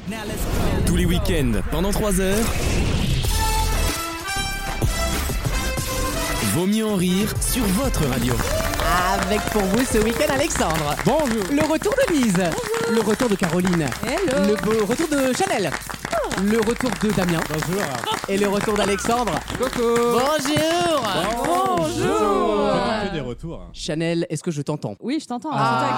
Tous les week-ends, pendant 3 heures. Vaut mieux en rire sur votre radio. Avec pour vous ce week-end Alexandre. Bonjour. Le retour de Lise. Bonjour. Le retour de Caroline. Hello. Le retour de Chanel. Le retour de Damien. Bonjour. Et le retour d'Alexandre. Coucou. Bonjour. Bonjour. Que des retours. Chanel, est-ce que je t'entends? Oui, je t'entends.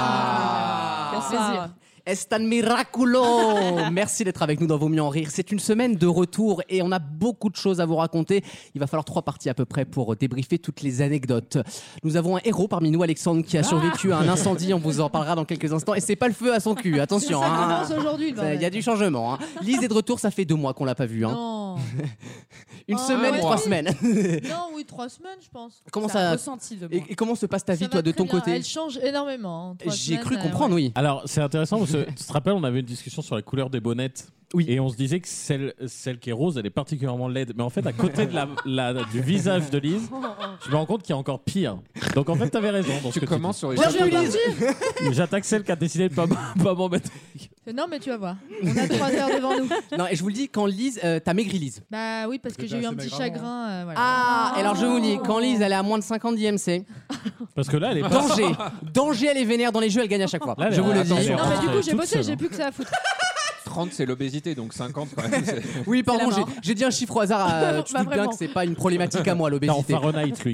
Ah. Quel plaisir. Est un miraculo. Merci d'être avec nous dans Vaut mieux en rire. C'est une semaine de retour et on a beaucoup de choses à vous raconter. Il va falloir 3 parties à peu près pour débriefer toutes les anecdotes. Nous avons un héros parmi nous, Alexandre, qui a survécu à un incendie. On vous en parlera dans quelques instants. Et c'est pas le feu à son cul, attention. Ça commence aujourd'hui. Il y a du changement. Lise est de retour, ça fait 2 mois qu'on l'a pas vue. Non. Une semaine, ouais. 3 semaines. Non, oui, 3 semaines, je pense. Comment C'est un ça ressenti de moi. et comment se passe ta vie, Ça toi, va de très ton bien. côté? Elle change énormément. 3 J'ai semaines, cru comprendre, oui. Alors, c'est intéressant parce que tu te rappelles, on avait une discussion sur la couleur des bonnettes. Oui. Et on se disait que celle qui est rose, elle est particulièrement laide. Mais en fait, à côté de du visage de Lise, je me rends compte qu'il y a encore pire. Donc en fait, t'avais raison dans ce que tu commences sur les Bienvenue, Lise. dis. J'attaque celle qui a décidé de pas m'embêter. Non, mais tu vas voir. On a 3 heures devant nous. Non, et je vous le dis, quand Lise, t'as maigri, Lise. Bah oui, parce que j'ai eu un petit chagrin. Voilà. Ah, et alors je vous dis, quand Lise, elle est à moins de 50 d'IMC, Parce que là, elle est pas. danger, elle est vénère dans les jeux, elle gagne à chaque fois. Là, elle Je est- vous le dis. attends, Non, mais du coup, j'ai toute bossé, seule, j'ai hein. plus que ça à foutre. 30, c'est l'obésité, donc 50, quand même. Oui, pardon, C'est la mort. j'ai dit un chiffre au hasard. Tu Bah, doutes bien vraiment. que c'est pas une problématique à moi, Non, l'obésité. Fahrenheit, lui.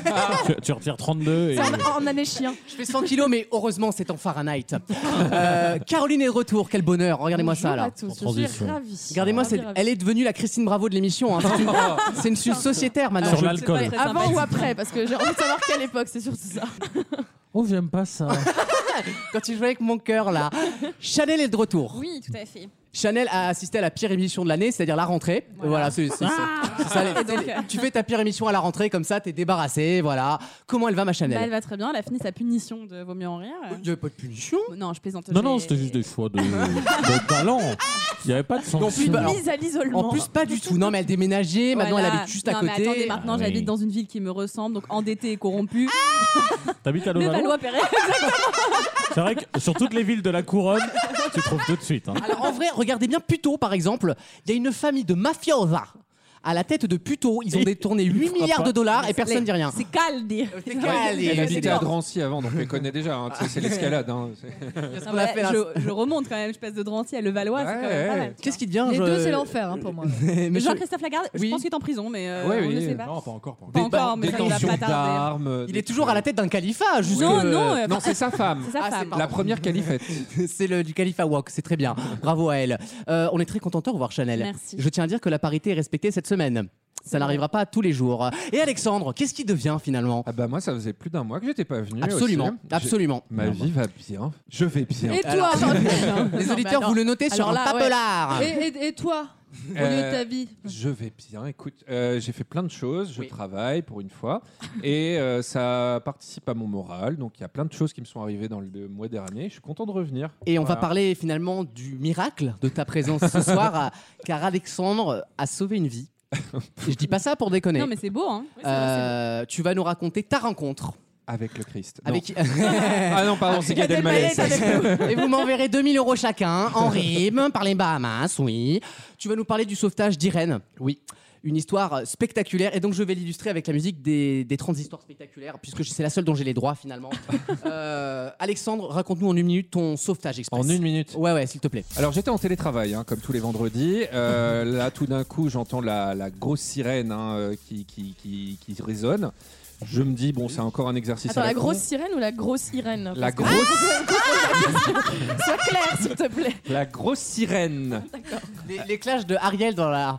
Tu retires 32 et. En année chien. Je fais 100 kilos, mais heureusement, c'est en Fahrenheit. Caroline est de retour, quel bonheur. Regardez-moi ça, là. Bonjour à tous, En je suis transition. ravie. Regardez-moi, Ravie. elle est devenue la Christine Bravo de l'émission. Hein. C'est une sociétaire maintenant. Sur Je- l'alcool. C'est pas très Avant ou après Parce que j'ai envie de savoir quelle époque, c'est surtout ça. Oh, j'aime pas ça. Quand tu jouais avec mon cœur, là. Chanel est de retour. Oui, tout à fait. Chanel a assisté à la pire émission de l'année, c'est-à-dire la rentrée. Voilà, c'est ça. Tu fais ta pire émission à la rentrée, comme ça, t'es débarrassé. Voilà. Comment elle va, ma Chanel? Bah, elle va très bien. Elle a fini sa punition de Vaut mieux en rire. Il n'y avait pas de punition. Non, je plaisante. Non, c'était juste des choix de talent. Il n'y avait pas de Non, sanction. plus, bah, alors, Mise à l'isolement. en plus, pas du tout. Non, mais elle déménageait. Maintenant, elle habite juste à non, côté. Mais attendez, maintenant, Ah, oui. j'habite dans une ville qui me ressemble, donc endettée et corrompue. T'habites à Le Levallois. Valois-Perret. C'est vrai que sur toutes les villes de la couronne, tu trouves tout de suite. Hein. Alors, en vrai, regardez bien Puteaux, par exemple. Il y a une famille de mafiosa à la tête de Puteaux. Ils ont détourné 8 milliards de dollars et personne ne dit rien. C'est caldi. Elle habitait à Drancy avant, donc elle connaît déjà. Hein. Tu sais, c'est l'escalade. Hein. On a fait un- Je remonte quand même. Je passe de Drancy à Levallois. C'est quand même pas mal. Qu'est-ce qui devient Les deux, c'est l'enfer pour moi. Jean-Christophe Lagarde, je Oui. pense qu'il est en prison, mais Oui, on oui. ne sait pas. Non, pas encore. Pas encore, mais ça ne va Détention pas tarder. d'armes. Il est toujours à la tête d'un califat. Jusque... Non, Non, c'est sa femme. C'est sa Ah, c'est femme. pas- La première califette. C'est du Califat Walk, c'est très bien. Bravo à elle. On est très content de revoir Chanel. Merci. Je tiens à dire que la parité est respectée cette semaine. Ça n'arrivera pas tous les jours. Et Alexandre, qu'est-ce qui devient finalement? Ah bah moi, ça faisait plus d'un mois que j'étais pas venu. Absolument, aussi. absolument. Ma vie va bien. Je vais bien. Et toi Alors, Jean-Pierre Les auditeurs, vous le notez sur Alors un là, ouais. papelard. Et toi Au lieu de ta vie Je vais bien. Écoute, j'ai fait plein de choses. Je Oui. travaille pour une fois. Et ça participe à mon moral. Donc il y a plein de choses qui me sont arrivées dans le mois dernier. Je suis content de revenir. Et on va Voilà. parler finalement du miracle de ta présence ce soir, car Alexandre a sauvé une vie. Et je dis pas ça pour déconner. Non, mais c'est beau, hein. Oui, c'est vrai, Tu vas nous raconter ta rencontre. Avec le Christ. Non. Avec... Ah non, pardon, c'est Gad Elmaleh. ça. Et vous m'enverrez 2000 € chacun en rime par les Bahamas, oui. Tu vas nous parler du sauvetage d'Irène. Oui. Une histoire spectaculaire. Et donc, je vais l'illustrer avec la musique des 30 histoires spectaculaires, puisque c'est la seule dont j'ai les droits, finalement. Alexandre, raconte-nous en 1 minute ton sauvetage express. En 1 minute. Ouais, s'il te plaît. Alors j'étais en télétravail, hein, comme tous les vendredis. Là, tout d'un coup, j'entends la grosse sirène qui résonne. Je me dis, bon, c'est encore un exercice Attends, à la con. grosse sirène ou la grosse Irène? La Parce grosse, que- Sois clair, s'il te plaît. la grosse sirène. Les clashs de Ariel dans la...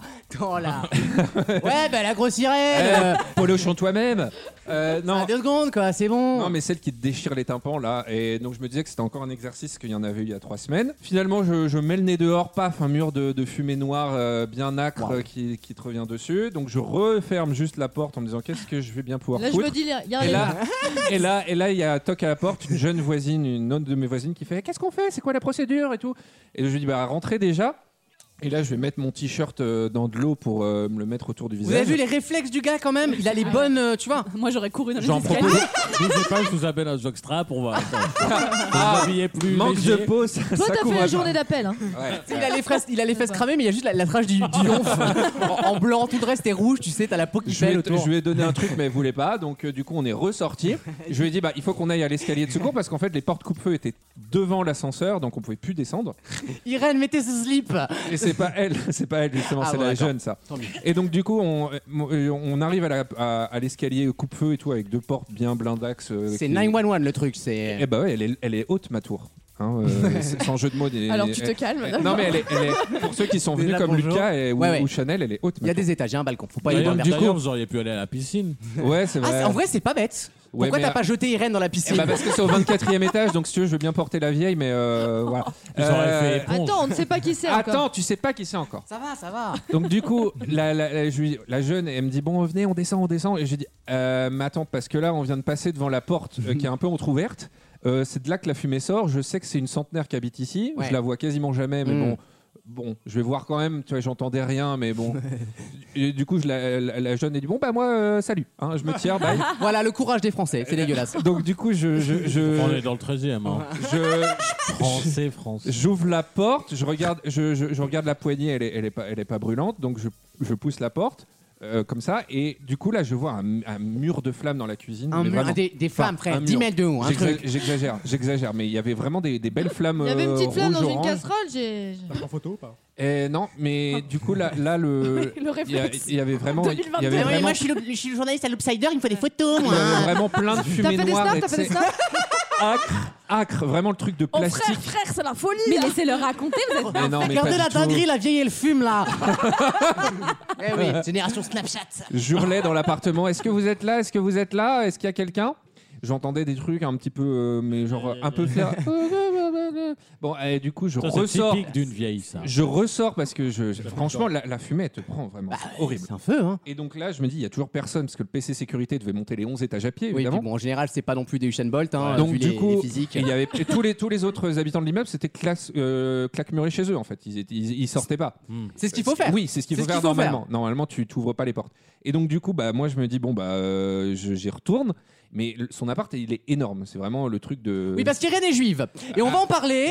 Ouais, bah la grosse sirène Polo, chante toi-même. Non. 2 secondes, quoi, c'est bon. Non, mais celle qui te déchire les tympans, là. Et donc, je me disais que c'était encore un exercice qu'il y en avait eu il y a 3 semaines. Finalement, je mets le nez dehors, paf, un mur de fumée noire bien acre qui te revient dessus. Donc, je referme juste la porte en me disant qu'est-ce que je vais bien pouvoir Là, je foutre. me dis, il y a un Et là, il y a toc à la porte, une jeune voisine, une autre de mes voisines qui fait qu'est-ce qu'on fait, c'est quoi la procédure et tout. Et je lui dis bah rentrez déjà. Et là, je vais mettre mon t-shirt dans de l'eau pour me le mettre autour du visage. Vous avez vu les réflexes du gars quand même? Il a les bonnes, tu vois. Moi, j'aurais couru dans les J'en escaliers. propose. Je sais pas, je vous appelle un jockstrap, on va. Habiller plus Manque léger. de peau, Toi, t'as fait la journée d'appel. Hein. Ouais. Il a les fesses cramées, mais il y a juste la trace du yonf en blanc. Tout le reste est rouge, tu sais, t'as la peau qui pèle autour. Je lui ai donné un truc, mais elle voulait pas. Donc, du coup, on est ressorti. Je lui ai dit, il faut qu'on aille à l'escalier de secours parce qu'en fait, les portes coupe-feu étaient devant l'ascenseur, donc on pouvait plus descendre. Irène, mettez ce slip. Et c'est pas elle justement, c'est bon, la d'accord. jeune, ça. Et donc, du coup, on arrive à l'escalier coupe-feu et tout avec 2 portes bien blindax. C'est 911 le truc, c'est. Eh bah ouais, elle est haute, ma tour. Hein, sans jeu de mots. Alors tu te calmes. Non, mais elle est pour ceux qui sont venus Là, comme bonjour. Lucas Ouais. ou Chanel, elle est haute. Il y a des étages, il y a un balcon. Faut pas y aller. D'ailleurs, vous auriez pu aller à la piscine. Ouais, c'est vrai. En vrai, c'est pas bête. Ouais, Pourquoi mais- t'as pas jeté Irène dans la piscine? Parce que c'est au 24e étage, donc si tu veux, je veux bien porter la vieille, mais voilà. Ils auraient fait éponge. Attends, on ne sait pas qui c'est encore. Attends, tu sais pas qui c'est encore. Ça va. Donc du coup, la jeune, elle me dit bon, venez, on descend. Et je dis mais attends, parce que là, on vient de passer devant la porte qui est un peu entrouverte. C'est de là que la fumée sort. Je sais que c'est une centenaire qui habite ici. Ouais. Je la vois quasiment jamais, mais bon, je vais voir quand même. Tu vois, j'entendais rien, mais bon. Et du coup, la jeune, elle dit bon bah moi, salut. Hein, je me tire, bye. Voilà le courage des Français, c'est dégueulasse. Donc du coup, On est dans le 13e. Hein. Français. J'ouvre la porte, je regarde la poignée, elle est pas brûlante, donc je pousse la porte comme ça, et du coup là je vois un mur de flammes dans la cuisine. Mais vraiment. Des flammes, Enfin, un frère, mur. 10 mètres de haut, un truc. J'exagère, mais il y avait vraiment des belles flammes. Il y avait une petite flamme dans une rouge-orange. casserole. T'as pris en photo ou pas? Non, mais du coup là Le il réflexe. y avait vraiment, il y 2022. avait vraiment, je suis le journaliste à l'Upsider, il me faut des photos, il y avait vraiment plein de T'as fumée fait des noire. snaps, et t'as tu fait des sais, snaps. acre, vraiment le truc de Oh plastique. frère, c'est la folie. Mais laissez-le raconter, vous êtes Mais non, mais Regardez pas la du tout. dinguerie, la vieille elle fume là. Eh oui, génération Snapchat. J'hurlais dans l'appartement. Est-ce que vous êtes là? Est-ce qu'il y a quelqu'un? J'entendais des trucs un petit peu, mais genre un peu faire. Bon, et du coup, je Ça, c'est ressors. typique d'une vieille, ça. Je ressors parce que franchement, la fumée, elle te prend vraiment. C'est horrible. C'est un feu, hein. Et donc là, je me dis, il y a toujours personne parce que le PC sécurité devait monter les 11 étages à pied, Oui, puis évidemment. bon, en général, c'est pas non plus des Usain Bolt, hein, Donc vu du les coup, physiques. il y avait tous les autres habitants de l'immeuble, c'était claque-muré chez eux en fait. Ils sortaient pas. C'est ce qu'il faut faire. Oui, c'est ce qu'il faut faire normalement. Normalement, tu t'ouvres pas les portes. Et donc du coup, moi je me dis bon j'y retourne. Mais son appart, il est énorme. C'est vraiment le truc de. Oui, parce qu'Irène est juive. Et on va en parler.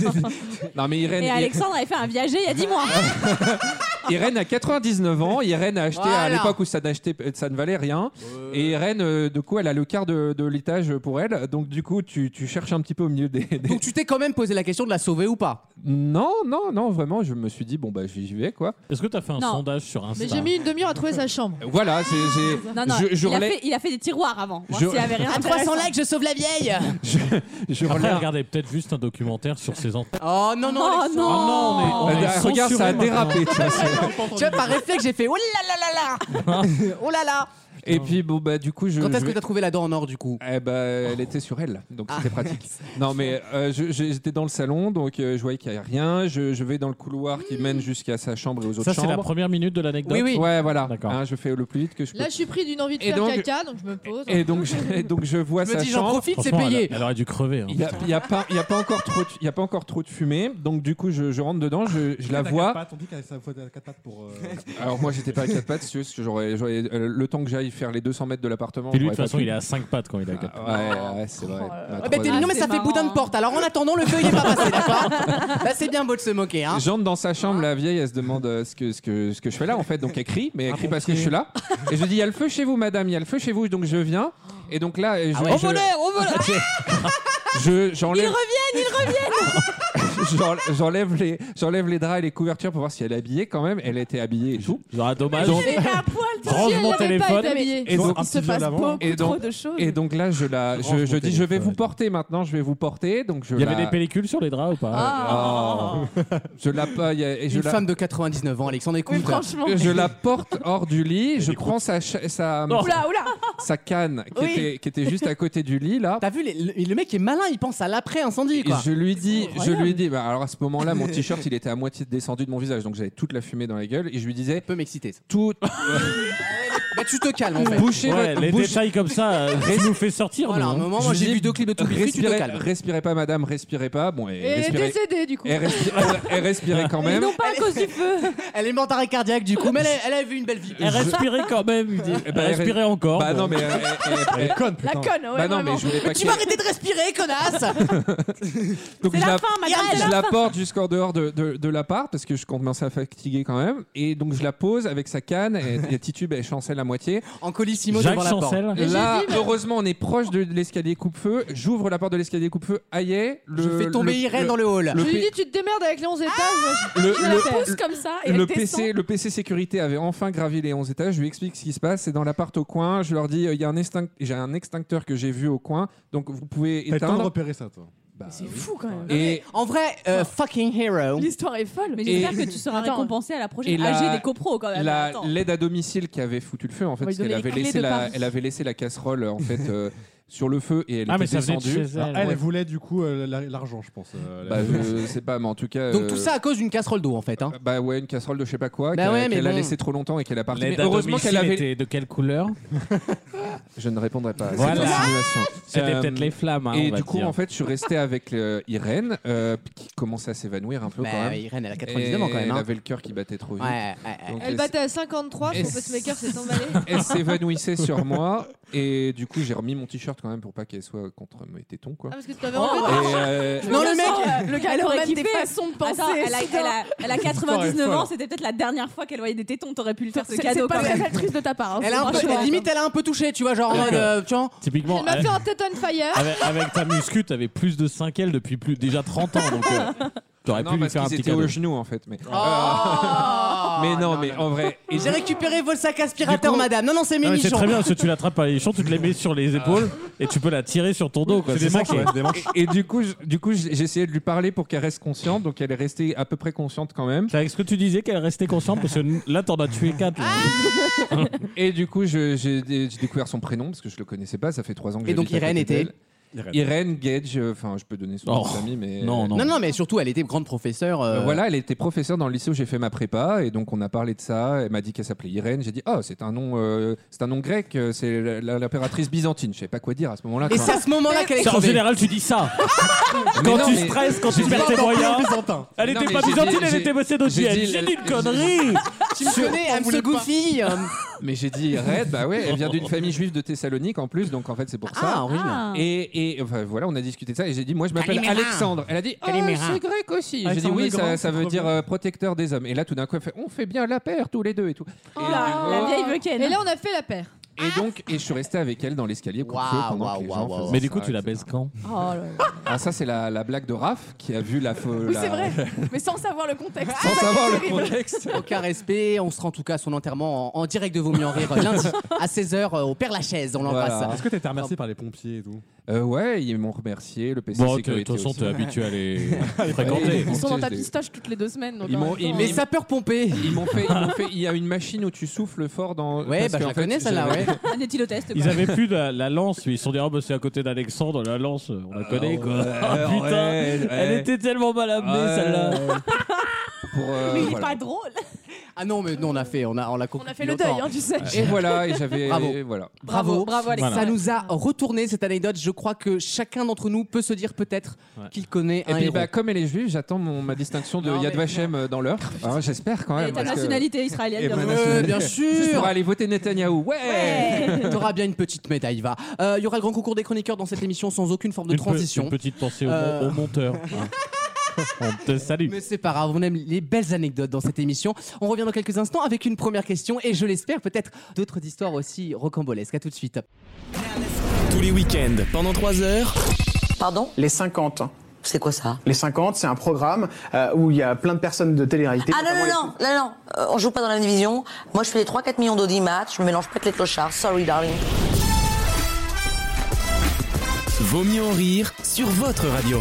Non, mais Irène. Et Alexandre avait fait un viager il y a 10 mois. Irène a 99 ans. Irène a acheté à Voilà. l'époque où ça ne valait rien. Et Irène, du coup, elle a le quart de l'étage pour elle. Donc, du coup, tu cherches un petit peu au milieu des. Donc tu t'es quand même posé la question de la sauver ou pas? Non, vraiment, je me suis dit, j'y vais, quoi. Est-ce que tu as fait un Non. sondage sur Insta? Mais j'ai mis une demi-heure à trouver sa chambre. Voilà, Non, il a fait des tiroirs avant. Voir s'il y avait rien À 300 likes, je sauve la vieille. je Après, relève. regardez peut-être juste un documentaire sur ses enfants. Oh non, non, Oh Alexandre. non. On est Regarde, ça a censuré dérapé, tu vois. Tu vois, par réflexe, j'ai fait oh là là là là. Oh là là. Et puis, du coup, Quand est-ce que t'as trouvé la dent en or du coup? elle était sur elle, donc c'était pratique. Non, mais j'étais dans le salon, donc je voyais qu'il n'y avait rien. Je vais dans le couloir qui mène jusqu'à sa chambre et aux autres Ça, c'est la chambres. première minute de l'anecdote. Oui, oui. Ouais, voilà. D'accord. Hein, je fais le plus vite que je peux. Là, je suis pris d'une envie de Et faire donc- caca, donc je me pose. Et donc, je vois Je me sa dis, j'en chambre. profite, c'est Franchement, payé. elle aurait dû crever. hein. Il y a pas encore trop de fumée, donc du coup je rentre dedans, je la vois. On dit qu'elle faut des 4 pattes pour. Alors moi j'étais pas à 4 pattes, si tu veux, parce que j'aurais le temps que j'aille faire les 200 mètres de l'appartement. Puis lui, de j'aurais toute façon, pas il est à 5 pattes quand il a 4 pattes. Ouais, c'est vrai. Ah bah, t'es mignon, mais c'est ça fait marrant. boudin de porte. Alors en attendant, le feu il est pas passé, d'accord? Là, c'est bien beau de se moquer, hein. J'entre dans sa chambre, la vieille, elle se demande ce que je fais là en fait, donc elle crie, mais elle crie parce que je suis là. Et je dis il y a le feu chez vous, madame, il y a le feu chez vous, donc je viens. Et donc là, ouais. au voleur. J'enlève. Ils reviennent. J'enlève les draps et les couvertures pour voir si elle est habillée quand même. Elle était habillée et tout. Genre, dommage. Donc- Il était à poil. Je range elle mon n'avait pas téléphone. été habillée. Et donc, un Il se petit viol passe avant. beaucoup Et donc- trop de choses. Et donc là, je Range mon dis, je vais téléphone. vous porter maintenant, je vais vous porter. Donc Il y avait des pellicules sur les draps ou pas? Ah. je la, et je Une la, femme de 99 ans, Alexandre, écoute. Oui, franchement. je la porte hors du lit. Je prends sa canne Oui. qui était juste à côté du lit là. T'as vu, le mec est malin, il pense à l'après-incendie, Et quoi. je lui dis, alors à ce moment-là, mon t-shirt il était à moitié descendu de mon visage, donc j'avais toute la fumée dans la gueule. Et je lui disais, Ça peut m'exciter, ça. tout. Bah tu te calmes en fait. Bouchez Ouais, les détails comme ça, tu nous fais sortir. Voilà, nous, à un hein. moment, moi j'ai vu 2 clips de tout tu te calmes. Respirez pas, madame, respirez pas. Bon, Et elle est décédée du coup. et respirez quand Mais même. non, pas à cause du feu. Elle est morte d'arrêt cardiaque du coup, mais elle a vu une belle vie. Elle respirait quand même, il dit. Eh ben, Respirait encore. Bah bon. non, mais Elle est conne, La putain. conne, ouais. bah non, mais vraiment. je voulais pas Tu qu'elle. vas arrêter de respirer, connasse. Donc C'est je la la- fin, madame. c'est Je la la fin. porte jusqu'en dehors de l'appart parce que je commençais à fatiguer quand même. Et donc je la pose avec sa canne et Titube elle chancelle à moitié. En colissimo Jacques devant la porte. Chancel. Mais Là, j'ai dit, mais- heureusement, on est proche de l'escalier coupe-feu. J'ouvre la porte de l'escalier coupe-feu. Aïe, Je fais tomber Irène dans le hall. le Je lui P- dis, tu te démerdes avec les 11 étages. le- Tu la pousses comme ça et le elle descend. PC, le PC sécurité avait enfin gravi les 11 étages. Je lui explique ce qui se passe. C'est dans l'appart au coin. Je leur dis il y a j'ai un extincteur que j'ai vu au coin. Donc vous pouvez T'as le temps de éteindre. repérer ça, toi. Bah, C'est oui. fou quand même. Et En vrai, fucking hero. L'histoire est folle. Mais j'espère que tu seras Attends. récompensé à la Et prochaine la- AG des copros quand même. Attends. l'aide à domicile qui avait foutu le feu en fait, On va lui parce qu'elle donner les avait clés laissé de Paris. elle avait laissé la casserole en fait sur le feu et elle Ah, mais était ça venait de descendue. chez elle. Elle ouais. voulait du coup l'argent, je pense. Bah, je sais pas, mais en tout cas. Donc tout ça à cause d'une casserole d'eau en fait. Hein. Bah ouais, une casserole de je sais pas quoi, Bah qu'elle ouais, mais qu'elle a bon. laissé trop longtemps et qu'elle a parti. Mais L'aide à heureusement domicile qu'elle avait. était de quelle couleur? Je ne répondrai pas. à cette Voilà. insinuation. C'était Euh, peut-être les flammes. Hein, Et on va du coup, dire. en fait, je suis resté avec Irène, qui commençait à s'évanouir un peu quand Bah, même. Irène, elle a 99 ans quand même. Elle hein. avait le cœur qui battait trop vite. Ouais. Donc, Elle battait à 53, son pacemaker s'est emballé. Elle s'évanouissait sur moi et du coup j'ai remis mon t-shirt quand même pour pas qu'elle soit contre mes tétons quoi. Ah, parce que tu t'avais Oh. enlevé. Et, Non, le mec, Le gars, Elle elle aurait aurait des kiffé. façons de penser. Attends, elle a 99 folle. ans, c'était peut-être la dernière fois qu'elle voyait des tétons, t'aurais pu lui faire ce C'est cadeau pas quand très même. altruiste de ta part. hein. elle a un peu, Franchement. limite, elle a un peu touché, tu vois, genre en mode, tu vois. Typiquement, Elle m'a fait un tête on fire. avec ta muscu, t'avais plus de 5 L depuis déjà 30 ans. Donc t'aurais non pu lui parce faire un qu'ils petit étaient cadeau. au genou en fait. Mais, Oh mais non, mais en vrai. Et J'ai récupéré vos sacs aspirateurs, Du coup- madame. Non, c'est mes Ah, mais c'est nichons. très bien parce que tu l'attrapes par les nichons, tu te les mets sur les épaules et tu peux la tirer sur ton dos. quoi. C'est C'est des ça manches, qui est. ouais, des manches. Et du coup, j'ai essayé de lui parler pour qu'elle reste consciente, donc elle est restée à peu près consciente quand même. C'est avec ce que tu disais qu'elle restait consciente parce que là t'en as tué 4. Et du coup, j'ai découvert son prénom parce que je le connaissais pas. Ça fait 3 ans que Et donc, j'habite à Irène côté était d'elle. Irène Gage, enfin, je peux donner son nom Oh. de famille, mais Non, non. Non, mais surtout, elle était grande professeure. Voilà, elle était professeure dans le lycée où j'ai fait ma prépa et donc on a parlé de ça. Elle m'a dit qu'elle s'appelait Irène. J'ai dit oh c'est un nom grec, c'est l'impératrice byzantine. Je savais pas quoi dire à ce moment-là. Et quoi. c'est à ce moment-là qu'elle est Ça, en crevée. général, tu dis ça. Mais Quand non, tu mais- stresses, quand tu j'ai perds dit- tes moyens. Byzantin. Elle Non, était mais pas j'ai byzantine, dit- elle était macédonienne. j'ai dit- J'ai dit une connerie. Tu me connais, I'm so goofy. Mais j'ai dit Irène, bah ouais, elle vient d'une famille juive de Thessalonique en plus, donc en fait c'est pour ça. Ah, original. Et enfin, voilà, on a discuté de ça et j'ai dit moi je m'appelle Calimera. Alexandre. Elle a dit oh, Calimera. c'est grec aussi. J'ai dit Alexandre oui, le Grand, ça c'est veut trop dire bien. protecteur des hommes. Et là tout d'un coup elle fait on fait bien la paire tous les deux et tout. Oh la vieille Bucken. Et là, on a fait la paire. Et je suis resté avec elle dans l'escalier coup-de-feu Waouh, pendant que les gens waouh, faisaient Mais du ça, coup, tu la etc. baises quand? Oh là là. Ah ça c'est la blague de Raph qui a vu la Oui, c'est vrai. Mais sans savoir le contexte. sans savoir le contexte. Aucun respect. On sera en tout cas à son enterrement en direct de Vaut mieux en rire lundi à 16h au Père Lachaise. On l'embrasse. Voilà. Est-ce que t'as été remercié par les pompiers et tout? Ouais, ils m'ont remercié, le PC Bon, de sécurité toute façon, aussi. t'es habitué à les Ouais, fréquenter. Ils sont dans ta je les- pistache toutes les 2 semaines. Donc Ils en m'ont- même temps, ils- Les sapeurs pompés. Ils m'ont fait, il y a une machine où tu souffles fort dans. Ouais, parce bah je qu'en la fait, connais celle-là, j'avais- ouais. Un éthylotest. Ils avaient plus la lance, ils se sont dit oh bah c'est à côté d'Alexandre, la lance, on la connaît quoi. Ah, putain, ouais, elle ouais. était tellement mal amenée Ouais. celle-là. Pour, Mais il est voilà. pas drôle. Ah non, mais nous on l'a On a fait le deuil, hein, tu sais. Et voilà, et j'avais. Bravo. Voilà. Bravo. Bravo Alexandre. Ça nous a retourné cette anecdote. Je crois que chacun d'entre nous peut se dire peut-être Ouais. qu'il connaît Et un puis, héros. bah, comme elle est juive, j'attends ma distinction de Non, Yad mais- Vashem dans l'heure. Ah, j'espère quand même. Et ta parce que- nationalité israélienne, Et bien ma sûr. nationalité. bien Juste sûr. pour aller voter Netanyahou. Ouais. T'auras bien une petite médaille, va. Il y aura le grand concours des chroniqueurs dans cette émission sans aucune forme de transition. Une petite pensée Euh. au monteur. hein. On te salue. Mais c'est pas grave, on aime les belles anecdotes dans cette émission. On revient dans quelques instants avec une première question et je l'espère peut-être d'autres histoires aussi rocambolesques. À tout de suite. Tous les week-ends, pendant 3 heures. Pardon? Les 50. C'est quoi ça? Les 50, c'est un programme où il y a plein de personnes de télé-réalité. Ah non, on joue pas dans la même division. Moi je fais les 3-4 millions d'audimat, je me mélange pas avec les clochards. Sorry darling. Vaut mieux en rire sur votre radio.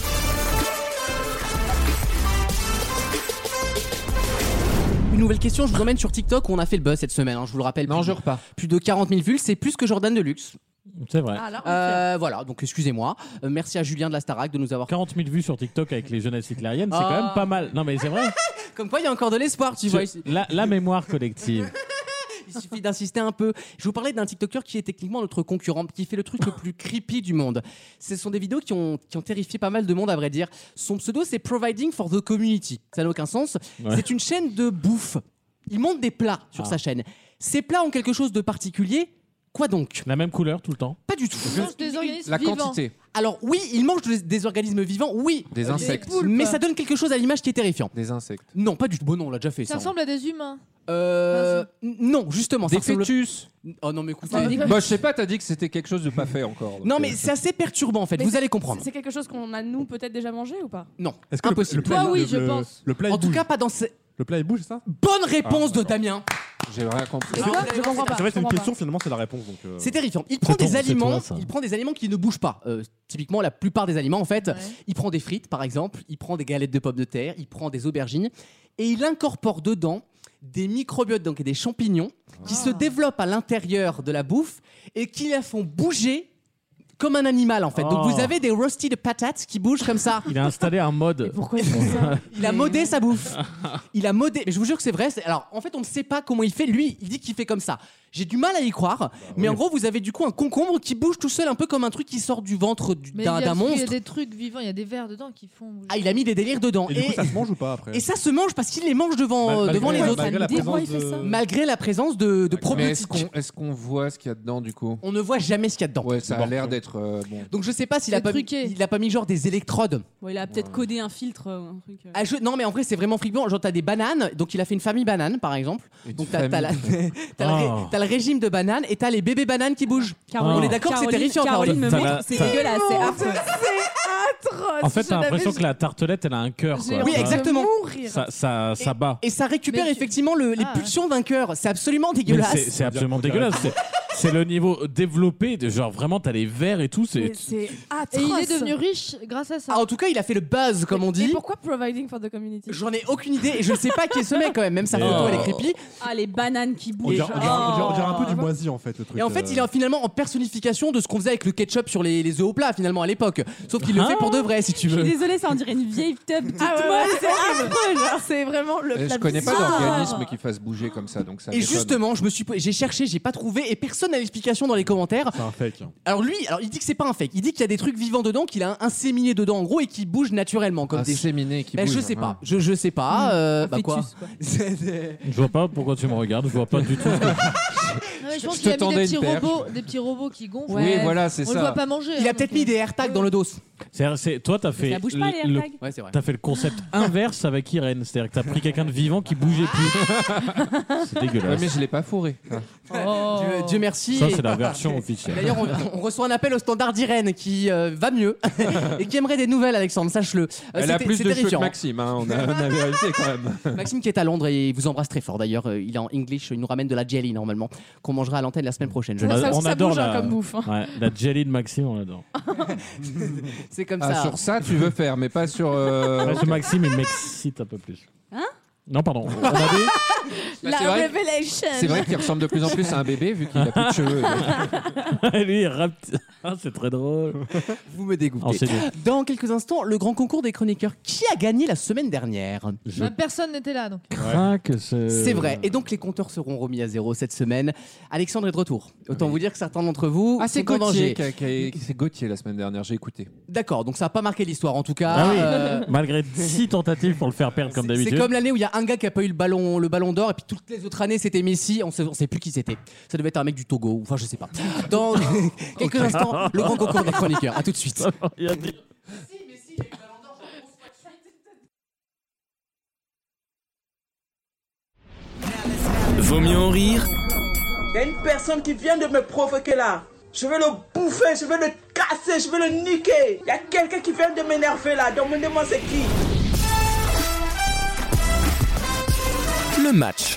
Une nouvelle question, je vous emmène sur TikTok où on a fait le buzz cette semaine, hein, je vous le rappelle. Non, plus, je repars. plus de 40 000 vues, c'est plus que Jordan Deluxe. C'est vrai. Ah, là, on est fiers. Voilà, donc excusez-moi. Merci à Julien de la Starac de nous avoir... 40 000 vues sur TikTok avec les jeunesses hitlériennes, c'est Ah. quand même pas mal. Non mais c'est vrai. Comme quoi, il y a encore de l'espoir, tu vois. La mémoire collective. Il suffit d'insister un peu. Je vous parlais d'un TikToker qui est techniquement notre concurrent, qui fait le truc le plus creepy du monde. Ce sont des vidéos qui ont terrifié pas mal de monde, à vrai dire. Son pseudo, c'est Providing for the Community. Ça n'a aucun sens. Ouais. C'est une chaîne de bouffe. Il monte des plats sur sa chaîne. Ces plats ont quelque chose de particulier. Quoi donc ? La même couleur tout le temps ? Pas du tout. La quantité. Alors oui, il mange des organismes vivants, oui. Des insectes. Mais ça donne quelque chose à l'image qui est terrifiant. Des insectes. Non, pas du tout. Bon non, on l'a déjà fait ça. Ça ressemble à des humains. Non, justement. Des fœtus. Oh non, mais écoutez. Bah, je sais pas, t'as dit que c'était quelque chose de pas fait encore. Non, mais c'est assez perturbant en fait, vous allez comprendre. C'est quelque chose qu'on a nous peut-être déjà mangé ou pas ? Non, Est-ce que impossible. Oui, je pense. Le plat, il En tout bouge. cas, pas dans ces... Le plat, il bouge, c'est ça ? Bonne réponse de Damien. J'ai rien compris. Je comprends pas. C'est vrai, c'est une je comprends question, pas. finalement, c'est la réponse. Donc, C'est terrifiant. Il prend des c'est aliments, toi, ça. il prend des aliments qui ne bougent pas. Typiquement, la plupart des aliments, en fait, il prend des frites, par exemple, il prend des galettes de pommes de terre, il prend des aubergines, et il incorpore dedans des microbiotes, donc des champignons, qui se développent à l'intérieur de la bouffe et qui la font bouger comme un animal, en fait. Donc vous avez des roasted patates qui bougent comme ça. Il a installé un mode. Pourquoi il fait ça ? Il a modé sa bouffe. Il a modé. Mais je vous jure que c'est vrai. Alors, en fait, on ne sait pas comment il fait. Lui, il dit qu'il fait comme ça. J'ai du mal à y croire. Mais en gros, vous avez du coup un concombre qui bouge tout seul, un peu comme un truc qui sort du ventre d'un monstre. Il y a des trucs vivants, il y a des vers dedans qui font. Ah, il a mis des délires dedans. Et du coup, ça se mange ou pas après ? Et ça se mange parce qu'il les mange devant les autres. Malgré la présence de probiotiques. Mais est-ce qu'on voit ce qu'il y a dedans du coup ? On ne voit jamais ce qu'il y a dedans. Ouais, ça a l'air d'être bon. Donc je sais pas s'il a pas mis genre des électrodes. Bon, il a peut-être codé un filtre ou un truc. Non, mais en vrai, c'est vraiment flippant. Genre, t'as des bananes. Donc, il a fait une famille banane, par exemple. Donc, t'as le régime de bananes et t'as les bébés bananes qui bougent. On est d'accord que c'est terrifiant, Caroline me montre, c'est dégueulasse, c'est affreux. En fait, t'as l'impression que la tartelette, elle a un cœur. Oui, exactement. Ça bat. Et ça récupère effectivement les pulsions d'un cœur. C'est absolument dégueulasse. C'est absolument dégueulasse. C'est le niveau développé. Genre, vraiment, t'as les vers et tout. C'est atroce. Et il est devenu riche grâce à ça. En tout cas, il a fait le buzz, comme on dit. Et pourquoi Providing for the Community ? J'en ai aucune idée et je ne sais pas qui est ce mec quand même. Même sa photo, elle est creepy. Ah, les bananes qui On bougent. dirait un peu du moisi en fait, le truc. Et en fait, il est finalement en personnification de ce qu'on faisait avec le ketchup sur les œufs au plat, finalement, à l'époque. Sauf qu'il le fait pour de vrai, si tu veux. Je suis désolée, ça on dirait une vieille tub toute molle. C'est affreux, genre, c'est vraiment le plat. Je connais pas d'organisme qui fasse bouger comme ça, donc ça. Et justement, j'ai cherché, j'ai pas trouvé, et personne n'a l'explication dans les commentaires. C'est un fake. Alors lui, il dit que c'est pas un fake. Il dit qu'il y a des trucs vivants dedans, qu'il a inséminé dedans en gros et qui bougent naturellement comme des inséminés qui bougent. Je sais pas. Je sais pas. Quoi Je vois pas pourquoi tu me regardes. Je vois pas du tout. Je pense qu'il a mis des petits robots qui gonflent. Oui, voilà, c'est ça. On le voit pas manger. Il a peut-être mis des AirTags dans le dos. Toi, t'as fait. Ça bouge pas, les AirTags. Ouais, c'est vrai. T'as fait le concept inverse avec Irène. C'est-à-dire que t'as pris quelqu'un de vivant qui bougeait plus. C'est dégueulasse. Ouais, mais je l'ai pas fourré. Dieu merci. Ça, c'est la version officielle. D'ailleurs, on reçoit un appel au standard d'Irène qui va mieux et qui aimerait des nouvelles, Alexandre, sache-le. Elle a plus de cheveux que Maxime, hein, on a vérifié quand même. Maxime qui est à Londres et il vous embrasse très fort d'ailleurs. Il est en English, il nous ramène de la jelly normalement, qu'on mangera à l'antenne la semaine prochaine. On adore comme bouffe. Ouais, la jelly de Maxime, on adore. C'est comme ça. Sur ça, tu veux faire, mais pas sur. Ce Maxime, il m'excite un peu plus. Hein ? Non, pardon. On a dit... La révélation. C'est vrai qu'il ressemble de plus en plus à un bébé vu qu'il a plus de cheveux. Lui, il rappe. C'est très drôle. Vous me dégoûtez. Dans quelques instants, le grand concours des chroniqueurs. Qui a gagné la semaine dernière ? Personne n'était là donc. C'est vrai. Et donc les compteurs seront remis à zéro cette semaine. Alexandre est de retour. Autant vous dire que certains d'entre vous c'est sont en danger. C'est Gauthier la semaine dernière, j'ai écouté. D'accord, donc ça n'a pas marqué l'histoire en tout cas. Ah oui. Malgré 6 tentatives pour le faire perdre comme d'habitude. C'est comme l'année où il y a un gars qui a pas eu le ballon d'or et puis toutes les autres années c'était Messi. On sait plus qui c'était. Ça devait être un mec du Togo. Enfin je sais pas. Dans quelques instants, le grand concours des chroniqueurs. À tout de suite. Vaut mieux en rire. Il y a une personne qui vient de me provoquer là. Je vais le bouffer, je vais le casser, je vais le niquer. Il y a quelqu'un qui vient de m'énerver là. Demandez-moi c'est qui. Le match.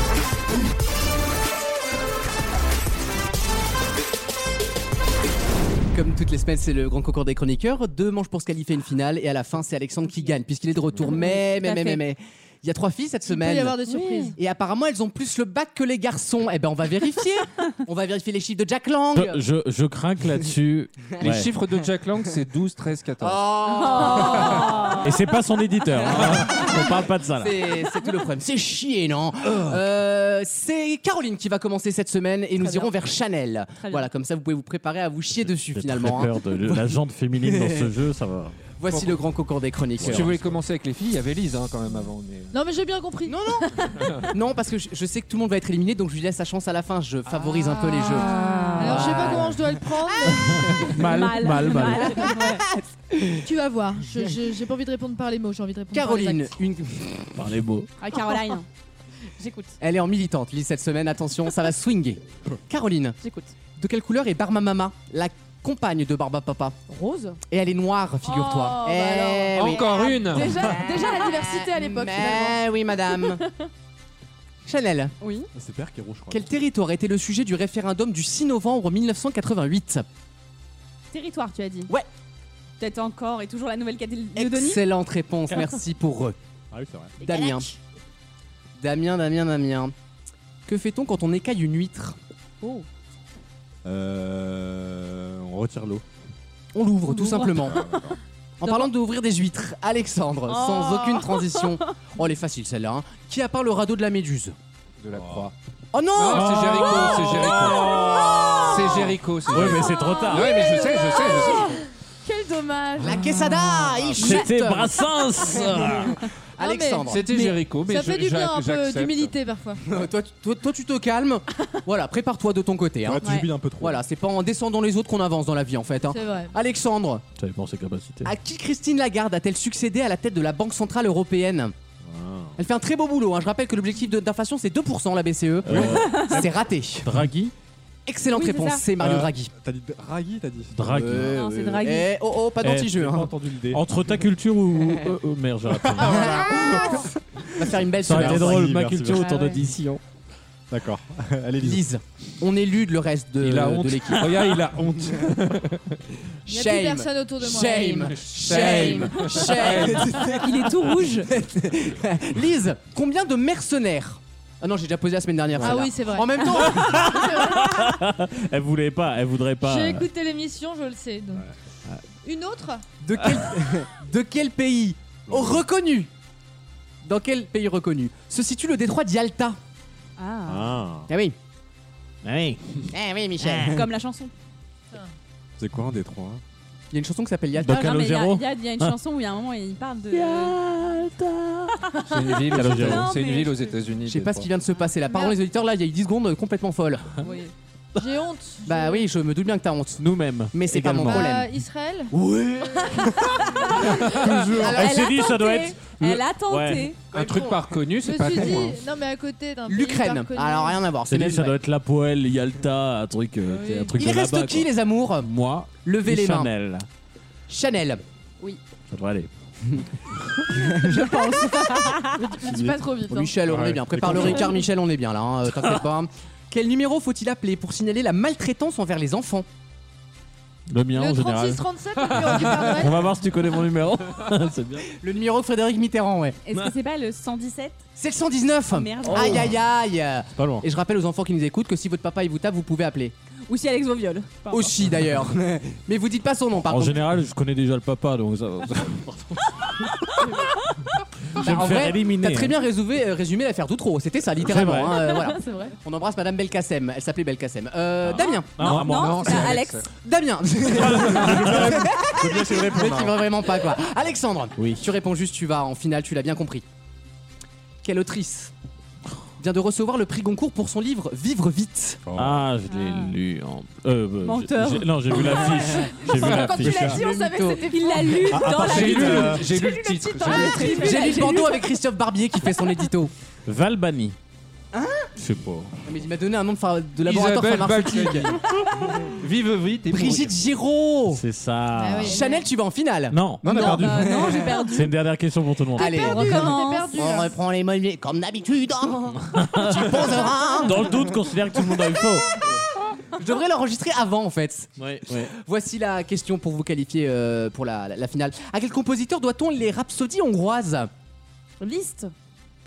Comme toutes les semaines, c'est le grand concours des chroniqueurs. 2 manches pour se qualifier une finale et à la fin, c'est Alexandre qui gagne puisqu'il est de retour. Mais, Il y a 3 filles cette Il peut semaine. y avoir des surprises. Et apparemment, elles ont plus le bac que les garçons. Eh ben, on va vérifier. On va vérifier les chiffres de Jack Lang. Je crains que là-dessus. Les chiffres de Jack Lang, c'est 12, 13, 14. Et c'est pas son éditeur. Hein. On parle pas de ça là. C'est tout le problème. C'est chier, non C'est Caroline qui va commencer cette semaine et nous irons vers Chanel. Voilà, comme ça vous pouvez vous préparer à vous chier dessus finalement. J'ai très peur de la jante féminine dans ce jeu, ça va. Voici le grand concours des chroniqueurs. Si tu voulais commencer avec les filles, il y avait Lise quand même avant. Mais... Non, mais j'ai bien compris. Non. Non, parce que je sais que tout le monde va être éliminé, donc je lui laisse sa chance à la fin. Je favorise un peu les jeux. Alors, je sais pas comment je dois le prendre. Mal. Tu vas voir. J'ai pas envie de répondre par les mots, j'ai envie de répondre Caroline, par les mots. Ah, Caroline. J'écoute. Elle est en militante, Lise, cette semaine. Attention, ça va swinguer. Caroline, J'écoute. de quelle couleur est Barma Mama, la compagne de Barba Papa? Rose. Et elle est noire, figure-toi. Oh, bah oui. Encore une. Déjà la diversité à l'époque, finalement. Oui, madame. Chanel, Oui. C'est Père qui est rouge, je crois. quel territoire était le sujet du référendum du 6 novembre 1988? Territoire, tu as dit. Ouais. Peut-être encore et toujours la Nouvelle-Calédonie. Excellente réponse, merci pour eux. Ah oui, c'est vrai. Damien. Que fait-on quand on écaille une huître? Oh. On retire l'eau. On l'ouvre, tout simplement. En parlant d'ouvrir des huîtres, Alexandre, sans aucune transition. Oh, elle est facile celle-là. Hein. Qui a peint le radeau de la Méduse? De la croix. Oh non, C'est Jéricho. Oui, mais c'est trop tard. Oui, mais je sais. Quel dommage. La quesada, il chute. C'était Brassens. Alexandre. C'était Jéricho, mais ça fait du bien un peu j'accepte. d'humilité parfois. Toi, tu te calmes. Voilà, prépare-toi de ton côté. Hein. Ouais, tu jubiles un peu trop. Voilà, c'est pas en descendant les autres qu'on avance dans la vie en fait. Hein. C'est vrai. Alexandre, Ça dépend de ses capacités. à qui Christine Lagarde a-t-elle succédé à la tête de la Banque Centrale Européenne? Elle fait un très beau boulot. Hein. Je rappelle que l'objectif d'inflation c'est 2% la BCE. C'est raté. Draghi. Excellente Oui, c'est réponse, ça. c'est Mario Draghi. T'as dit Draghi, t'as dit Draghi. Non, c'est Draghi. Pas d'anti-jeu. J'ai pas Hein. entendu le dé. Entre ta culture ou. Merde, j'ai raté. On va faire une belle Ça aurait été semaine. drôle, Merci, ma merci, culture merci. autour d'addition. D'accord. Allez, Lise. Lise, on élude le reste de, Il a honte. de l'équipe. Regarde, il a honte. Il n'y a plus personne autour de moi. Shame. Il est tout rouge. Lise, combien de mercenaires? Ah non, j'ai déjà posé la semaine dernière. Ah celle-là. oui, c'est vrai. En même temps, Elle voulait pas, elle voudrait pas. J'ai écouté l'émission, je le sais. Donc. Une autre de quel pays reconnu? Dans quel pays reconnu se situe le détroit d'Yalta? Ah. Ah. Ah oui. Oui. Eh oui, Michel. Comme la chanson. C'est quoi un des trois? Il y a une chanson qui s'appelle Yalta. Donc, Non, mais il y Calogero. a une chanson où il y a un moment il parle de. C'est une ville, Calogero. c'est une mais- ville aux États-Unis. Je sais pas ce qui vient de se passer là. Pardon les auditeurs, là, il y a eu 10 secondes complètement folles. Oui. J'ai honte. Bah oui, je me doute bien que t'as honte. Nous-mêmes. Mais c'est pas mon également. problème. Israël Oui. Toujours. Elle s'est dit, ça doit être. Elle a tenté. Ouais. Un truc pas reconnu, Je c'est me pas suis con. dit, hein. non mais à côté d'un pays L'Ukraine. pas reconnu. Alors rien à voir. C'est dit, même ça vrai. doit être La Poêle, Yalta, un truc, Oui. un truc Il de reste là-bas. qui quoi. les amours? Moi. Levez et les mains. Chanel. Chanel. Ça devrait aller. Je dis pas trop vite. Bon, hein. Michel, on est bien. Prépare le Ricard, Michel, on est bien là. Hein, t'inquiète pas. Quel numéro faut-il appeler pour signaler la maltraitance envers les enfants? Le mien en Le général. 36-37, le numéro du Père Noël. On va voir si tu connais mon numéro. C'est bien. Le numéro de Frédéric Mitterrand, ouais. Est-ce que c'est pas le 117? C'est le 119. Oh, merde. Aïe aïe aïe. C'est pas loin. Et je rappelle aux enfants qui nous écoutent que si votre papa il vous tape, vous pouvez appeler. Ou si Alex Voviol. Aussi d'ailleurs. Mais vous dites pas son nom par En contre. général, je connais déjà le papa, donc ça. Je vais Bah, en me faire vrai, éliminer. t'as très bien résumé l'affaire d'Outreau. C'était ça, littéralement. C'est vrai. Hein, voilà. C'est vrai. On embrasse Madame Belkacem. Elle s'appelait Belkacem. Damien. Non, à moi. Non, c'est Alex. Damien. Je veux bien essayer de Mais répondre. tu vas vraiment pas quoi. Alexandre. Oui. Tu réponds juste, tu vas en finale, tu l'as bien compris. Quelle autrice vient de recevoir le prix Goncourt pour son livre Vivre vite? Ah, je l'ai lu en. Menteur. Non, j'ai vu l'affiche. J'ai vu Quand tu l'affiche. l'as dit, on savait que c'était Il l'a lu dans la J'ai lu, vidéo. j'ai lu le titre. J'ai lu le bandeau avec Christophe Barbier qui fait son édito. Valbani. Je sais pas. Mais il m'a donné un nom de laboratoire Isabelle pharmaceutique. Vive vite et Brigitte Giraud. C'est ça. Ah oui. Chanel, tu vas en finale. Non. Non, on a perdu. Non, j'ai perdu. C'est une dernière question pour tout le monde. Allez, Perdu, on hein, recommence. t'es perdu. on là. reprend les mots comme d'habitude. Tu poseras. Dans le doute, considère que tout le monde a eu faux. Je devrais l'enregistrer avant en fait. Ouais. Voici la question pour vous qualifier pour la finale. À quel compositeur doit-on les rhapsodies hongroises? Liste.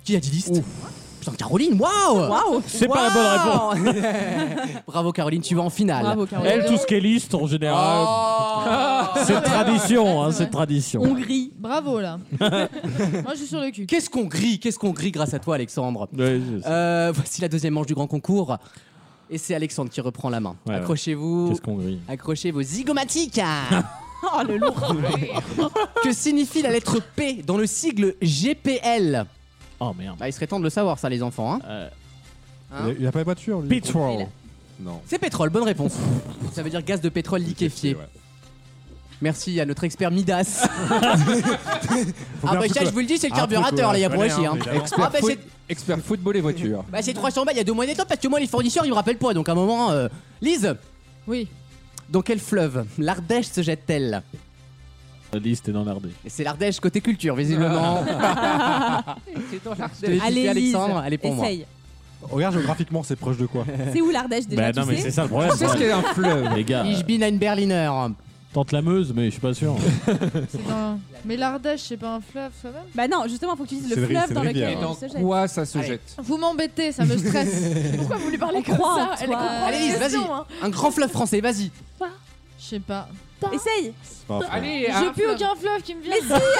Qui a dit liste? Putain, Caroline, waouh! C'est pas la bonne réponse. Bravo Caroline, tu vas en finale. Bravo, Caroline. Elle, tout ce qui est liste en général. C'est tradition, hein, c'est tradition. Hongrie. Bravo là. Moi je suis sur le cul. Qu'est-ce qu'on grille grâce à toi Alexandre. Ouais, Voici la deuxième manche du grand concours. Et c'est Alexandre qui reprend la main. Ouais, Accrochez-vous. Qu'est-ce qu'on grille? Accrochez vos zygomatiques. Oh le lourd. Que signifie la lettre P dans le sigle GPL? Oh merde. Bah, il serait temps de le savoir ça les enfants. Il n'y a pas de voiture, lui. Petrol. Non. C'est pétrole, bonne réponse. Ça veut dire gaz de pétrole liquéfié. Ouais. Merci à notre expert Midas. Ah bien bah ça je vous le dis, c'est le carburateur là, il y a pour aussi. Hein. Ah bah c'est Expert football et voiture. bah, c'est 300 balles, il y a 2 mois d'étape parce que moi les fournisseurs ils me rappellent pas donc à un moment Lise, Oui. dans quel fleuve l'Ardèche se jette-t-elle? La liste est dans l'Ardèche. Et c'est l'Ardèche côté culture visiblement. C'est dans Je te l'ai dit, Alexandre, allez pour moi. Essaye. Regarde géographiquement, c'est proche de quoi? C'est où l'Ardèche déjà? Bah tu non, mais sais c'est ça le problème. Tu sais ce qu'est un fleuve? Les gars, Ich bin ein Berliner. tente la Meuse, mais je suis pas sûr. C'est dans... Mais l'Ardèche, c'est pas un fleuve quand même. Bah non, justement, faut que tu dises C'est le vrai, fleuve c'est dans une lequel rivière. Et dans il se jette. quoi ça se Allez. jette? Vous m'embêtez, ça me stresse. Pourquoi vous lui parlez comme croit ça en Elle toi. comprend Allez les Lise, vas-y. questions, hein. Un grand fleuve français, vas-y. Je sais pas. Essaye. C'est pas un fleuve. Allez, J'ai plus aucun fleuve qui me vient.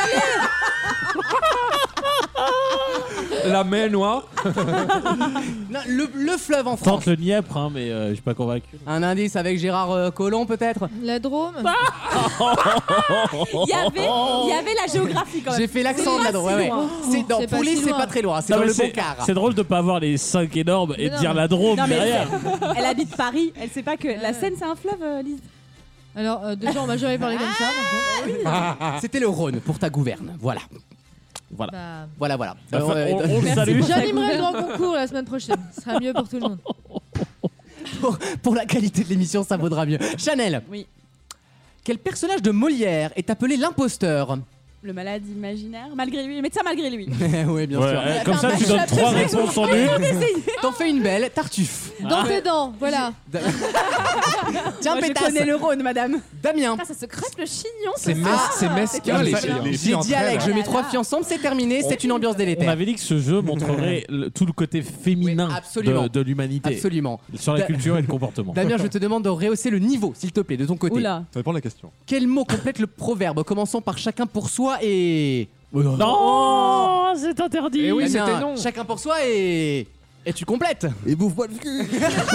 la mer Noire. Non, le fleuve en France. Tente le Dniepr, hein, mais je suis pas convaincu. Un indice avec Gérard Collomb peut-être. La Drôme. Il y avait la géographie quand même. J'ai fait l'accent de la Drôme. Ouais, ouais. C'est dans C'est pas pour si Lise, c'est loin. pas très loin, c'est Non, dans mais le c'est- Bocard. C'est drôle de pas avoir les 5 énormes et Mais de non, dire la Drôme Non, mais derrière. elle habite Paris, elle sait pas que la Seine c'est un fleuve, Lise. Alors, déjà, on m'a jamais parlé comme ça. C'était le Rhône pour ta gouverne. Voilà. Bah, Voilà. Enfin, on le merci. salue. J'animerai le grand concours la semaine prochaine. Ce sera mieux pour tout le monde. Pour la qualité de l'émission, ça vaudra mieux. Chanel. Oui. Quel personnage de Molière est appelé l'imposteur? Le malade imaginaire, malgré lui, le médecin malgré lui. Oui, bien Ouais, sûr. comme ça, tu donnes 3 réponses en une. T'en fais une belle, Tartuffe. Dans tes dents, voilà. Tiens, Moi, je pétasse. connais le Rhône, madame. Damien. Ça se crêpe le chignon. C'est ça. mesquin les excellent. filles. J'ai dit à Alex, je mets 3 là. filles ensemble, c'est terminé, c'est une ambiance On délétère. avait dit que ce jeu montrerait tout le côté féminin Oui, absolument. de l'humanité. Absolument. Sur la culture et le comportement. Damien, je te demande de rehausser le niveau, s'il te plaît, de ton côté. Oula. Ça dépend de la question. Quel mot complète le proverbe commençant par chacun pour soi et... Non, c'est interdit. Eh oui, Damien, c'était non. chacun pour soi et tu complètes. Et bouffe-moi le cul.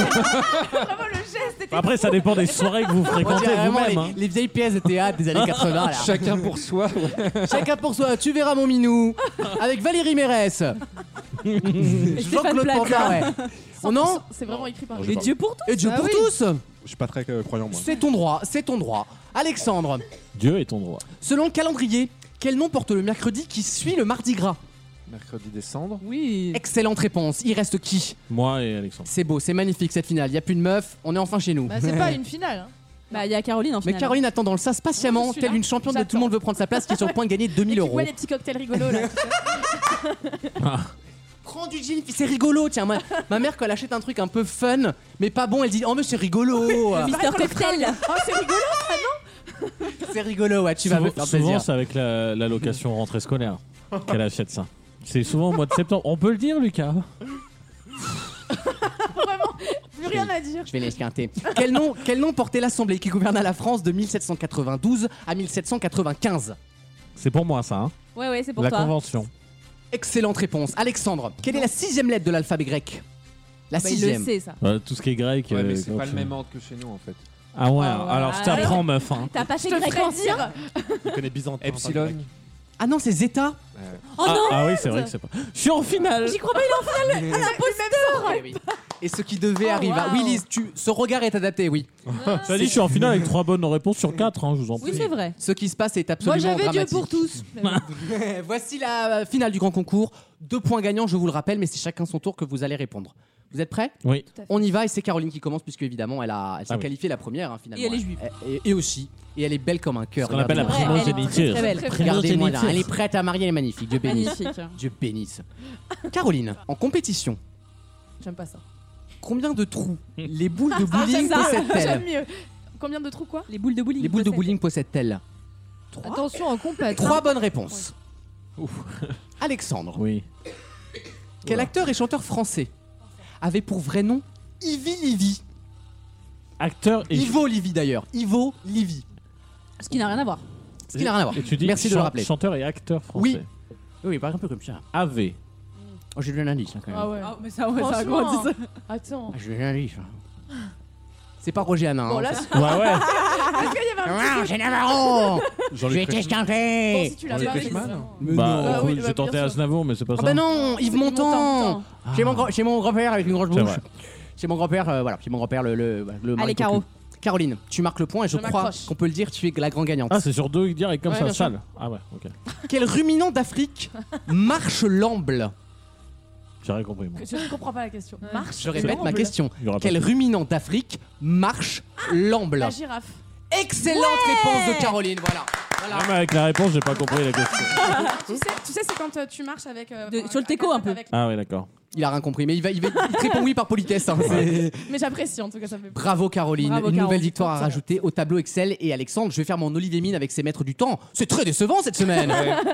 Après, ça dépend des soirées que vous On fréquentez dirait vraiment vous-même. les vieilles pièces de théâtre des années 80. Là. Chacun pour soi. Chacun pour soi, tu verras mon minou. Avec Valérie Mérès. Jean-Claude Plaza. Pantard, ouais. Oh non. C'est vraiment écrit par Et Dieu pour tout. Et Dieu Ah pour oui. tous. Je suis pas très croyant, moi. C'est ton droit, c'est ton droit. Alexandre, Dieu est ton droit. selon le calendrier, quel nom porte le mercredi qui suit le mardi gras? Mercredi décembre. Oui. Excellente réponse. Il reste qui? Moi et Alexandre. C'est beau, c'est magnifique cette finale. Il n'y a plus de meufs, on est enfin chez nous. Bah, c'est pas une finale. Hein. Bah, il y a Caroline en Mais finale. Caroline attend dans le sas patiemment, Je suis telle là. une championne de J'attends. tout le monde veut prendre sa place, qui est sur le point de gagner 2000 Tu euros. vois les petits cocktails rigolos là. Prends du gin, c'est rigolo. Tiens, ma mère, quand elle achète un truc un peu fun, mais pas bon, elle dit oh, mais c'est rigolo. Mister Cocktail. Oh, c'est rigolo. C'est rigolo, ouais, tu vas me faire Souvent, plaisir. c'est avec la location rentrée scolaire qu'elle achète ça. C'est souvent au mois de septembre. On peut le dire, Lucas? Vraiment, plus rien à dire. Je vais l'esquinter. Quel nom portait l'Assemblée qui gouverna la France de 1792 à 1795? C'est pour moi, ça. Hein. Ouais, c'est pour La toi. convention. Excellente réponse. Alexandre, quelle est la 6e lettre de l'alphabet grec? La Bah, il le 6e. sait ça. Tout ce qui est grec. Ouais, mais c'est quand pas le tu- même ordre que chez nous en fait. Ah ouais, Ah ouais. alors je Ah t'apprends, ouais. meuf. Hein. T'as pas fait Je te grec ferai ancien? dire. Je connais byzantin. Epsilon. Ah non, c'est Zeta. Oh non. Ah oui, c'est vrai que c'est pas. Je suis en finale. J'y crois pas, il est en finale. À l'imposteur. Eh oui. Et ce qui devait arriver. wow. Oui, Lise, ce regard est adapté, oui. Ça dit, je suis en finale avec 3 bonnes réponses sur 4, hein, je vous en prie. Oui, c'est vrai. Ce qui se passe est Moi, absolument j'avais Dieu dramatique. pour tous. Voici la finale du grand concours. 2 points gagnants, je vous le rappelle, mais c'est chacun son tour que vous allez répondre. Vous êtes prêts? Oui. On y va et c'est Caroline qui commence puisque évidemment elle s'est oui. qualifiée la première hein, finalement. Et elle est juive. Et aussi. Et elle est belle comme un cœur. Ce qu'on appelle la Regardez-moi. Ouais, elle est primogéniture. très, très belle. Regardez-moi là, Primogéniture. elle est prête à marier, elle est magnifique. Dieu bénisse. Magnifique. Dieu bénisse. Caroline, en compétition, J'aime pas ça. combien de trous les boules de Ah, bowling j'aime ça. J'aime possèdent-elles? mieux. Combien de trous quoi? Les boules de bowling. Les boules de bowling possèdent-elles? Attention en compète. 3 bonnes réponses. Alexandre, Oui. Quel acteur et chanteur français avait pour vrai nom Ivy Livy? Acteur et Ivo Livy d'ailleurs. Ivo Livy. Ce qui n'a rien à voir. Ce qui n'a rien à voir. Et tu dis Merci de le rappeler. chanteur et acteur français. Oui, pas un peu comme ça. AV. Oh, j'ai lu un indice quand même. Ah ouais. Ah, mais ça, ouais, ça Franchement, agrandit ça. Attends. J'ai lu un indice. C'est pas Roger Hanin. Bon, hein. là, Ouais, ouais. est-ce qu'il y avait un petit C'est Navarro. Jean-Luc J'ai été Bon, chanté. si tu l'as Jean-Luc pas, Reichmann. Mais Bah, non. Ah oui, j'ai bah, tenté bien sûr. Aznavour, mais c'est pas ça. Ah bah non, Yves Montand. Chez mon grand-père avec une grosse C'est bouche. vrai. Chez mon grand-père, voilà. Chez mon grand-père, le mari Allez, cocu. Caro. Caroline, tu marques le point et je Je crois m'accroche. qu'on peut le dire, tu es la grande gagnante. Ah, c'est sur 2 direct comme Ouais, ça, bien sûr. sale. Ah ouais, ok. Quel ruminant d'Afrique marche l'amble? J'ai rien compris, moi. Je ne comprends pas la question. Marche. Je répète ma question. Il y aura pas Quel de- ruminant d'Afrique marche l'amble? La girafe. Excellente réponse de Caroline, voilà. Même avec la réponse, j'ai pas compris la question. Tu sais, c'est quand tu marches avec. Sur le teco, un peu. Ah ouais, d'accord. Il a rien compris, mais il te répond oui par politesse. hein, c'est- Mais j'apprécie en tout cas, ça fait. Bravo Caroline, Bravo, une Caro. nouvelle victoire à rajouter au tableau Excel. Et Alexandre, je vais faire mon Olivier Mine avec ses maîtres du temps. C'est très décevant cette semaine.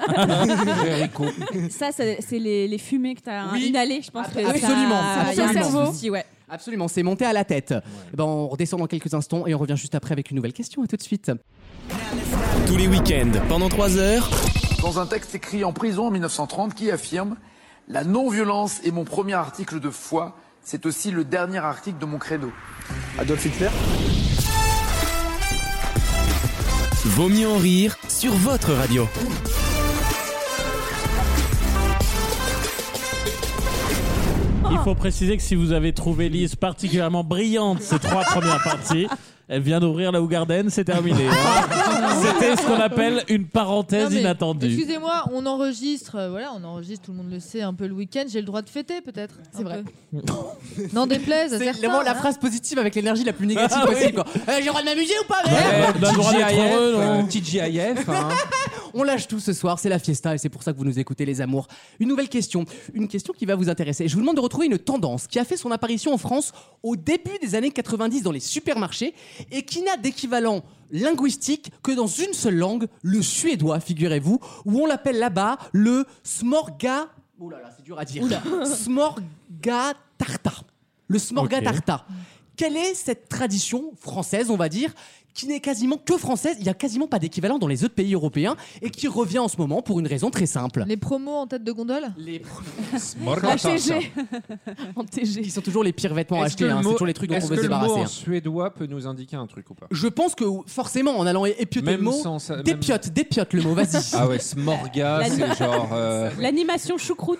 Ça, c'est les fumées que t'as Oui. inhalées, je pense. que ça- Absolument, il y a un absolument. souci, ouais. Absolument, c'est monté à la tête. Eh ben, on redescend dans quelques instants et on revient juste après avec une nouvelle question. À tout de suite. Tous les week-ends, pendant 3 heures. Dans un texte écrit en prison en 1930 qui affirme « La non-violence est mon premier article de foi, c'est aussi le dernier article de mon credo ». Adolf Hitler. Vaut mieux en rire sur votre radio. Il faut préciser que si vous avez trouvé Lise particulièrement brillante ces 3 premières parties, elle vient d'ouvrir la Hougarden, c'est terminé. C'était ce qu'on appelle une parenthèse Non, mais inattendue. Excusez-moi, on enregistre, on enregistre, tout le monde le sait, un peu le week-end. J'ai le droit de fêter, peut-être. C'est vrai. N'en déplaise à C'est certains. vraiment la hein. phrase positive avec l'énergie la plus négative possible. Quoi. J'ai le droit de m'amuser ou pas mec On a le droit d'être heureux, non TGIF. On lâche tout ce soir, c'est la fiesta et c'est pour ça que vous nous écoutez les amours. Une nouvelle question, une question qui va vous intéresser. Je vous demande de retrouver une tendance qui a fait son apparition en France au début des années 90 dans les supermarchés et qui n'a d'équivalent linguistique que dans une seule langue, le suédois, figurez-vous, où on l'appelle là-bas le smorga... Oh là là, c'est dur à dire. Smorgatarta. Le smorgatarta. Quelle est cette tradition française, on va dire, qui n'est quasiment que française, il n'y a quasiment pas d'équivalent dans les autres pays européens et qui revient en ce moment pour une raison très simple. Les promos en tête de gondole. Les La TG. En TG. qui sont toujours les pires vêtements à acheter, hein, c'est toujours les trucs dont on veut se Est-ce que le débarrasser. mot en hein. suédois peut nous indiquer un truc ou pas? Je pense que forcément, en allant épioter Même le mot, sans ça- dépiote le mot, vas-y. Ah ouais, smorga, c'est genre... L'animation choucroute.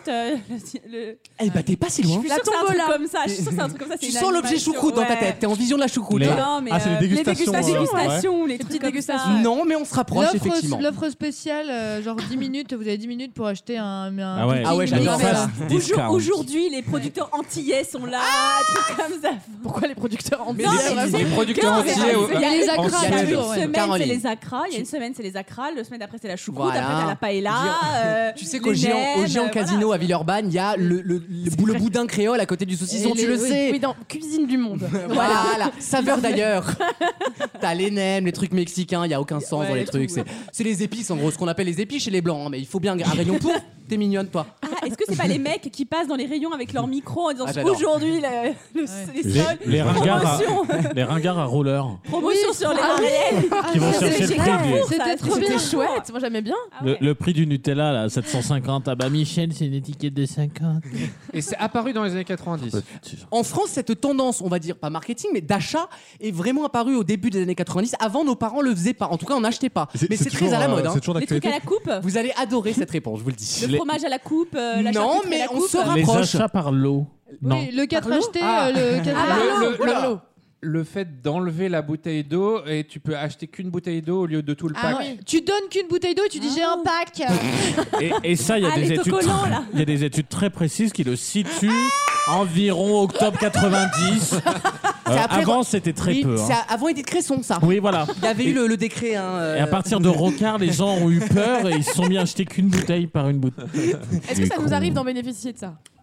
Eh bah t'es pas si loin. Je suis sûre que c'est un truc comme ça. Je suis sûre que c'est un truc comme ça. Tu sens l'objet choucroute dans ta tête, t'es en vision de la choucroute. Les- là. Non, mais Ah, c'est les dégustations, les ouais. dégustations, les petites trucs comme dégustations. ça. Non, mais on se rapproche effectivement. L'offre spéciale, genre 10 minutes, vous avez 10 minutes pour acheter un Ah ouais, Ah ouais, j'adore mais- ça. Discount. Aujourd'hui, les producteurs antillais sont là, trucs comme ça. Pourquoi les producteurs en Mais Non, les- mais Les producteurs il y a- entiers... Il y a les en acras, Suède. bien Une sûr, ouais. semaine, Caroline. c'est les acras. Il y a une semaine, c'est les acras. La semaine d'après, c'est la choucroute. Voilà. Après, t'as la paella. Tu sais qu'au les nems, Géant Casino voilà. à Villeurbanne, il y a le boudin créole à côté du saucisson, Et tu le les- sais. Oui, dans Cuisine du Monde. Voilà, saveur d'ailleurs. T'as les nems, les trucs mexicains, il y a aucun sens Ouais, dans les les trucs. C'est les épices en gros, ce qu'on appelle les épices chez les blancs. hein, mais il faut bien un rayon pour. T'es mignonne toi. Ah, est-ce que c'est pas les mecs qui passent dans les rayons avec leur micro en disant Ah, j'adore. aujourd'hui les sols, Les ringards à, promotion, les ringards à roller promotion sur les Ariel. qui vont ça, chercher c'est le prix du, C'était trop bien. C'était chouette. Moi, j'aimais bien. Ah ouais. le prix du Nutella là, 750. Ah bah Michel, c'est une étiquette de 50. Et c'est apparu dans les années 90. En France, cette tendance, on va dire pas marketing, mais d'achat, est vraiment apparue au début des années 90. Avant, nos parents le faisaient pas. En tout cas, on n'achetait pas. Mais c'est très à la mode. hein. C'est toujours Les trucs d'actualité. à la coupe, Vous allez adorer cette réponse, je vous le dis. le fromage à la coupe, la Non, charcuterie mais à la on coupe. se Les rapproche. achats par lot. Non. Oui, le 4 acheté, Ah. le 4 Le fait d'enlever la bouteille d'eau et tu peux acheter qu'une bouteille d'eau au lieu de tout le pack. Tu donnes qu'une bouteille d'eau et tu dis j'ai un pack. Et ça, il y a Ah, des les études. autocollants, là. Il y a des études très précises qui le situent environ octobre 90. après- Avant, c'était très Oui, peu. hein. c'est avant Edith Cresson, ça. Oui, voilà. Il y avait eu le décret. Hein, Et à partir de Rocard, les gens ont eu peur et ils se sont mis à acheter qu'une bouteille par une bouteille. Est-ce que ça nous arrive d'en bénéficier de ça?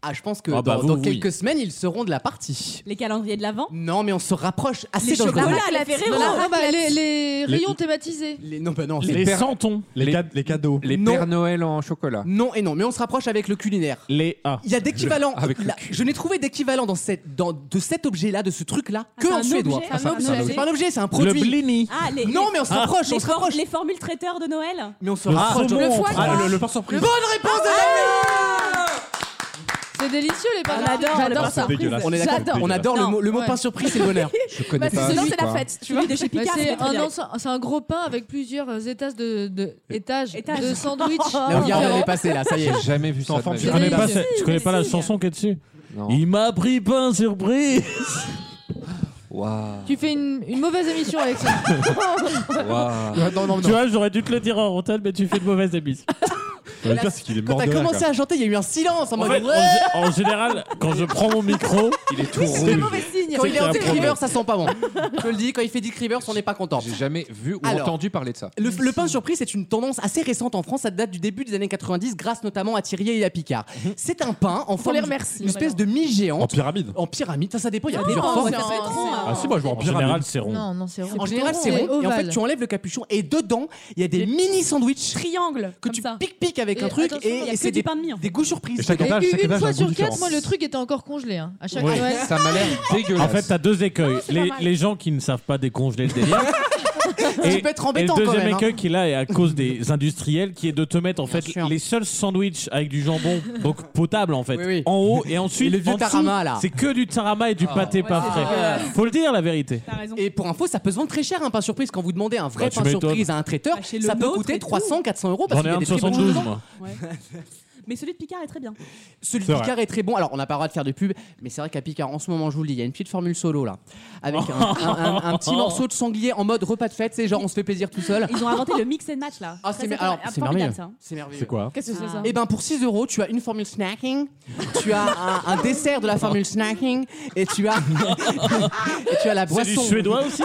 Ah, je pense que Ah bah dans vous, quelques semaines, ils seront de la partie. Les calendriers de l'Avent. Non, mais on se rapproche assez Les chocolats, dangereusement. les Ferrero. Non, bah, les rayons thématisés. Non, bah non, Les santons. Les cadeaux. Les Non. Pères Noël en chocolat. non et non, mais on se rapproche avec le culinaire. Les A. Il y a d'équivalent. Avec le Je n'ai trouvé d'équivalent de cet objet-là, de ce truc-là, que c'est en un suédois. objet, c'est un objet. C'est pas un objet, c'est un Le produit. blini. Ah, Non, mais on se rapproche, on se rapproche. Les formules traiteurs de Noël. Mais on se Le rapproche. saumon. Le foie gras. Le pain surprise. Bonne réponse de Damien. C'est délicieux les pains. On adore le J'adore pain ça. surprise. dégueulasse. On est d'accord. J'adore. On adore Non. le mot Ouais. pain surprise, c'est le bonheur. Je connais Bah, pas. sinon, c'est quoi. la fête. Tu Celui vois. de chez Bah, Picard. c'est un gros pain avec plusieurs étages étages Étages. de sandwich. La Hougarden, elle est passée là, ça y est. J'ai jamais vu ça. de ma vie. Tu connais pas, délicieux. tu connais pas la Si. chanson qui est dessus? Non. Il m'a pris pain surprise. Waouh. Tu fais une mauvaise émission avec ça. Waouh. Non. Tu vois, j'aurais dû te le dire en antenne, mais tu fais de mauvaises émissions. Le pire, c'est qu'il est Quand mort t'as de rire, commencé quoi. à chanter, il y a eu un silence en En mode. fait, Ouais. en général, quand je prends mon micro, Il est tout C'est rouge. mauvais signe. Quand il est en un Dick problème. Rivers, ça sent pas bon. Je te le dis, quand il fait Dick Rivers, on n'est pas content. J'ai jamais vu ou Alors. entendu parler de ça. Le pain surprise, c'est une tendance assez récente en France. Ça date du début des années 90, grâce notamment à Thierry et à Picard. C'est un pain en forme les remercie, une espèce vraiment. de mie En géante. pyramide. En pyramide, ça dépend. Il y a Non, plusieurs non, formes. ça fait trop. Ah si, moi je vois en en pyramide. général, c'est rond. Non, c'est rond. En général, c'est C'est rond. Et en fait, ovale. tu enlèves le capuchon et dedans, il y a des mini sandwichs Triangle. que comme tu ça. piques avec un Et truc attention, Il y a et que c'est du pain de mie. en fait. des goûts surprises. Et chaque Et étage, une fois a un sur goût 4, différent. moi le truc était encore congelé. Hein. À chaque Oui. Noël. Ça m'a l'air dégueulasse. En fait, t'as deux écueils. c'est pas mal. Les gens qui ne savent pas décongeler le délire. Tu peux être embêtant et le quand deuxième même, hein. écueil qui est là est à cause des industriels, qui est de te mettre en fait sûr. les seuls sandwichs avec du jambon, donc potable en fait, Oui, oui. en haut et ensuite Et le vieux en dessous, tarama, là. c'est que du tarama et du pâté pas c'est frais. dégueulasse. Faut le dire la vérité. T'as raison. Et pour info, ça peut se vendre très cher un pain surprise. Quand vous demandez un vrai Bah, tu pain m'étonnes. surprise à un traiteur, Bah, chez le ça peut nôtre coûter et tout. 300-400 euros parce J'en ai qu'il y a un de des très bons 72 dedans. moi. Ouais. Mais celui de Picard est très bien. Celui C'est de vrai. Picard est très bon. Alors, on n'a pas le droit de faire de pub, mais c'est vrai qu'à Picard, en ce moment, je vous le dis, il y a une petite formule solo là, avec un petit morceau de sanglier en mode repas de fête. C'est genre, on se fait plaisir tout seul. Ils ont inventé le mix and match là. Ah, Ça, c'est formidable, c'est merveilleux. ça. C'est merveilleux. C'est quoi? Qu'est-ce que c'est ça? Et ben pour 6 euros, tu as une formule snacking, tu as un dessert de la formule snacking et tu as la C'est du boisson. suédois aussi.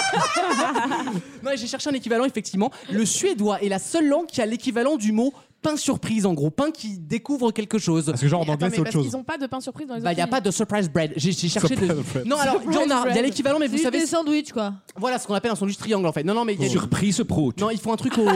Non, j'ai cherché un équivalent effectivement. Le suédois est la seule langue qui a l'équivalent du mot pain surprise en gros, pain qui découvre quelque chose. Parce que genre en Attends, anglais mais c'est autre parce chose. qu'ils ont pas de pain surprise dans les Bah, il n'y a autres pas de surprise bread. J'ai cherché de. Surprise bread. Non, alors, il y en a. Il y a l'équivalent, mais vous C'est savez. des sandwichs quoi. Voilà ce qu'on appelle un sandwich triangle en fait. Non, mais il y a. Surprise pro. Non, ils font un truc au.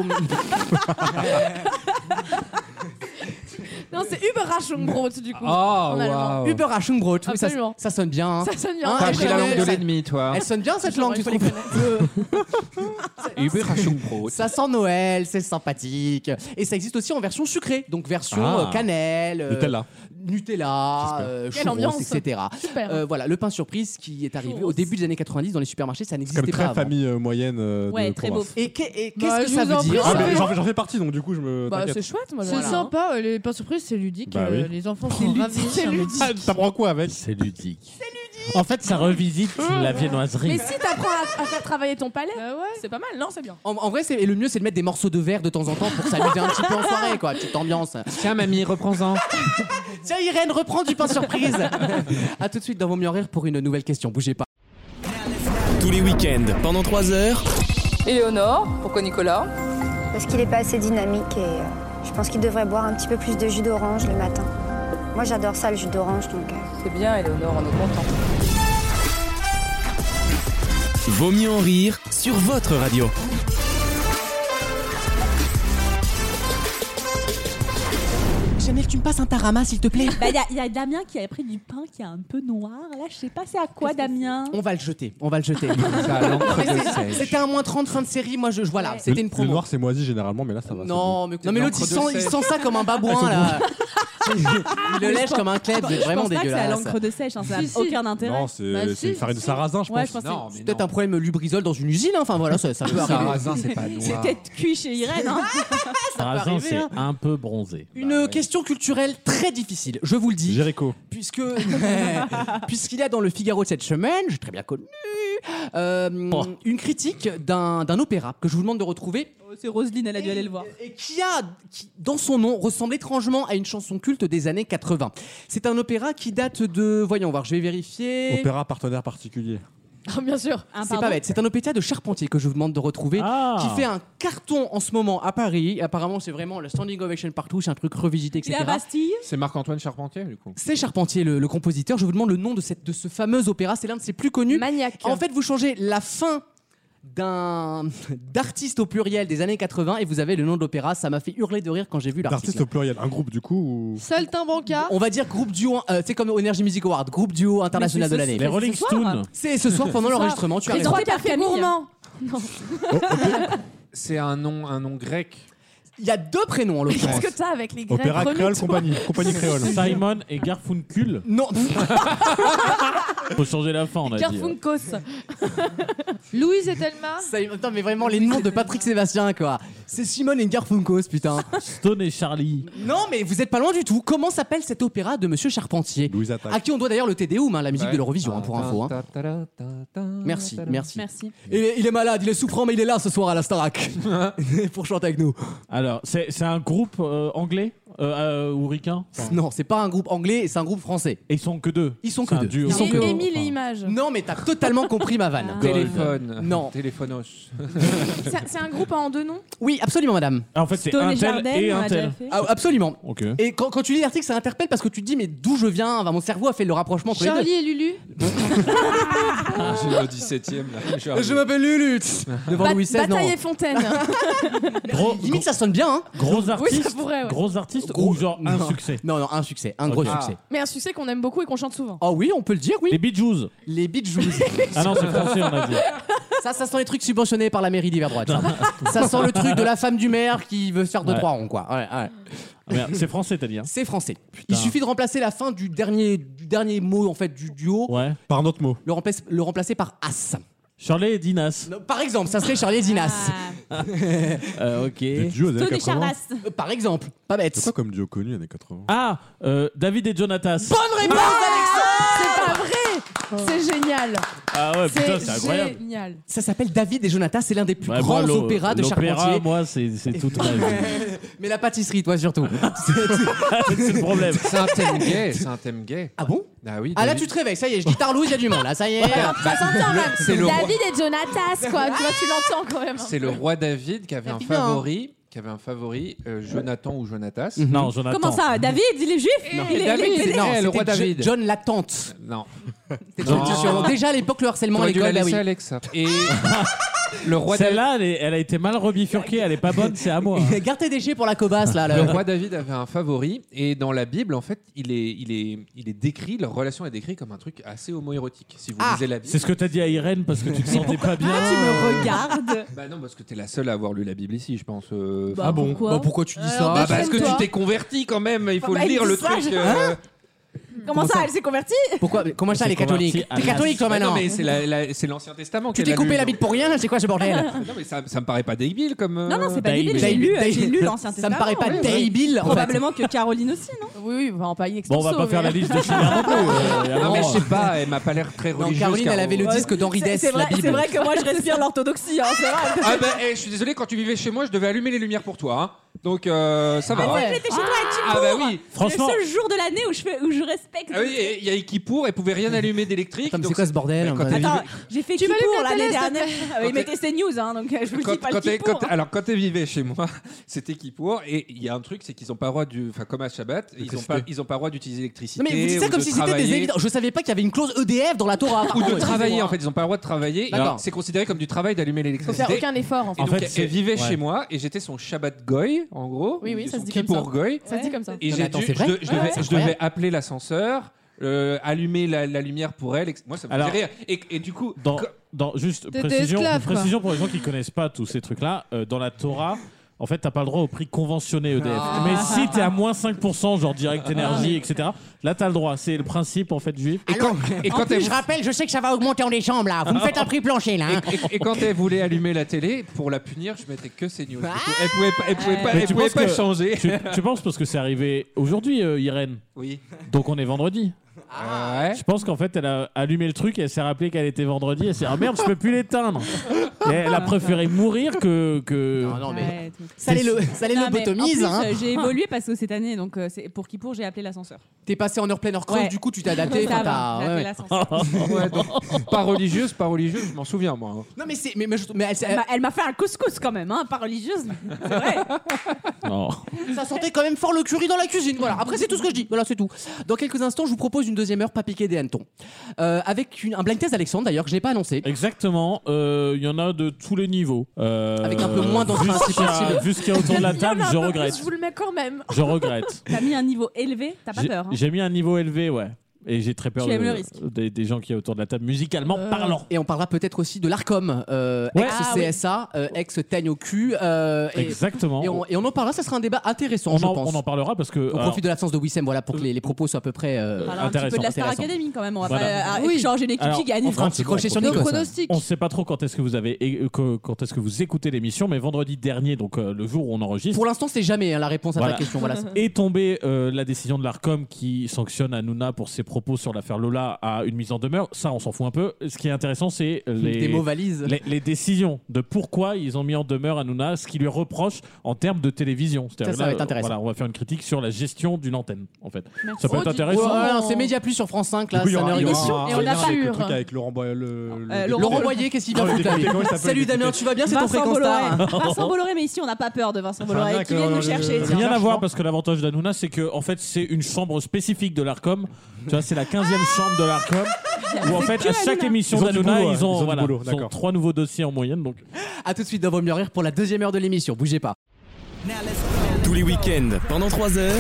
Non, c'est Überraschungsbrot du coup. Oh, en allemand. waouh. Überraschungsbrot. Oui, ça, Absolument. ça sonne bien. Hein. Ça sonne bien. Hein, T'as elle appris la sonne- langue de ça- l'ennemi, toi. Elle sonne bien cette Genre, langue, il tu faut les trouves Überraschungsbrot. Ça sent Noël, c'est sympathique. Et ça existe aussi en version sucrée, donc version Ah. cannelle, Nutella. Nutella, Quelle churros, ambiance. etc. Super. Voilà, le pain surprise qui est arrivé Churros. au début des années 90 dans les supermarchés, ça C'est n'existait comme pas très avant. famille moyenne Ouais, de très province. beau. Et qu'est-ce Bah, que je ça vous en veut dire prie, Ah mais Ouais. j'en fais partie donc du coup je me Bah, t'inquiète. c'est chouette, moi. C'est j'aime bien. sympa, les pains surprises c'est ludique. Bah oui. Les enfants sont ravis. C'est ludique. Ah, t'apprends quoi avec? C'est ludique. En fait, ça revisite la viennoiserie. Mais si t'apprends à faire travailler ton palais, Bah ouais. c'est pas mal, non? C'est bien. En vrai, et le mieux, c'est de mettre des morceaux de verre de temps en temps pour s'amuser un petit peu en soirée, quoi. Petite ambiance. Tiens, mamie, reprends-en. Tiens, Irène, reprends du pain surprise. À tout de suite dans Vaut mieux en rire pour une nouvelle question. Bougez pas. Tous les week-ends, pendant 3 heures. Éléonore, pourquoi Nicolas? Parce qu'il n'est pas assez dynamique et je pense qu'il devrait boire un petit peu plus de jus d'orange le matin. Moi j'adore ça le jus d'orange donc. C'est bien, Éléonore, on est content. Vaut mieux en rire sur votre radio. Chanel, tu me passes un tarama s'il te plaît. Bah, il y a Damien qui avait pris du pain qui est un peu noir. Là, je sais pas c'est à quoi, Damien. On va le jeter, on va le jeter. Ça a l'encre de sèche. C'était un moins 30 fin de série, moi voilà, c'était une Le promo. noir c'est moisi généralement mais là ça va. Non, mais l'autre il l'encre de sent sèche. ça comme un babouin là. Il le lèche comme un klebs, c'est Je vraiment pense pas que c'est à dégueulasse. l'encre de sèche, hein, ça n'a Si, si. aucun intérêt. Non c'est Bah, c'est une si, farine de si. sarrasin je Ouais, pense. je pense que Non, mais C'est peut-être un problème lubrizol dans une usine, hein. Enfin voilà, ça peut Le arriver. sarrasin, c'est pas c'est noir. peut-être cuit chez Irène. Hein. Sarrasin, arriver, c'est hein. un peu bronzé. Une question culturelle très difficile, je vous le dis. Jéricho. Puisqu'il y a dans le Figaro de cette semaine, j'ai très bien connu, une critique d'un opéra que je vous demande de retrouver. C'est Roselyne, elle a dû aller le voir. Et qui, dans son nom, ressemble étrangement à une chanson culte des années 80. C'est un opéra qui date de... Voyons voir, je vais vérifier. Opéra partenaire particulier. Bien sûr. C'est pas bête. C'est un opéra de Charpentier que je vous demande de retrouver, qui fait un carton en ce moment à Paris. Apparemment, c'est vraiment le standing ovation partout. C'est un truc revisité, etc. La Bastille. C'est Marc-Antoine Charpentier, du coup. C'est Charpentier, le compositeur. Je vous demande le nom de ce fameux opéra. C'est l'un de ses plus connus. Maniaque. En fait, vous changez la fin d'artiste au pluriel des années 80 et vous avez le nom de l'opéra. Ça m'a fait hurler de rire quand j'ai vu l'article. D'artiste au pluriel, un groupe du coup ou... Saltimbanca. On va dire groupe duo, c'est comme au Energy Music Award, groupe duo international de l'année. Les Rolling Stones. C'est ce soir pendant l'enregistrement, tu as raison. Présenté par Camille. Gourmand. C'est un nom grec. Il y a 2 prénoms en l'occurrence. Qu'est-ce que t'as avec les Grecs? Opéra Créole compagnie créole. Simon et Garfunkel. Non. Faut changer la fin, on a dit. Garfunkos. Louise et Thelma. Attends, mais vraiment les noms de Patrick Sébastien, quoi. C'est Simone et Garfunkos, putain. Stone et Charlie. Non, mais vous êtes pas loin du tout. Comment s'appelle cet opéra de Monsieur Charpentier? Louise Attaque. À qui on doit d'ailleurs le Tédéum, la musique de l'Eurovision, pour info. Merci. Et il est malade, il est souffrant, mais il est là ce soir à la Starac pour chanter avec nous. Alors, c'est un groupe anglais ou ricain? Non, c'est pas un groupe anglais, c'est un groupe français. Et ils sont que 2. Ils sont que 2. Duo. Ils sont que deux. Émile et Images. Non, mais t'as totalement compris ma vanne. Téléphone. Non. Téléphonos. C'est un groupe en 2 noms? Oui, absolument, madame. En fait, c'est Stone un et tel Jardin, et on un a déjà tel. fait. Ah, absolument. Ok. Et quand tu lis l'article, ça interpelle parce que tu te dis, mais d'où je viens? Mon cerveau a fait le rapprochement entre les deux. Charlie et Lulu. J'ai le 17ème là. Je m'appelle Lulu. Devant Louis XVI, non. Bataille et Fontaine. Limite, ça sonne bien, hein. Gros artistes, ça pourrait, ouais. gros artistes Gros- ou genre un non. succès? Non, un succès, un gros Ok. succès. Mais un succès qu'on aime beaucoup et qu'on chante souvent. Oh oui, on peut le dire, oui. Les Bee Gees. Les Bee Gees. Ah non, c'est français, on a dit. Ça sent les trucs subventionnés par la mairie d'hiver droite. Ça sent le truc de la femme du maire qui veut se faire 2-3 ronds, quoi. Ouais. Ah, merde, c'est français, t'as dit. Hein. C'est français. Il suffit de remplacer la fin du dernier mot en fait du duo. Ouais. Par un autre mot. Le remplacer par as. Charlie et Dinas. Non, par exemple, ça serait Charlie et Dinas. Ok. Des duos des Stone années et 80. Charlas. Par exemple, pas bête. C'est quoi comme duo connu années 80? Ah, David et Jonatas. Bonne réponse, Alexandre. C'est pas vrai. C'est génial. Ah ouais, putain, c'est incroyable. Génial. Ça s'appelle David et Jonathan, c'est l'un des plus Ouais, grands moi, opéras de Charpentier. L'opéra, moi, c'est toute ma vie. Mais la pâtisserie, toi surtout. C'est le problème. C'est un thème gay. C'est un thème gay. Ah bon? Ah oui. Ah là, David. tu te réveilles, ça y est, je dis Tarlouse, il y a du monde, là, ça y est. Ça s'entend même. c'est le roi- David et Jonatas, quoi. Tu vois, tu l'entends quand même. C'est le roi David qui avait un Évidemment. favori, Jonathan ou Jonatas. Non, Jonathan. Comment ça? David, il est juif? Non. Il est- David, il est- c'est- Non, le roi c'était David. John Latente. Non. C'était une édition. Déjà à l'époque, le harcèlement à T'aurais dû la l'école, bah laisser oui. à Alex. Et le roi David. Celle-là, elle a été mal rebifurquée, elle est pas bonne, c'est à moi. Garde tes déchets pour la cobasse, là. Le roi David avait un favori et dans la Bible en fait il est décrit, leur relation est décrite comme un truc assez homoérotique si vous lisez la Bible. C'est ce que t'as dit à Irène parce que tu te sentais pas bien. Tu me regardes. Bah non parce que t'es la seule à avoir lu la Bible ici je pense. Bah, bon. Pourquoi Bah, pourquoi tu dis ça? Bah, parce que tu t'es converti quand même, il faut Bah, lire il le dit ça, truc. Comment ça, elle s'est convertie? Pourquoi? Comment ça, Elle les s'est catholiques? convertie à T'es catholique, toi, Bah non maintenant? mais c'est l'Ancien Testament. Tu qu'elle t'es a coupé lu. la bite pour rien? C'est quoi ce bordel? Non mais ça me paraît pas débile comme. Non, non, c'est pas David. débile. J'ai lu l'Ancien Ça Testament. me paraît pas oui, oui. débile, en fait. Probablement que Caroline aussi, non? Oui, on va en parler Bon, on va pas faire la liste de Schiller non plus. Non mais je sais pas, elle m'a pas l'air très Non, religieuse. Caroline, elle Caro. avait le disque d'Henri Dess, C'est la vrai, Bible. c'est vrai que moi je respire l'orthodoxie, hein, c'est vrai. Ah bah je suis désolé quand tu vivais chez moi je devais allumer les lumières pour toi hein. Donc ça va. Ah ouais, j'étais chez toi à Ah Kippour. bah oui. Franchement. C'est le seul jour de l'année où je respecte. Ah oui, il y a Kippour, elle pouvait rien allumer d'électrique. Attends, mais donc c'est quoi ce bordel? Quand elle Attends, vivait- j'ai fait Tu m'allumes Kippour la l'année télé, s'il te dernière. plaît. Il mettait ses news, hein, donc je vous le dis pas le Kippour. Alors quand elle vivait chez moi, c'était Kippour et il y a un truc c'est qu'ils ont pas le droit comme à Shabbat, ils ont pas le droit d'utiliser l'électricité. Non, mais vous dites ça ou comme de si c'était des travailler. évidents. Je savais pas qu'il y avait une clause EDF dans la Torah. Ou de Pardon, travailler excusez-moi. en fait, ils ont pas le droit de travailler. D'accord. Alors, c'est considéré comme du travail d'allumer Faut l'électricité. faire aucun effort, en Et fait. En donc fait, elle c'est- vivait ouais. chez moi et j'étais son Shabbat goy en gros. Oui, oui, ça son se dit comme Kippour ça. goy. Ça se dit comme ça. Et Non, mais attends, c'est vrai je c'est devais incroyable. appeler l'ascenseur, allumer la lumière pour elle. Moi, ça me Alors, faisait rire. Et du coup, Juste T'étais précision, esclave, quoi. précision pour les gens qui connaissent pas tous ces trucs-là. Dans la Torah, en fait, t'as pas le droit au prix conventionné EDF. Mais si t'es à moins 5%, genre Direct Energy, etc., là t'as le droit. C'est le principe en fait juif. et En quand plus, elle je rappelle, je sais que ça va augmenter en décembre, là. Vous me faites un prix plancher, là. hein. et quand elle voulait allumer la télé, pour la punir, je mettais que CNews. Elle pouvait Mais pas, tu penses que- changer. Tu penses parce que c'est arrivé aujourd'hui, Irène. Oui. Donc on est vendredi. Ouais. Je pense qu'en fait, elle a allumé le truc et elle s'est rappelé qu'elle était vendredi. Elle s'est dit ah merde, je peux plus l'éteindre. Elle a préféré mourir que. Non, mais Ouais, ça les Non, mais lobotomise. en plus, Hein. j'ai évolué parce que cette année, donc pour qui j'ai appelé l'ascenseur. T'es passé en heure pleine, heure creuse, Ouais. du coup tu t'es adapté. Ça enfin, va, t'as- j'ai appelé l'ascenseur. Ouais, donc, pas religieuse, je m'en souviens moi. Hein. Non mais c'est, mais Elle m'a fait un couscous quand même, hein, pas religieuse. C'est vrai. Non. ça sentait quand même fort le curry dans la cuisine. Voilà. Après c'est tout ce que je dis. Voilà, c'est tout. Dans quelques instants, je vous propose une deuxième heure pas piquer des hannetons, avec un blind test d'Alexandre d'ailleurs que je n'ai pas annoncé. Exactement. Il y en a de tous les niveaux. Avec un peu moins d'entrain, si possible. Vu ce qu'il y a autour de la table, je Plus, regrette. je vous le mets quand même. Je regrette. T'as mis un niveau élevé, t'as pas peur. Hein. J'ai mis un niveau élevé, ouais. Et j'ai très peur Tu aimes le risque. des gens qui sont autour de la table, musicalement parlant. Et on parlera peut-être aussi de l'Arcom, Ouais. ex-CSA, ex-teigne au cul. Exactement. Et on en parlera, ça sera un débat intéressant, je pense. On en parlera parce que. On profite de l'absence de Wissem, voilà, pour que les propos soient à peu près On parlera un petit peu intéressant. de la Star Intéressant. Academy quand même. On va Voilà. pas changer l'équipe Alors, qui gagne. On fera un petit crochet sur Nos Nikos. pronostics. On ne sait pas trop quand est-ce que vous écoutez l'émission, mais vendredi dernier, donc le jour où on enregistre, Pour l'instant, c'est jamais la réponse à Voilà. ta question. Voilà. est tombée la décision de l'Arcom qui sanctionne Hanouna pour ses propos sur l'affaire Lola à une mise en demeure. Ça, on s'en fout un peu. Ce qui est intéressant, c'est Des mots valises. les décisions de pourquoi ils ont mis en demeure Hanouna, ce qu'ils lui reprochent en termes de télévision. C'est-à-dire Ça va être intéressant. Voilà, on va faire une critique sur la gestion d'une antenne, en fait. Merci. Ça peut être Ouais, intéressant. c'est Média Plus sur France 5, là. Du coup, il y ça aura- ne il y rigole aura pas. Et on a avec le sûr. truc avec Laurent Boyer. Laurent Boyer, qu'est-ce qu'il vient foutre là lui Comment il s'appelle, Salut le Damien, député tu vas bien? C'est ton Vincent fréquence Bolloré. star. Vincent Bolloré, mais ici on n'a pas peur de Vincent Bolloré Arnaque, qui vient nous chercher. tiens. Rien à voir parce que l'avantage d'Hanouna, c'est que en fait, c'est une chambre spécifique de l'Arcom. Tu vois, c'est la 15e chambre de l'Arcom. Où en fait, à chaque émission Ils ont du d'Hanouna, boulot, ils ont, ils ont du voilà, boulot, ils ont d'accord. 3 nouveaux dossiers en moyenne. Donc. A tout de suite dans Vaut mieux en rire pour la deuxième heure de l'émission. Bougez pas. Tous les week-ends, pendant 3 heures.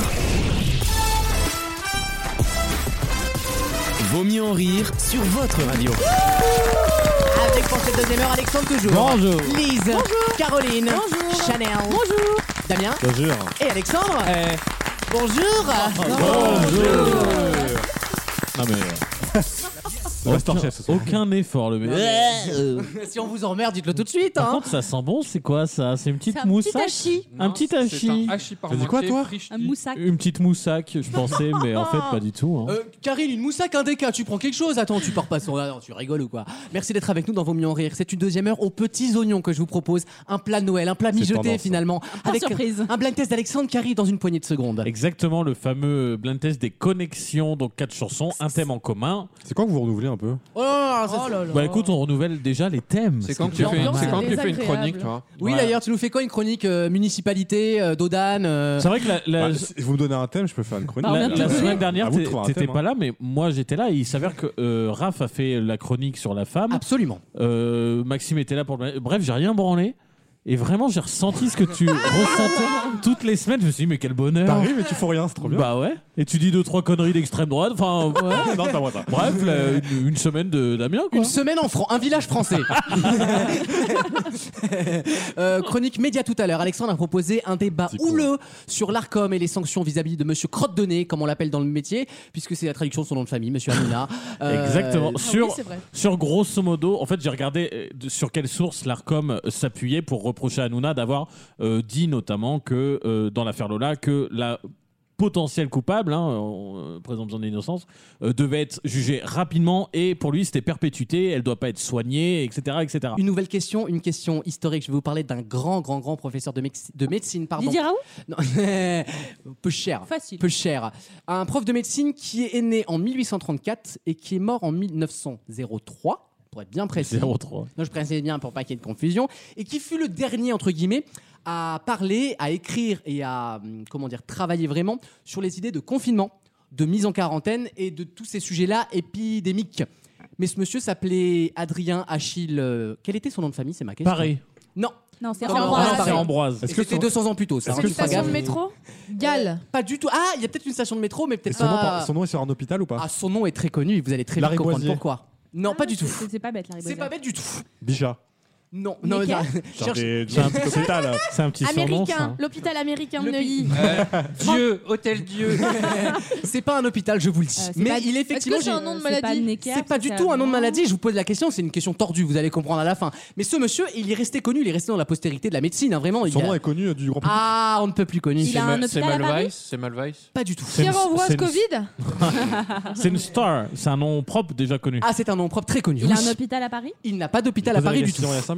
Vaut mieux en rire sur votre radio. Avec pour cette deuxième heure, Alexandre toujours. Bonjour. Lise. Bonjour. Caroline. Bonjour. Chanel. Bonjour. Damien. Bonjour. Et Alexandre. Bonjour. Bonjour. Non mais. Masterchef, ce soir. Aucun effort, le mec. Si on vous emmerde, dites-le tout de suite. Par Hein. contre, ça sent bon, c'est quoi ça? C'est une petite C'est un mousse. petit hachis. Un petit C'est un hachis. hachis T'as dit quoi, toi Un moussac. Une petite moussac, je pensais, mais en fait, pas du tout. Hein. Karine, une moussac, un déca, tu prends quelque chose? Attends, tu pars pas son. Ah non, tu rigoles ou quoi? Merci d'être avec nous dans Vaut mieux en rire. C'est une deuxième heure aux petits oignons que je vous propose. Un plat de Noël, un plat mijoté tendance, finalement. Avec surprise. un blind test d'Alexandre qui arrive dans une poignée de secondes. Exactement, le fameux blind test des connexions, donc 4 chansons, un thème en commun. C'est quand que vous renouvelez un peu? Oh là là, ça- Bah écoute, on renouvelle déjà les thèmes. C'est ce quand qui que tu est fais, pas mal. c'est quand que tu fais une désagréable. chronique, toi. Oui, Ouais. d'ailleurs, tu nous fais quoi une chronique municipalité, Dodane C'est vrai que Bah, si vous me donnez un thème, je peux faire une chronique. Bah, on la vient de te semaine donner. dernière, À vous de trouver un t'étais thème, pas hein. là, mais moi j'étais là et il s'avère que Raph a fait la chronique sur la femme. Absolument. Maxime était là pour le. Bref, j'ai rien branlé. Et vraiment, j'ai ressenti ce que tu ressentais toutes les semaines. Je me suis dit, mais quel bonheur! T'arrives et tu fais rien, c'est trop bien. Bah ouais. Et tu dis 2-3 conneries d'extrême droite. Enfin, ouais. Non, t'as moi ça. Bref, une semaine de Damien, quoi. Une semaine en France, un village français. Chronique média tout à l'heure. Alexandre a proposé un débat C'est cool. houleux sur l'Arcom et les sanctions vis-à-vis de Monsieur Crotte de Nez, comme on l'appelle dans le métier, puisque c'est la traduction de son nom de famille, Monsieur Hanouna. Exactement. oui, c'est vrai. Sur grosso modo, en fait, j'ai regardé sur quelle source l'Arcom s'appuyait pour reprocher à Hanouna d'avoir dit notamment que dans l'affaire Lola, que la potentielle coupable, présomption d'innocence, devait être jugée rapidement et pour lui c'était perpétuité, elle doit pas être soignée, etc., etc. Une nouvelle question, une question historique. Je vais vous parler d'un grand professeur de médecine. Pardon. Didier Raoult. Non. Peu cher. Facile. Peu cher. Un prof de médecine qui est né en 1834 et qui est mort en 1903. Pour être bien précis. 03. Non, je précise bien pour pas qu'il y ait de confusion. Et qui fut le dernier, entre guillemets, à parler, à écrire et à travailler vraiment sur les idées de confinement, de mise en quarantaine et de tous ces sujets-là épidémiques. Mais ce monsieur s'appelait Adrien Achille. Quel était son nom de famille? C'est ma question. Pareil. Non. Non, c'est Non, Ambroise. c'est Ambroise. Est-ce que c'était 200 ans plus tôt? Ça, Est-ce hein, que tu feras c'est gaffe. Station de métro Gall. Pas du tout. Ah, il y a peut-être une station de métro, mais Et peut-être son nom, pas. son nom est sur un hôpital ou pas? Ah, son nom est très connu. Vous allez très vite Lariboisier. comprendre pourquoi. Non, pas du tout. C'est pas bête, la C'est pas bête du tout. Bichat. Non, Necker non. Cherche- C'est un petit hôpital. C'est un petit surnom, ça. Américain, l'hôpital américain de Le Neuilly. Dieu, hôtel Dieu. C'est pas un hôpital, je vous le dis. c'est Mais pas- il est effectivement. Est-ce que c'est un nom de C'est pas maladie Necker, C'est pas du ça, tout un nom de non. maladie. Je vous pose la question. C'est une question tordue. Vous allez comprendre à la fin. Mais ce monsieur, il est resté connu. Il est resté dans la postérité de la médecine. Hein, vraiment. Son il a- nom est connu du grand public. Ah, on ne peut plus connu. Il a un hôpital à Paris. C'est Malvice. Pas du tout. C'est une- Pierre-Ambroise c'est une- Covid. C'est une star, c'est un nom propre déjà connu. Ah, c'est un nom propre très connu. Il a Oui. un hôpital à Paris. Il n'a pas d'hôpital J'ai à posé la Paris du tout. question il y a 5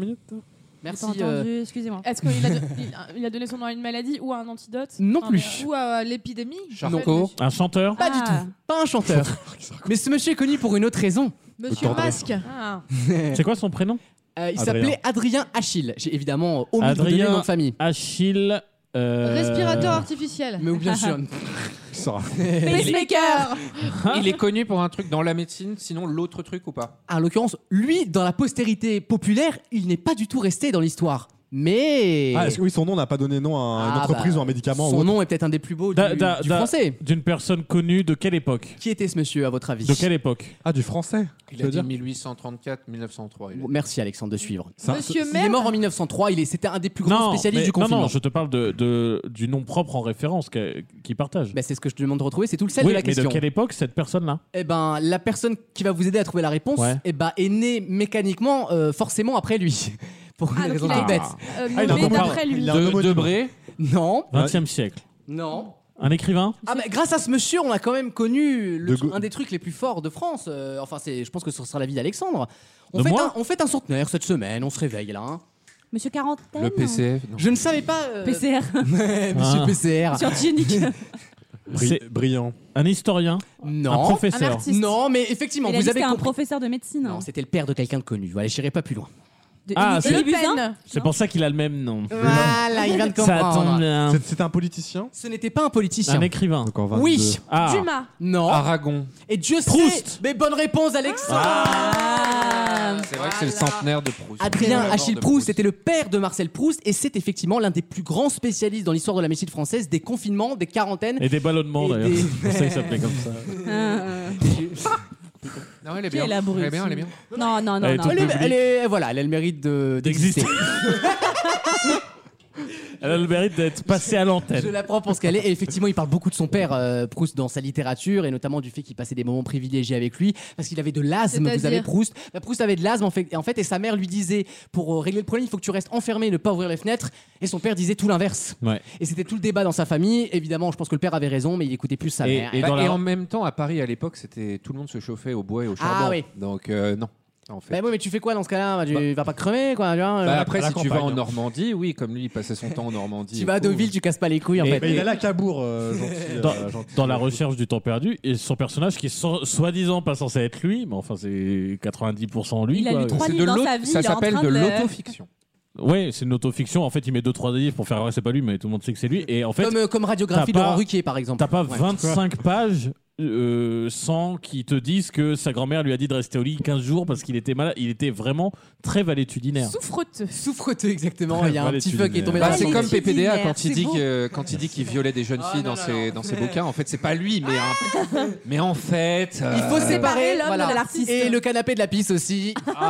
minutes. Merci. J'ai pas entendu, excusez-moi. Est-ce qu'il il a donné son nom à une maladie ou à un antidote? Non plus. Ou à l'épidémie? Charcot. Un chanteur? Pas du tout. Pas un chanteur. Mais ce monsieur est connu pour une autre raison. Monsieur Masque. C'est quoi son prénom? Il s'appelait Adrien Achille. J'ai évidemment omis de donner le nom de famille. Achille. Respirateur artificiel. Mais bien sûr. Pacemaker. Il est connu pour un truc dans la médecine, sinon l'autre truc ou pas? En l'occurrence, lui, dans la postérité populaire, il n'est pas du tout resté dans l'histoire. Mais. Ah, est-ce que oui, son nom n'a pas donné nom à une entreprise ou un médicament? Son nom est peut-être un des plus beaux du français. D'une personne connue de quelle époque? Qui était ce monsieur, à votre avis? De quelle époque? Ah, du français. Il a dit 1834-1903. Merci Alexandre de suivre. Monsieur Il est mort en 1903, c'était un des plus grands spécialistes du confinement. Non, je te parle du nom propre en référence qu'il partage. Bah, c'est ce que je te demande de retrouver, c'est tout le sel de la question. Mais de quelle époque cette personne-là? Eh ben, la personne qui va vous aider à trouver la réponse est née mécaniquement forcément après lui. Pour une raison toute bête. D'après lui. Debré? Non. 20e siècle? Non. Un écrivain? Ah bah, grâce à ce monsieur, on a quand même connu un des trucs les plus forts de France. Je pense que ce sera la vie d'Alexandre. On fête un centenaire cette semaine, on se réveille là. Hein. Monsieur Quarantaine? Le PCF? Non. Je ne savais pas... PCR. Monsieur PCR. Scientifique. Brillant. Un historien? Non. Un professeur? Un artiste? Non, mais effectivement, vous avez compris. compris. Un professeur de médecine. Non, c'était le père de quelqu'un de connu. Voilà, j'irai pas plus loin. C'est pour ça qu'il a le même nom. Voilà, il vient de Ça tombe comprendre. bien. C'était un politicien? Ce n'était pas un politicien. Un écrivain? Oui. Dumas? Non. Aragon? Et Dieu Proust. sait. Mais bonne réponse, Alexandre. C'est vrai que c'est le centenaire de Proust. Adrien Achille Proust était le père de Marcel Proust et c'est effectivement l'un des plus grands spécialistes dans l'histoire de la médecine française, des confinements, des quarantaines. Et des ballonnements d'ailleurs. C'est pour ça qu'il s'appelait comme ça. Non, elle est bien. Elle est bien. Non. Elle a le mérite d'exister. Elle a le mérite d'être passée à l'antenne. Je la prends pour ce qu'elle est. Et effectivement, il parle beaucoup de son père, Proust, dans sa littérature, et notamment du fait qu'il passait des moments privilégiés avec lui, parce qu'il avait de l'asthme. Vous avez Proust. Proust avait de l'asthme, en fait, et sa mère lui disait, pour régler le problème, il faut que tu restes enfermé et ne pas ouvrir les fenêtres. Et son père disait tout l'inverse. Ouais. Et c'était tout le débat dans sa famille. Évidemment, je pense que le père avait raison, mais il écoutait plus sa mère. Et en même temps, à Paris, à l'époque, tout le monde se chauffait au bois et au charbon. Ah oui. Donc, non. En fait. Mais tu fais quoi dans ce cas-là? Tu vas pas crever, quoi. Après, si tu vas en Normandie, oui, comme lui, il passait son temps en Normandie. Tu vas à Deauville, tu casses pas les couilles, en fait. Il a la Cabourg, dans La Recherche du temps perdu, et son personnage qui est soi-disant pas censé être lui, mais enfin, c'est 90% lui. Il a lu 3 livres dans sa vie. Ça s'appelle de l'autofiction. Ouais, c'est une autofiction. En fait, il met 2-3 livres pour faire c'est pas lui, mais tout le monde sait que c'est lui. Et en fait, comme radiographie de Laurent Ruquier, par exemple. T'as pas 25 pages sans qu'ils te disent que sa grand-mère lui a dit de rester au lit 15 jours parce qu'il était malade. Il était vraiment très valétudinaire. Souffreteux, exactement. Il y a un petit feu qui est tombé dans la C'est comme PPDA quand il dit qu'il violait des jeunes filles dans ses bouquins. En fait, c'est pas lui, mais en fait. Il faut séparer l'homme de l'artiste. Et le canapé de la pisse aussi.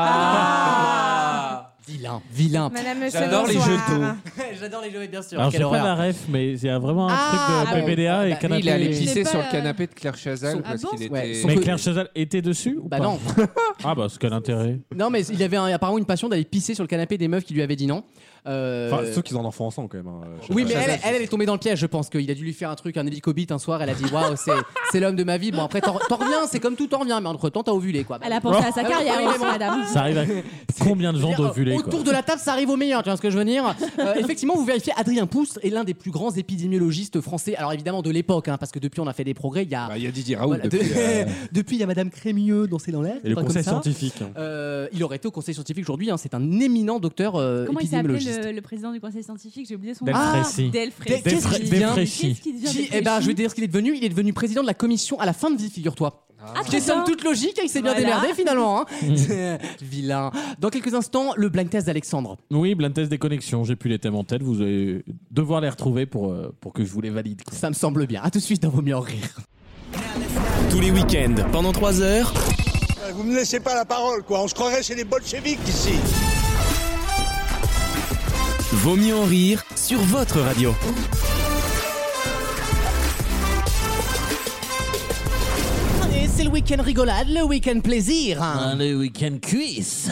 Vilain. J'adore les jeux tôt. J'adore les jeux, bien sûr. Alors, j'ai pas la ref, mais il y a vraiment un truc de PPDA et canapé. Il allait pisser sur le canapé de Claire Chazal parce qu'il était. Mais Claire Chazal était dessus ou pas? Non. Ah bah, quel intérêt. Non, mais il avait apparemment une passion d'aller pisser sur le canapé des meufs qui lui avaient dit non. Enfin, ceux qui ont un enfant ensemble quand même. Oui, mais elle est tombée dans le piège, je pense qu'il a dû lui faire un truc, un hélicobite un soir. Elle a dit waouh, c'est l'homme de ma vie. Bon, après, t'en reviens, c'est comme tout, t'en reviens, mais entre temps, t'as ovulé quoi. Elle a pensé à sa carrière, madame. Ça arrive à combien de gens d'ovuler? Autour de la table, ça arrive au meilleur, tu vois ce que je veux dire. Effectivement, vous vérifiez, Adrien Proust est l'un des plus grands épidémiologistes français. Alors évidemment de l'époque, parce que depuis on a fait des progrès. Il y a Didier Raoult. Depuis, il y a Madame Crémieux dont c'est dans l'air. Et le conseil scientifique. Il aurait été au conseil scientifique aujourd'hui. C'est un éminent docteur comment épidémiologiste. Il s'appelait le président du conseil scientifique? J'ai oublié son nom. Delfrécy. Qu'est-ce qu'il devient? Eh ben, je vais te dire ce qu'il est devenu. Il est devenu président de la commission à la fin de vie, figure-toi. Qui est somme toute logique, il s'est bien démerdé finalement. Vilain. Dans quelques instants, le blind test d'Alexandre. Oui, blind test des connexions. J'ai plus les thèmes en tête. Vous allez devoir les retrouver pour que je vous les valide. Quoi. Ça me semble bien. À tout de suite dans Vaut mieux en rire. Tous les week-ends, pendant 3 heures. Vous me laissez pas la parole, quoi. On se croirait chez les bolcheviks ici. Vaut mieux en rire sur votre radio. C'est le week-end rigolade, le week-end plaisir. Le week-end cuisse.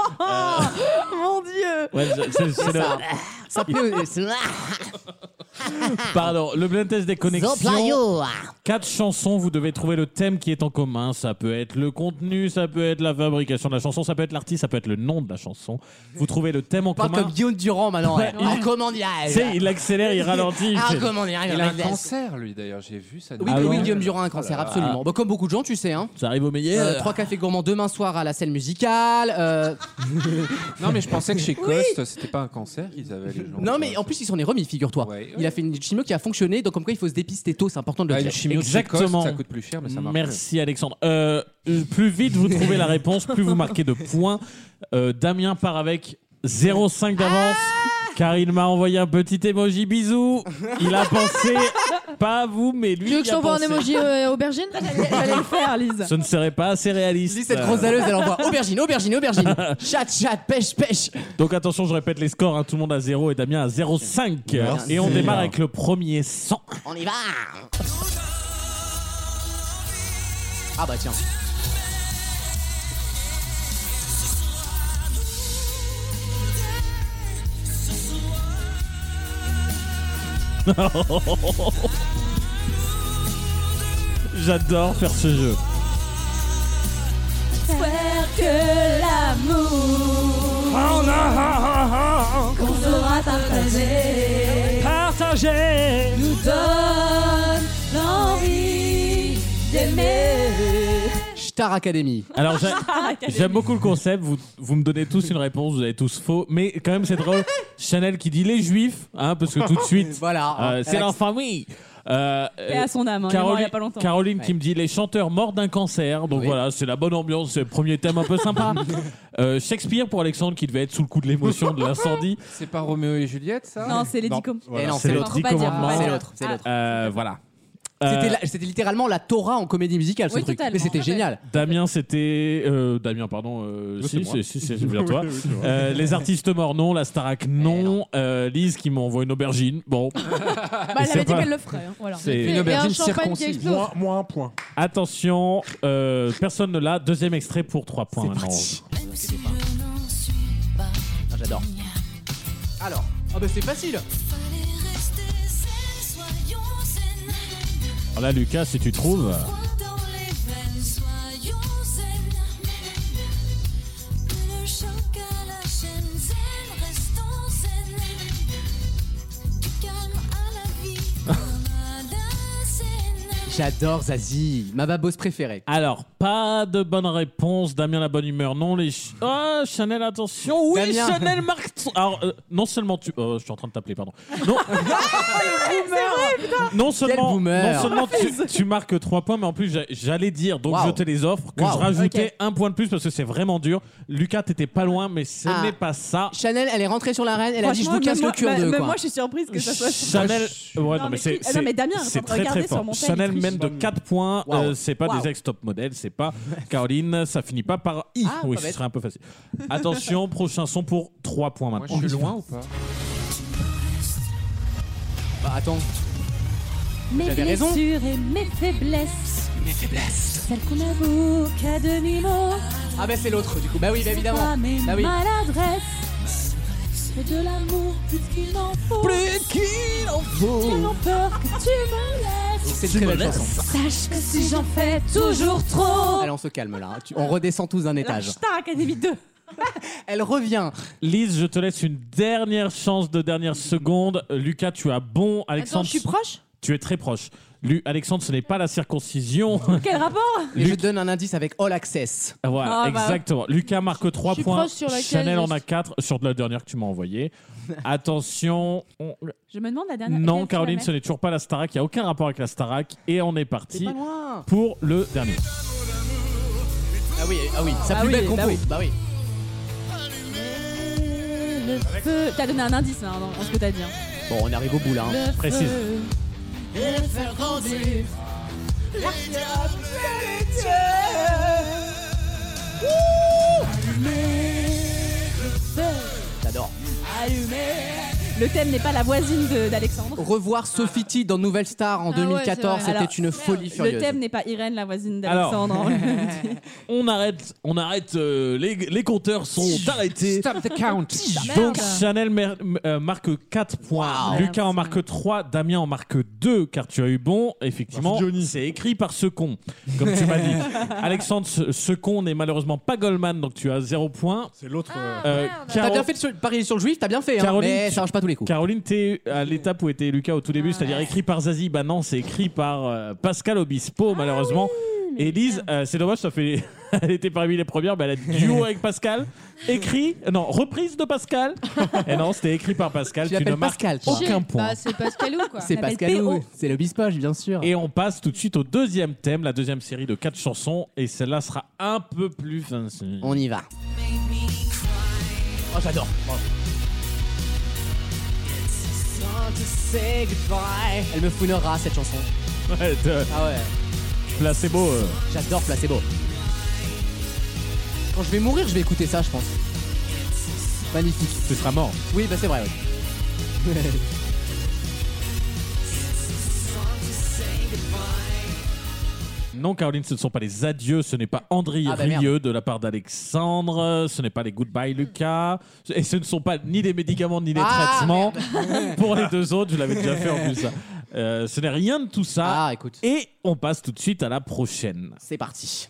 Mon Dieu. Ouais, c'est ça plaît. Pardon, le blind test des connexions. Zoplayo. 4 chansons, vous devez trouver le thème qui est en commun. Ça peut être le contenu, ça peut être la fabrication de la chanson, ça peut être l'artiste, ça peut être le nom de la chanson. Vous trouvez le thème en Pas commun. comme Guillaume Durand maintenant. Ouais, En comment dire. Tu sais, il accélère, il ralentit. Ah, comment dire. Il a un cancer, lui, d'ailleurs, j'ai vu ça. Oui, oui, Guillaume Durand a un cancer, absolument. Bah, comme beaucoup de gens, tu sais. Hein. Ça arrive au meilleur. 3 cafés gourmands demain soir à la scène musicale. Non, mais je pensais que chez Coste, c'était pas un cancer qu'ils avaient, les gens. Non, mais en plus, il s'en est remis, figure-toi. Il a fait une chimio qui a fonctionné, donc comme quoi il faut se dépister tôt, c'est important de le dire. Une chimio Exactement. ça coûte plus cher, mais ça marche. Merci Alexandre. Plus vite vous trouvez la réponse, plus vous marquez de points. Damien part avec 0,5 d'avance. Car il m'a envoyé un petit emoji bisou. Il a pensé, pas à vous, mais lui. Tu veux que je t'envoie un emoji aubergine? J'allais le faire, Lise. Ce ne serait pas assez réaliste. Lise, cette grosse dalleuse, elle envoie aubergine, aubergine, aubergine. Chat, pêche, pêche. Donc attention, je répète les scores. Hein. Tout le monde a 0 et Damien a 0,5. Et on démarre avec le premier 100. On y va. Ah bah tiens. J'adore faire ce jeu. Faire que l'amour qu'on saura partager nous donne l'envie d'aimer. Star Academy. Alors j'aime beaucoup le concept. Vous me donnez tous une réponse, vous avez tous faux, mais quand même c'est drôle. Chanel qui dit les juifs, hein, parce que tout de suite, voilà, c'est leur famille. Et à son âme, il est mort il y a pas longtemps. Caroline qui me dit les chanteurs morts d'un cancer. Donc voilà, c'est la bonne ambiance, c'est le premier thème un peu sympa. Shakespeare pour Alexandre qui devait être sous le coup de l'émotion de l'incendie. C'est pas Roméo et Juliette, ça? Non, c'est les 10 Voilà. Non, c'est l'autre. 10 commandements. C'est l'autre. Voilà. C'était littéralement la Torah en comédie musicale, ce truc. Totalement. Mais c'était génial. Damien, c'était. Damien, pardon. Si, c'est bien toi. Les artistes morts, non. La Starac, non. Lise qui m'envoie une aubergine. Bon. Elle avait dit qu'elle le ferait. Hein. Voilà. C'est une aubergine circoncise. Moins un point. Attention, personne ne l'a. Deuxième extrait pour 3 points maintenant. Ah, j'adore. Alors, bah c'est facile. Alors là, Lucas, si tu trouves. J'adore Zazie, ma babose préférée. Alors, pas de bonne réponse. Damien, la bonne humeur, non. Oh, Chanel, attention. Oui, Damien. Chanel marque. Alors, non seulement tu. Je suis en train de t'appeler, pardon. Non, non seulement tu marques 3 points, mais en plus, j'allais dire, donc je te les offre, que je rajoutais un point de plus parce que c'est vraiment dur. Lucas, t'étais pas loin, mais ce n'est pas ça. Chanel, elle est rentrée sur l'arène, elle a dit je vous casse le cul en deux. Mais moi, je suis surprise que ça soit Chanel. Ouais, non, mais c'est Damien, c'est très fort. Chanel mène de 4 points. C'est pas des ex-top modèles, c'est pas Caroline. Ça finit pas par I. Oui, ce serait un peu facile. Attention, prochain son pour 3 points maintenant. Moi, je suis loin ou pas? Bah attends. Mes blessures et mes faiblesses. Celles qu'on avoue qu'à demi-mot. Ah bah c'est l'autre du coup. Bah oui, bah évidemment. Mes Bah oui. maladresses. C'est de l'amour plus qu'il n'en faut. Tellement peur que tu me laisses. C'est une très belle chanson. Sache que si j'en fais toujours trop. Allez, on se calme là. On redescend tous d'un étage. Star Academy 2. Elle revient. Lise, je te laisse une dernière chance de dernière seconde. Lucas, tu as bon. Alexandre, Attends, je suis proche. Tu es très proche. Alexandre, ce n'est pas la circoncision. Quel rapport? Et je te donne un indice avec All Access. Voilà, exactement. Lucas marque 3 points. proche sur laquelle, Chanel en a juste. 4 sur la dernière que tu m'as envoyée. Attention. Je me demande la dernière. Non, Caroline, ce n'est toujours pas la Starac. Il n'y a aucun rapport avec la Starac. Et on est parti pas loin. pour le dernier. Ah oui, sa plus belle compo. Bah oui. Le feu. T'as donné un indice là, dans ce que t'as dit. Hein. Bon, on arrive au bout là. Hein. Précise. Et faire grandir. J'adore. Allumer Le thème n'est pas la voisine d'Alexandre. Revoir Sophie T dans Nouvelle Star en 2014, c'est vrai. c'était une folie furieuse. Le thème n'est pas Irène, la voisine d'Alexandre. On arrête, les compteurs sont arrêtés. Stop the count. Donc Chanel marque 4 points, Lucas en marque 3, Damien en marque 2 car tu as eu bon. Effectivement, c'est écrit par ce con, comme tu m'as dit. Alexandre, ce con n'est malheureusement pas Goldman, donc tu as 0 points. C'est l'autre. T'as bien fait le pari sur le juif, t'as bien fait, hein, mais ça marche pas tous les coups. Caroline, t'es à l'étape où était Lucas au tout début, c'est-à-dire écrit par Zazie. Bah non, c'est écrit par Pascal Obispo, malheureusement. Et Lise, c'est dommage, ça fait. Elle était parmi les premières, mais elle a duo avec Pascal. Reprise de Pascal. Et non, c'était écrit par Pascal. Tu ne marques aucun point. Bah, c'est Pascalou, quoi. C'est Pascalou, c'est le bispoche, bien sûr. Et on passe tout de suite au deuxième thème, la deuxième série de 4 chansons. Et celle-là sera un peu plus fancy. On y va. Oh, j'adore. Elle me founera cette chanson. Ouais, ah ouais. Placebo. J'adore Placebo. Quand je vais mourir, je vais écouter ça, je pense. Magnifique. Tu seras mort. Oui, bah c'est vrai, oui. Non, Caroline, ce ne sont pas les adieux, ce n'est pas André Rieu de la part d'Alexandre, ce n'est pas les Goodbye Lucas, et ce ne sont pas ni les médicaments ni les traitements. Pour les deux autres, je l'avais déjà fait en plus. Ce n'est rien de tout ça. Ah, écoute. Et on passe tout de suite à la prochaine. C'est parti.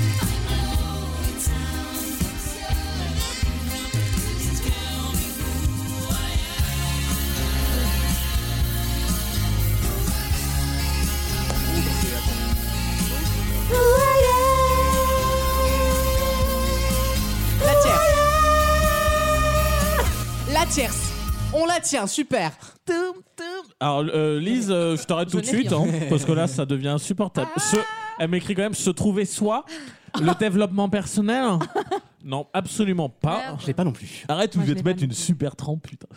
La tierce. On la tient, super. Alors, Lise, je t'arrête tout de suite, parce que là, ça devient insupportable. Elle m'écrit quand même se trouver soi, le développement personnel. Non, absolument pas. Je l'ai pas non plus. Arrête, vous êtes mettre une super trempe, putain.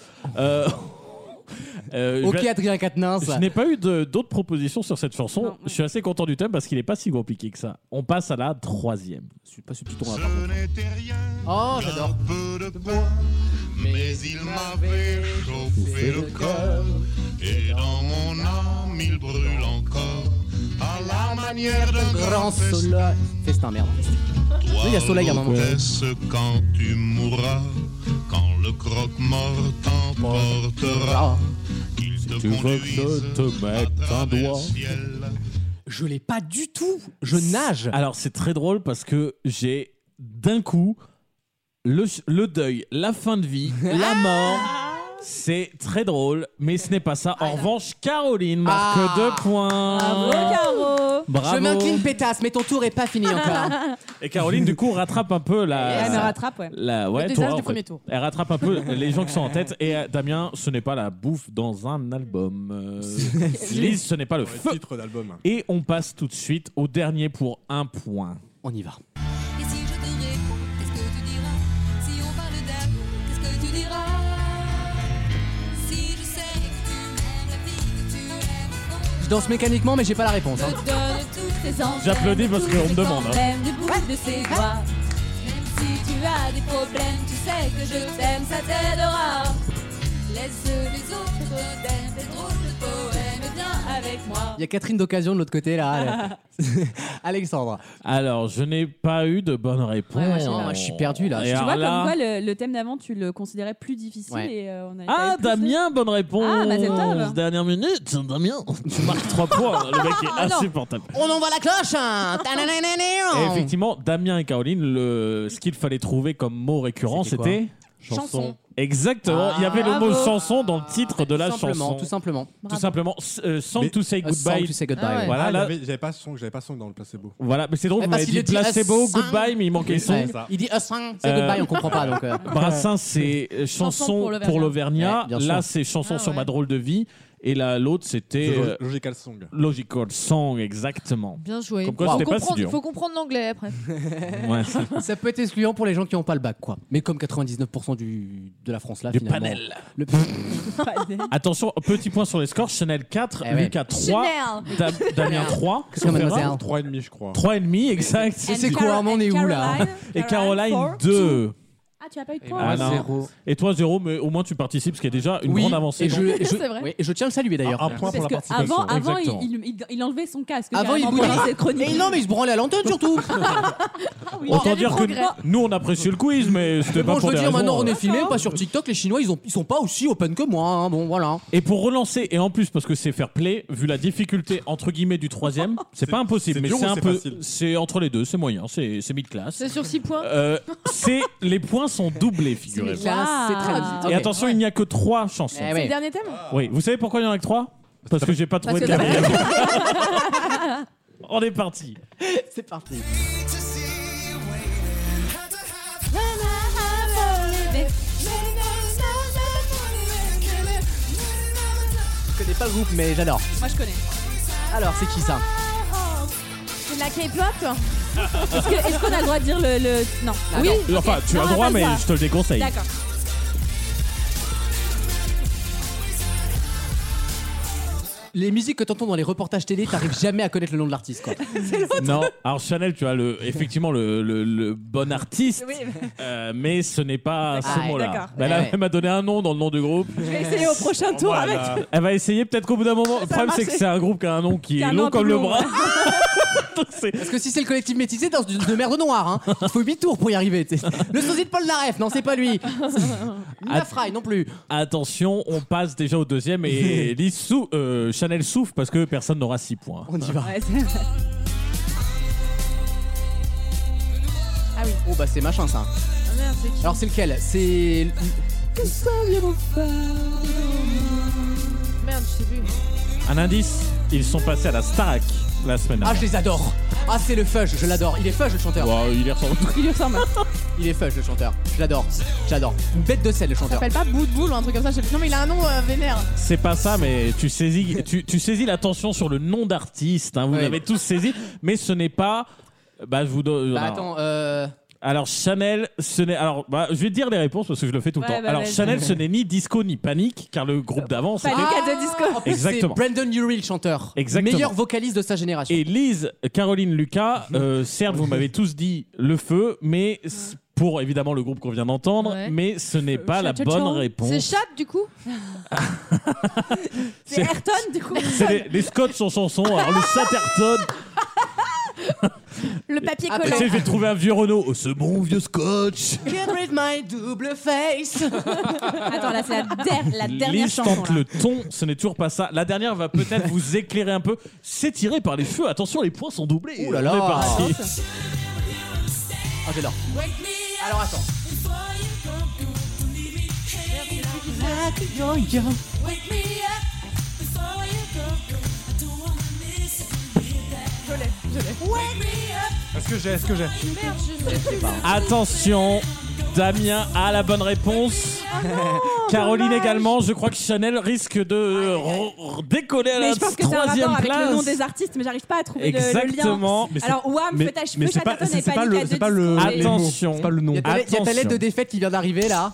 Ok, Adrien Quatennens. Je n'ai pas eu d'autres propositions sur cette chanson. Non. Je suis assez content du thème parce qu'il n'est pas si compliqué que ça. On passe à la troisième. Je suis pas ce petit tour là. Oh, j'adore. Mais il m'avait chauffé le cœur et dans mon âme il brûle encore à la manière d'un grand soleil. Festin, merde. Il y a soleil à un moment. Est-ce quand tu mourras, quand le croque-mort t'emportera, qu'il te conduise te mettre un doigt. Je l'ai pas du tout. Je nage. Alors c'est très drôle parce que j'ai d'un coup le deuil, la fin de vie, la mort. C'est très drôle, mais ce n'est pas ça. En revanche, Caroline marque 2 points. Bravo, Caro. Bravo. Je m'incline, pétasse, mais ton tour est pas fini encore. Et Caroline, du coup, rattrape un peu la. Elle me rattrape, ouais. Le désastre du premier tour. Elle rattrape un peu les gens qui sont en tête. Et Damien, ce n'est pas la bouffe dans un album. Lise, ce n'est pas le feu. Titre d'album. Et on passe tout de suite au dernier pour 1 point. On y va. Et si je te réponds, qu'est-ce que tu diras? Si on parle d'amour, qu'est-ce que tu diras? Si je sais que tu m'aimes, la vie que tu aimes. Je danse mécaniquement, mais j'ai pas la réponse. Je donne toutes tes envies. J'applaudis parce qu'on me demande. Même du bout de ses doigts. Même si tu as des problèmes, tu sais que je t'aime, ça t'aidera. Laisse les autres t'aimer, fais drôle de poème, et viens avec moi. Il y a Catherine d'occasion de l'autre côté là. Alexandre. Alors, je n'ai pas eu de bonne réponse. Je suis perdu là. Tu vois, comme quoi le thème d'avant, tu le considérais plus difficile. Ouais. Et, on avait Ah, Damien, bonne réponse. Ah, bah c'est top. Dernière minute, Damien. Tu marques 3 points. Le mec est insupportable. On envoie la cloche. Et effectivement, Damien et Caroline, ce qu'il fallait trouver comme mot récurrent, c'était chanson. Exactement, il y avait le mot chanson dans le titre de la chanson. Tout simplement. Tout simplement, Song to Say Goodbye. Song to Say Goodbye. Ah ouais. Voilà, là, J'avais pas song dans le placebo. voilà, mais c'est drôle, vous parce m'avez qu'il dit le dit placebo, a goodbye, mais il manquait le son. Ouais. Il dit a song, c'est goodbye, on comprend pas donc. Brassens, c'est chanson pour l'Auvergnat. Ouais, bien Là, sûr. c'est chanson sur ma drôle de vie. Et l'autre, c'était Logical Song. Logical Song, exactement. Bien joué. Comme quoi, c'était pas si Il dur. faut comprendre l'anglais après. Ouais. Ça peut être excluant pour les gens qui n'ont pas le bac, quoi. Mais comme 99% de la France là, Du finalement. panel. Le... Attention, petit point sur les scores. Chanel 4, Eh ouais. Lucas 3, Damien 3, Qu'est-ce que mademoiselle 3,5 je crois. 3,5, exact. C'est quoi, on est où là? Et Caroline 2. Ah, tu as pas eu de Et points. moi, non. 0. Et toi, 0, mais au moins tu participes, ce qui est déjà une Oui, grande avancée. et je, C'est vrai. oui, et je tiens à le saluer d'ailleurs. Un point pour la Parce que participation. avant Exactement. il enlevait son casque. Avant, il carrément, bouillait. pendant cette chronique. Et non, mais il se branlait à l'antenne surtout. Autant dire que nous, on apprécie le quiz, mais c'était pas Bon, je pour veux des dire, raisons, maintenant on est filmé, pas sur TikTok. Les Chinois, ils sont pas aussi open que moi. Hein. Bon, voilà. Et pour relancer, et en plus parce que c'est fair play, vu la difficulté entre guillemets du troisième, c'est pas impossible, c'est mais dur c'est ou un c'est peu, facile c'est entre les deux, c'est moyen, c'est mid-class. C'est sur 6 points. Les points sont doublés, figurez-vous. C'est très bien. Et attention, il n'y a que 3 chansons. Eh C'est ouais. le dernier thème. Oui, vous savez pourquoi il y en a que 3 ? Parce que j'ai pas trouvé de Parce que quatrième. On est parti. C'est parti. Je connais pas le groupe, mais j'adore. Moi je connais. Alors, c'est qui ça? C'est de la K-pop. Est-ce qu'on a le droit de dire le... Non. Oui. Enfin, tu as Non, le droit, on a pas mais le droit. je te le déconseille. D'accord. Les musiques que t'entends dans les reportages télé, t'arrives jamais à connaître le nom de l'artiste, quoi. Non, alors Chanel, tu as effectivement le bon artiste, Oui. mais ce n'est pas ce Ah, mot-là. d'accord. Ben là, elle m'a donné un nom dans le nom du groupe. Je vais essayer au prochain tour avec. Elle va essayer, peut-être qu'au bout d'un moment. Le problème, c'est que marché. c'est un groupe qui a un nom qui Qui a est un nom long un peu comme le long, bras. ouais. Donc, c'est- Parce que si c'est le collectif métissé, dans de merde noire, hein. Il faut 8 tours pour y arriver. T'sais. Le sosie de Paul Naref, non, c'est pas lui. Nina Fry, non plus. Attention, on passe déjà au deuxième et Chanel souffle parce que personne n'aura 6 points. On y va. Ouais, c'est- Ah oui. Oh bah c'est machin ça. Ah merde, c'est qui? Alors c'est lequel? C'est... Merde, je sais plus. Un indice, ils sont passés à la Starac la semaine Ah, dernière. je les adore. Ah, c'est le Fudge, je l'adore. Il est Fudge le chanteur. Wow, il y ressemble. Il lui ressemble. Il est Fudge le chanteur. Je l'adore. J'adore. Une bête de sel le Ça chanteur. s'appelle pas Boudboul ou un truc comme ça. Je sais plus. Non, mais il a un nom vénère. C'est pas ça, mais tu saisis l'attention sur le nom d'artiste. Hein, vous Ouais. l'avez tous saisi, mais ce n'est pas. Bah, je vous donne. Bah alors- attends, Alors Chanel, ce n'est. Alors, je vais te dire les réponses parce que je le fais tout le Ouais, temps. bah, Alors vas-y. Chanel, ce n'est ni disco ni panique, car le groupe d'avant, c'était. Panic at the Disco. en plus, Exactement. c'est Brandon Urie le chanteur. Exactement. Meilleur vocaliste de sa génération. Et Lise, Caroline, Lucas, certes, vous m'avez tous dit le feu, mais pour évidemment le groupe qu'on vient d'entendre, Ouais. mais ce n'est pas la Cha-cha-cha. bonne réponse. C'est Chat du coup. C'est Ayrton du coup. C'est les Scotch en chanson. Alors le Chatterton. Le papier Ah, Tu collant. sais, je vais trouver un vieux Renault. Oh, ce bon vieux Scotch. Get rid my double face. Attends, là c'est la dernière Lise chanson. tente là. le ton, ce n'est toujours pas ça. La dernière va peut-être vous éclairer un peu. C'est tiré par les feux. Attention, les points sont doublés. Ouh là là. On est parti. Ah, j'adore. Alors attends. Est-ce que j'ai Merde, je sais plus. Attention, Damien a la bonne réponse. Caroline également. Je crois que Chanel risque de décoller à Mais la je pense que c'est un troisième rapport avec place. le nom des artistes, mais j'arrive pas à trouver Exactement. le lien. Alors Wham, mais- feu ta mais c'est pas- Chatterton et c'est pas Panic le- at the c'est pas le- Disco. les mots. Attention. C'est pas le nom. Il y a ta lettre Attention. de défaite qui vient d'arriver là.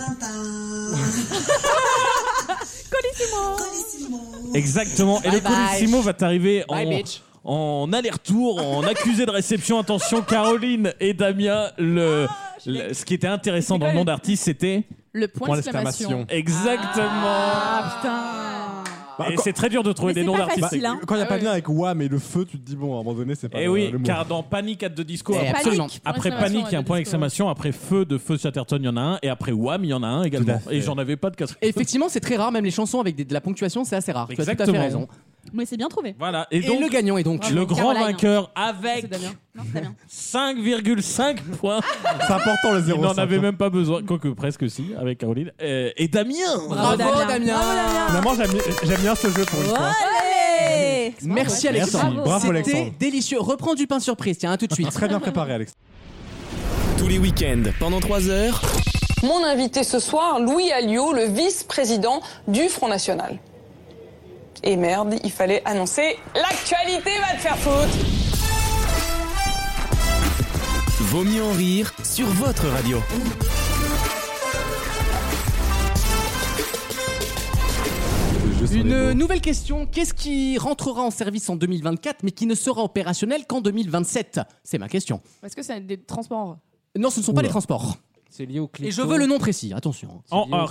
Exactement. Et Bye le bye. Colissimo va t'arriver Bye, bitch. en aller-retour, en accusé de réception. Attention, Caroline et Damien. Ce qui était intéressant dans le nom d'artiste, c'était Le point d'exclamation. exactement. Ah putain. Et c'est très dur de trouver Mais des c'est noms pas d'artistes. facile, hein. Quand il n'y a Ah pas ouais. de lien avec WAM et le feu, tu te dis, bon, à un moment donné, c'est pas Et le oui, mot. car dans Panic at the Disco, Eh, après, absolument. après Point Panic, il y a un point d'exclamation, d'exclamation. Après Feu de Feu Chatterton, il y en a un. Et après Wham, il y en a un également. Tout à fait. Et j'en avais pas de quatrième. Et effectivement, c'est très rare, même les chansons avec de la ponctuation, c'est assez rare. Tu as tout à fait Exactement. raison. Mais c'est bien trouvé. Voilà. Et donc, le gagnant est donc. le grand Caroline. vainqueur avec C'est Damien. Non, c'est Damien. 5,5 poins. C'est important le Il 0. n'en avait même pas besoin, quoique presque si, avec Caroline. Et Damien. Bravo, Damien. Finalement, j'aime bien ce jeu pour une fois. Allez. Merci Alex. Merci. Bravo, C'était Alexandre. délicieux. Reprends du pain surprise, tiens, à tout de suite. Très bien préparé, Alex. Tous les week-ends, pendant 3 heures, Mon invité ce soir, Louis Alliot, le vice-président du Front National. Et merde, il fallait annoncer l'actualité va te faire foutre. Vaut mieux en rire sur votre radio. Une nouvelle question. Qu'est-ce qui rentrera en service en 2024 mais qui ne sera opérationnel qu'en 2027 C'est ma question. Est-ce que c'est des transports? Non, ce ne sont pas Oula. les transports. C'est lié au clito. Et je veux le nom précis, attention.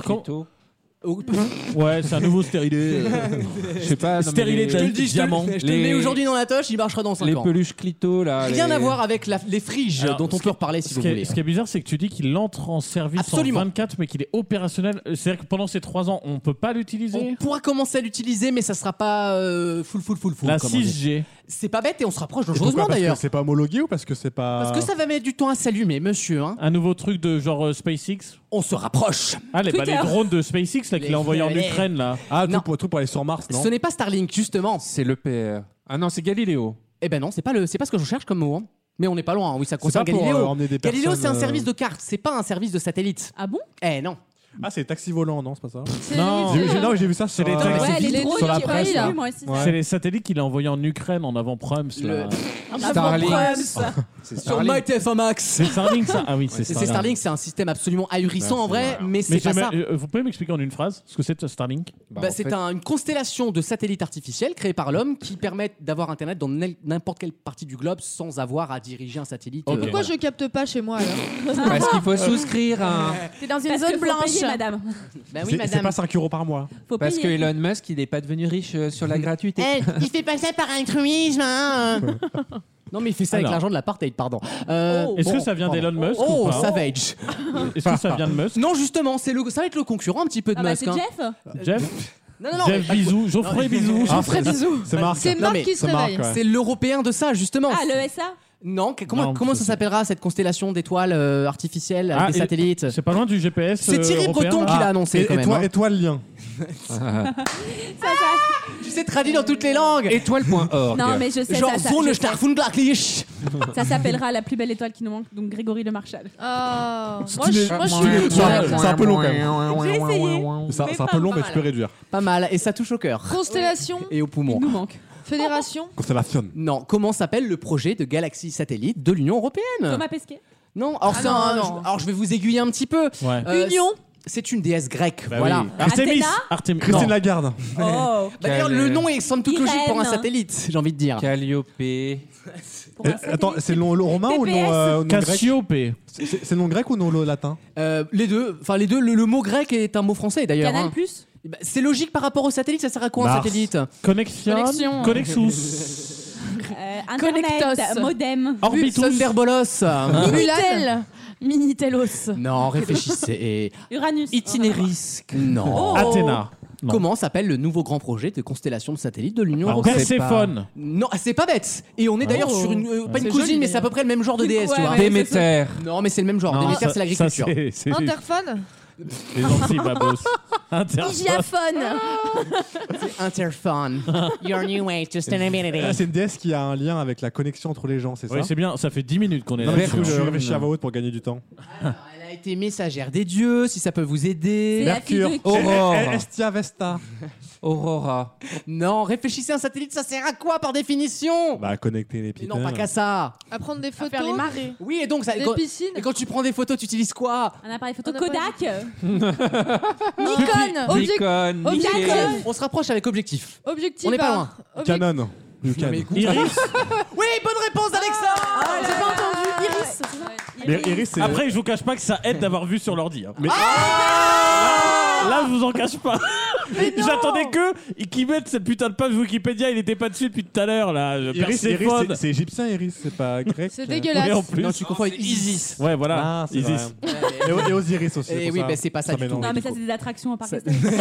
Ouais, c'est un nouveau stérilet. Je sais pas. Stérilet Je te le dis, je te le mets aujourd'hui dans la toche, il marchera dans 5 ans. Les peluches clito, là. Rien à voir avec les friges dont on peut reparler si vous voulez. Ce qui est bizarre, c'est que tu dis qu'il entre en service Absolument. en 24, mais qu'il est opérationnel. C'est-à-dire que pendant ces 3 ans, on peut pas l'utiliser. On pourra commencer à l'utiliser, mais ça sera pas full. La comme on dit. 6G. C'est pas bête et on se rapproche Et pourquoi, dangereusement parce d'ailleurs. que c'est pas homologué ou parce que c'est pas. Parce que ça va mettre du temps à s'allumer, monsieur. Hein. Un nouveau truc de genre SpaceX. On se rapproche. Ah, les drones de SpaceX là, qu'il a envoyés en Les- Ukraine là. Ah, tout pour aller sur Mars, non? Ce n'est pas Starlink, justement. C'est l'EPR. Ah non, c'est Galileo. Eh ben non, c'est pas ce que je cherche comme mot. Hein. Mais on n'est pas loin. Oui, ça concerne pas pour, Galileo. emmener des Galileo, c'est un personnes, service de carte. C'est pas un service de satellite. Ah bon? Eh non. Ah, c'est les taxis volants, non? C'est pas ça? Non. J'ai vu ça sur les taxis. Ouais, les drones sur la qui presse. brillent, là. là. Moi aussi. Ouais. C'est les satellites qu'il a envoyés en Ukraine en avant Prums là. Starlink. Sur Starlink. MyTF1 Max. C'est Starlink ça? Ah oui, c'est C'est Starlink. Starlink, c'est un système absolument ahurissant en vrai, mais c'est pas ça. Vous pouvez m'expliquer en une phrase ce que c'est Starlink? Bah, c'est une constellation de satellites artificiels créés par l'homme qui permettent d'avoir Internet dans n'importe quelle partie du globe sans avoir à diriger un satellite. Pourquoi je capte pas chez moi alors? Parce qu'il faut souscrire à un... T'es dans une zone blanche, madame. Bah oui, C'est madame. pas 5 € par mois. Faut Parce que payer. Elon Musk, il n'est pas devenu riche sur la gratuité. Il fait passer par un truisme. Hein. Non, mais il fait ça avec Alors. l'argent de l'apartheid, pardon. Est-ce que ça vient d'Elon Musk ou pas? Savage. Est-ce que ça vient de Musk? Non, justement, ça va être le concurrent un petit peu de Ah bah Musk. c'est hein. Jeff. Jeff? Non, Jeff mais- Bisou, Geoffrey Bisou. Geoffrey Bisou. C'est Marc. C'est Non, Marc mais qui se c'est Marc, réveille. ouais. C'est l'européen de ça, justement. Ah, le SA. Non, comment Non, ça s'appellera cette constellation d'étoiles artificielles avec Ah, des et- satellites? C'est pas loin du GPS. C'est Thierry européen, Breton là. qui l'a annoncé quand même. hein. Étoile lien. Tu sais traduit dans toutes les langues. Étoile.org. Non, mais je sais Genre ça. Zone je sais. Starfundglacklich. Ça s'appellera la plus belle étoile qui nous manque, donc Grégory Le Marchal. Ah, C'est moi je suis c'est un peu long quand même. J'ai essayé. C'est un peu long, mais tu peux réduire. Pas mal, et ça touche au cœur. Constellation, Et au poumon. Il nous manque. fédération. Constellation. Non, comment s'appelle le projet de galaxie satellite de l'Union Européenne? Thomas Pesquet. Non, alors, Ah c'est non, un- non. alors je vais vous aiguiller un petit peu. Ouais. Union. C'est une déesse grecque, Bah voilà. oui. Artemis. Athéna Artemis. Christine Non. Lagarde. Oh. Bah, d'ailleurs, le nom est somme toute logique pour un Irène. satellite, j'ai envie de dire. Calliope. Attends, c'est le nom romain ou le TPS. nom grec? Cassiope. C'est le nom grec ou le nom latin? Les deux, le mot grec est un mot français d'ailleurs. Canal hein. Plus. Bah, c'est logique par rapport au satellite, ça sert à quoi un Mars. satellite? Connexion. Connexus. Internet. Connectos. Modem. Orbitus. Thunderbolos. Mulan. Minitelos. Non, réfléchissez. Uranus. Itinéris. Non. Oh. Athéna. Non. Comment s'appelle le nouveau grand projet de constellation de satellites de l'Union Ah, européenne? Perséphone. Non, c'est pas bête. Et on est d'ailleurs sur une pas une C'est cousine, joli, mais c'est à peu près le même genre de déesse, tu Ouais, vois. ouais. Déméter. Non, mais c'est le même genre. Non, Déméter, ça- c'est l'agriculture. ça, c'est Interphone. les antibabos. Interphone. Hygiaphone. Interphone. Your new way to sustainability. Ah, c'est une déesse qui a un lien avec la connexion entre les gens, c'est ça? Oui, c'est bien. Ça fait 10 minutes qu'on est Non, là. mais du coup, je réfléchis à voix haute pour gagner du temps. Alors, elle a été messagère des dieux, si ça peut vous aider. C'est la fille Mercure. de qui? Aurore. Estia Vesta. Aurora. Non, réfléchissez, un satellite, ça sert à quoi par définition? Bah, connecter les Mais pitons. non, pas qu'à ça. À prendre des photos. Faire les marées. Oui, et donc ça. Des quand, piscines. et quand tu prends des photos, tu utilises quoi? Un appareil photo On a pas Kodak. Nikon. Nikon. Objectif. Nikon. On se rapproche avec objectif. Objectif. On n'est pas par- loin. Objectif. Canon. Mais écoute- Iris. Oui, bonne réponse, Alexa. J'ai pas entendu. Iris. Mais Iris, c'est. Après, je vous cache pas que ça aide d'avoir vu sur l'ordi. hein. Mais- Là, je vous en cache pas. J'attendais qu'ils mettent cette putain de page Wikipédia. Il était pas dessus depuis tout à l'heure là. Iris, Perséphone. c'est égyptien, Iris, c'est pas grec. C'est Oui, dégueulasse. en plus. Non, tu confonds avec Isis. Ouais, voilà. Ah, c'est Isis. vrai. Et Osiris aussi. Et pour oui, ça. bah, c'est pas ça du tout. mélange. Non, mais ça, c'est des attractions à Paris.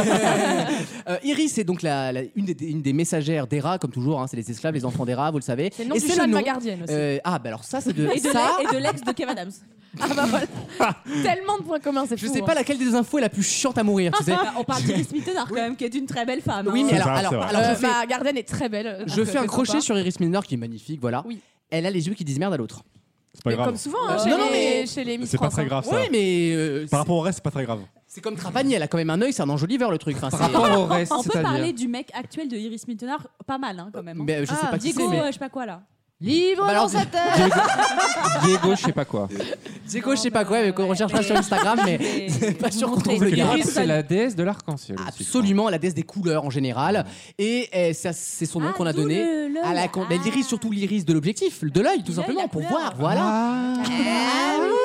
Iris est donc une des messagères d'Héra, comme toujours. Hein, c'est les esclaves, les enfants d'Héra, vous le savez. C'est le nom Et du c'est chat de nom- ma gardienne aussi. Ah, bah alors ça, c'est de. Et de ça, l'ex- et de l'ex de Kev Adams. Ah bah voilà. Tellement de points communs, c'est je fou. sais hein. pas laquelle des infos est la plus chiante à mourir, tu sais. Bah, on parle d'Iris Mittenard quand même, qui est une très belle femme. Oui, hein. mais C'est alors, ça, alors, c'est vrai. alors, je fais, Ma gardienne est très belle. je fais un C'est crochet sympa. sur Iris Milner qui est magnifique, voilà. Oui. Elle a les yeux qui disent merde à l'autre. C'est pas Mais grave. comme souvent, hein, Non, non, mais- chez les Miss C'est pas France, très hein. grave ça. Oui, mais Par rapport au reste, c'est pas très grave. c'est comme Trapani, elle a quand même un œil, c'est un enjoliveur le truc. Enfin, Par c'est- rapport au reste, On peut parler c'est-à-dire. du mec actuel de Iris Mittenard, pas mal hein, quand même. hein. Mais je sais pas qui c'est, Diego, mais. je sais pas quoi là. Libre Bah alors, dans sa tête. Diego, je sais pas quoi. Diego, je sais pas quoi, mais qu'on recherchera sur Instagram, mais c'est pas sûr qu'on trouve le gars. Iris, c'est la déesse de l'arc-en-ciel. aussi, Absolument, la déesse des couleurs en général. Et ça, c'est son nom Ah, qu'on a d'où donné l'œil. à la mais l'iris, surtout l'iris de l'objectif, de l'œil tout L'œil, simplement, la pour couleur. voir. Voilà. Ah Et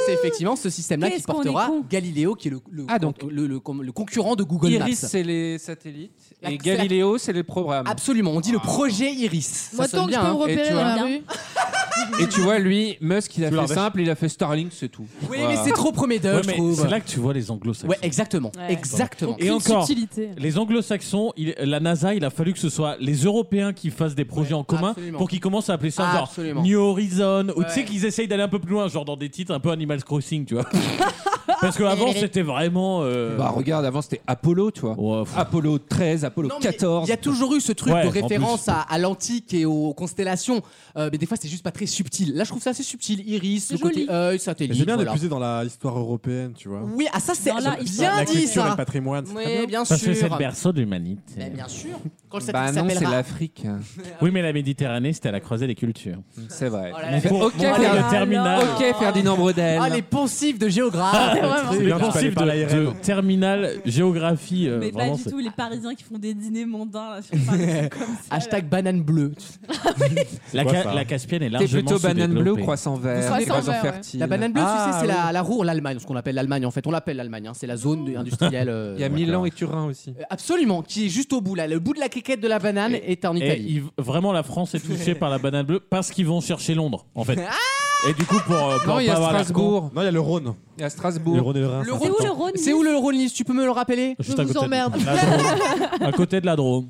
c'est effectivement ce système-là qui Qu'est-ce qu'on portera est con. Galiléo, qui est le concurrent de Google Iris, Maps. c'est les satellites. La- Et Galiléo, c'est les programmes. Absolument, on dit le projet Iris. Moi, Ça tant sonne que je bien. peux me hein. Et repérer tu dans vois- la rue. Et tu vois, lui, Musk, il a Tu fait l'as simple, il a fait Starlink, c'est tout. Oui, Voilà. mais c'est trop prometteur, Ouais, je mais trouve. c'est là que tu vois les anglo-saxons. Ouais, exactement. Ouais. Exactement. Et encore, subtilité. les anglo-saxons, la NASA, il a fallu que ce soit les Européens qui fassent des projets en commun absolument. pour qu'ils commencent à appeler ça genre Absolument. New Horizon, ou tu sais Ouais. qu'ils essayent d'aller un peu plus loin, genre dans des titres un peu Animal Crossing, tu vois. Parce qu'avant, c'était vraiment. Bah regarde, avant c'était Apollo, tu vois. Ouais, Apollo 13, Apollo Non, mais 14. il y a toujours eu ce truc Ouais, de en référence plus. à l'antique et aux constellations, mais des fois c'est juste pas très subtil. Là, je trouve ça assez subtil. Iris, le côté œil, Mais satellite. c'est bien voilà. d'épuiser dans l'histoire européenne, tu vois. Oui, ah ça c'est Dans la bien La dit culture et ça. le patrimoine. c'est très Oui, bien Parce que c'est sûr. le berceau de l'humanité. Mais bien sûr. Quand le Bah satellite non, c'est s'appellera. l'Afrique. Oui, mais la Méditerranée, c'était à la croisée des cultures. C'est vrai. Oh là là, Fait, Mon ok, cours de terminale. ok, Ferdinand Brodel. Ah, les poncifs de géographe. Les bien, tu peux pensifs aller par l'ARM. de terminale géographie. Mais pas vraiment, du c'est- tout les Parisiens qui font des dîners mondains là, sur Paris, c'est comme ça. Hashtag banane bleue. La, quoi, ça la Caspienne est T'es largement plutôt banane bleue ou sous-développée. croissant vert Croissant Croissant vert, ouais. fertile. La banane bleue, tu Ah, sais, c'est oui. la Ruhr, l'Allemagne, ce qu'on appelle l'Allemagne en fait. On l'appelle l'Allemagne, hein. C'est la zone industrielle. Il y a Milan et Turin aussi. Absolument, qui est juste au bout là. Le bout de la criquette de la banane est en Et Italie. vraiment, la France est touchée par la banane bleue parce qu'ils vont chercher Londres, en fait. Et du coup, pour Non, il y a pas avoir l'air Strasbourg. Non, il y a le Rhône. Il y a Le Strasbourg. Rhône et le Rhin. Le ça Rhône, C'est où le Rhône C'est où le Rhône, Lise? Tu peux me le rappeler con, juste Je à vous côté emmerde. de la Drôme. À côté de la Drôme.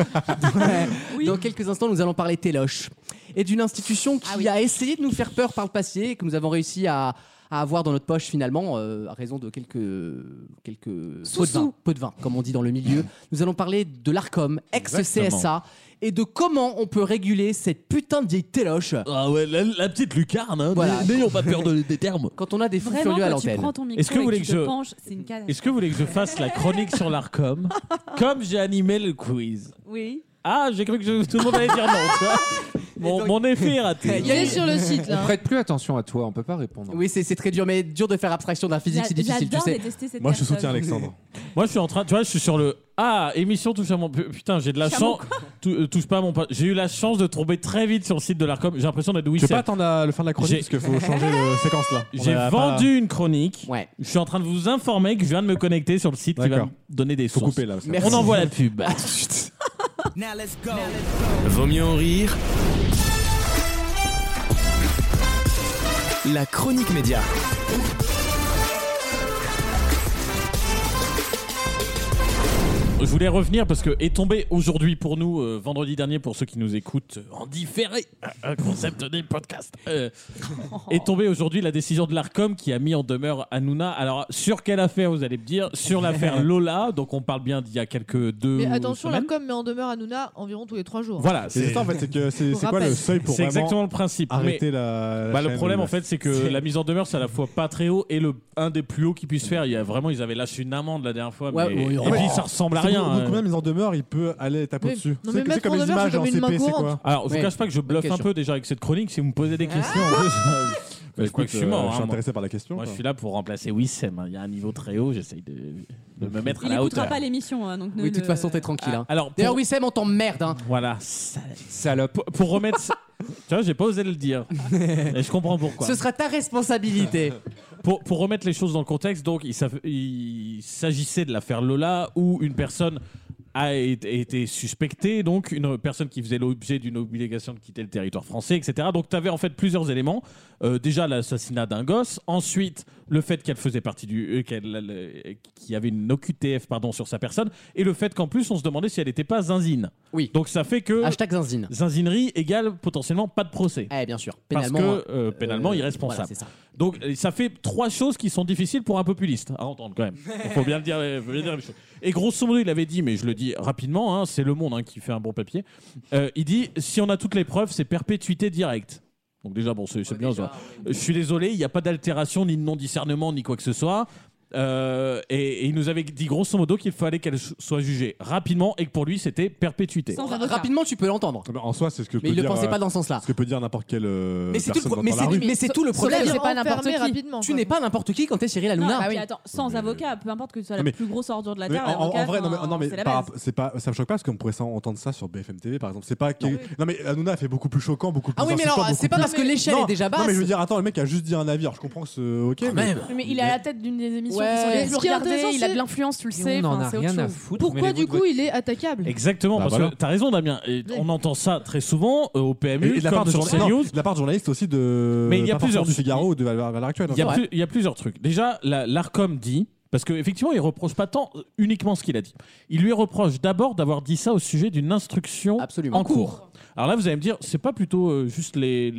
Oui. Dans quelques instants, nous allons parler Téloche et d'une institution qui a essayé de nous faire peur par le passé et que nous avons réussi à avoir dans notre poche finalement à raison de quelques pots de vin, comme on dit dans le milieu. Nous allons parler de l'Arcom, ex-CSA, Exactement. et de comment on peut réguler cette putain de vieille téloche Ah ouais, la petite lucarne, hein. Voilà. N'ayons pas peur des termes. quand on a des fous Vraiment, furieux à quand tu l'antenne. prends ton micro Est-ce que vous et voulez tu que te je- penches, c'est une catastrophe. Est-ce que vous voulez que je fasse la chronique sur l'Arcom comme j'ai animé le quiz? Oui. Ah, j'ai cru que tout le monde allait dire non, tu vois. Mon effet est raté. Il y a Il est sur le site On là. prête plus attention à toi, on peut pas répondre. Oui, c'est très dur, mais dur de faire abstraction d'un physique, c'est difficile, tu J'adore sais. détester cette Moi, je personne. soutiens Alexandre. Moi, je suis en train, tu vois, je suis sur le émission touche à mon putain, j'ai de la chance. Touche pas à mon j'ai eu la chance de tomber très vite sur le site de l'Arcom. J'ai l'impression d'être Tu Wissem. peux pas attendre le fin de la chronique J'ai- parce qu'il faut changer de séquence là. On J'ai a vendu une chronique. Ouais. Je suis en train de vous informer que je viens de me connecter sur le site qui va D'accord. me donner des Faut sources. couper là. parce que- Merci. On envoie la pub. Vaut mieux en rire. La chronique média. Je voulais revenir parce que est tombé aujourd'hui pour nous, vendredi dernier, pour ceux qui nous écoutent en différé, un concept des podcasts, est tombée aujourd'hui la décision de l'Arcom qui a mis en demeure Hanouna. Alors, sur quelle affaire, vous allez me dire? Sur l'affaire Lola, donc on parle bien d'il y a quelques deux Mais attention, semaines. l'Arcom met en demeure Hanouna environ tous les 3 jours. Voilà, C'est ça en fait, c'est que c'est quoi rappel. le seuil pour c'est vraiment exactement le principe. arrêter Mais- la Bah, le chaîne problème ou en fait c'est que la mise en demeure c'est à la fois pas très haut et un des plus hauts qu'ils puissent faire. Il y a vraiment, ils avaient lâché une amende la dernière fois, Ouais, mais... ouais, et ouais. puis ça ressemble à C'est rien. au bout de combien de mise en demeure il peut aller taper Oui. dessus? Non, mais C'est mettre comme en les demeure, images c'est en comme une main CP, c'est courante. quoi? Alors, je vous Ouais. cache pas que je bluffe Bonne un peu déjà avec cette chronique. Si vous me posez des questions, en plus, Bah, je crois que je suis mort. je hein, suis moi. intéressé par la question. Moi, je quoi. suis là pour remplacer Wissem. Il y a un niveau très haut. J'essaye de me mettre Il à la n'écoutera hauteur. pas l'émission, hein, donc ne Oui, de toute le- façon, t'es tranquille. Hein. Alors, D'ailleurs, pour- Wissem, on t'emmerde. Hein. voilà. Salope. Pour remettre. Tu vois, j'ai pas osé le dire. Et je comprends pourquoi. Ce sera ta responsabilité. Pour remettre les choses dans le contexte, donc il s'agissait de l'affaire Lola où une personne a été suspectée, donc une personne qui faisait l'objet d'une obligation de quitter le territoire français, etc. Donc tu avais en fait plusieurs éléments. Déjà l'assassinat d'un gosse, ensuite le fait qu'elle faisait partie qu'il y avait une OQTF sur sa personne, et le fait qu'en plus on se demandait si elle n'était pas zinzine. Oui. Donc ça fait que Hashtag zinzine. zinzinerie égale potentiellement pas de procès. Eh bien sûr. Parce Pénalement. que pénalement irresponsable. Voilà, c'est ça. Donc ça fait trois choses qui sont difficiles pour un populiste à entendre quand même. Il faut bien le dire, les choses. Et grosso modo, il avait dit, mais je le dis rapidement, hein, c'est Le Monde qui fait un bon papier. Il dit, si on a toutes les preuves, c'est perpétuité directe. Donc déjà, bon, c'est bien. déjà, ça. Je suis désolé, il n'y a pas d'altération, ni de non-discernement, ni quoi que ce soit. Et il nous avait dit grosso modo qu'il fallait qu'elle soit jugée rapidement et que pour lui c'était perpétuité. Rapidement, tu peux l'entendre. En soi, c'est ce que Mais il ne le pensait pas dans ce sens-là. Ce que peut dire n'importe quelle Mais c'est personne tout, dans mais la c'est, rue. mais c'est tout le problème. Cela dit, C'est pas n'importe enfermé qui. rapidement. Tu n'es pas n'importe qui quand t'es Cyril Non, Hanouna. puis attends, sans avocat, peu importe que ce soit la Mais- plus grosse ordure de la Mais Terre, en l'avocat, vrai, enfin, non mais c'est la par- base. c'est pas, ça me choque pas parce qu'on pourrait entendre ça sur BFM TV par exemple. C'est pas non mais Hanouna a fait beaucoup plus choquant, beaucoup plus. Ah oui, mais insultant, alors, c'est beaucoup pas plus- parce que l'échelle Non, est déjà basse. Non mais je veux dire, attends, le mec a juste dit un avis. Alors je comprends que c'est ok. même. Mais il est à la tête d'une des émissions Ouais. qui sont les Mais plus ce qui est regardées, intéressant, il a de c'est- l'influence, tu le Et sais, on en enfin, a c'est autre rien à chose. foutre. Pourquoi du coup il est attaquable? Exactement, Bah parce voilà. que t'as raison Damien, et on entend ça très souvent au PMU, Et de la comme part de sur CNews. de la part de journalistes aussi de. Mais il y a pas plusieurs- forcément du Figaro ou de Valeurs Actuelles. Il y a plusieurs trucs. Déjà, l'ARCOM dit, parce qu'effectivement, il reproche pas tant uniquement ce qu'il a dit. Il lui reproche d'abord d'avoir dit ça au sujet d'une instruction en cours. Alors là, vous allez me dire, c'est pas plutôt juste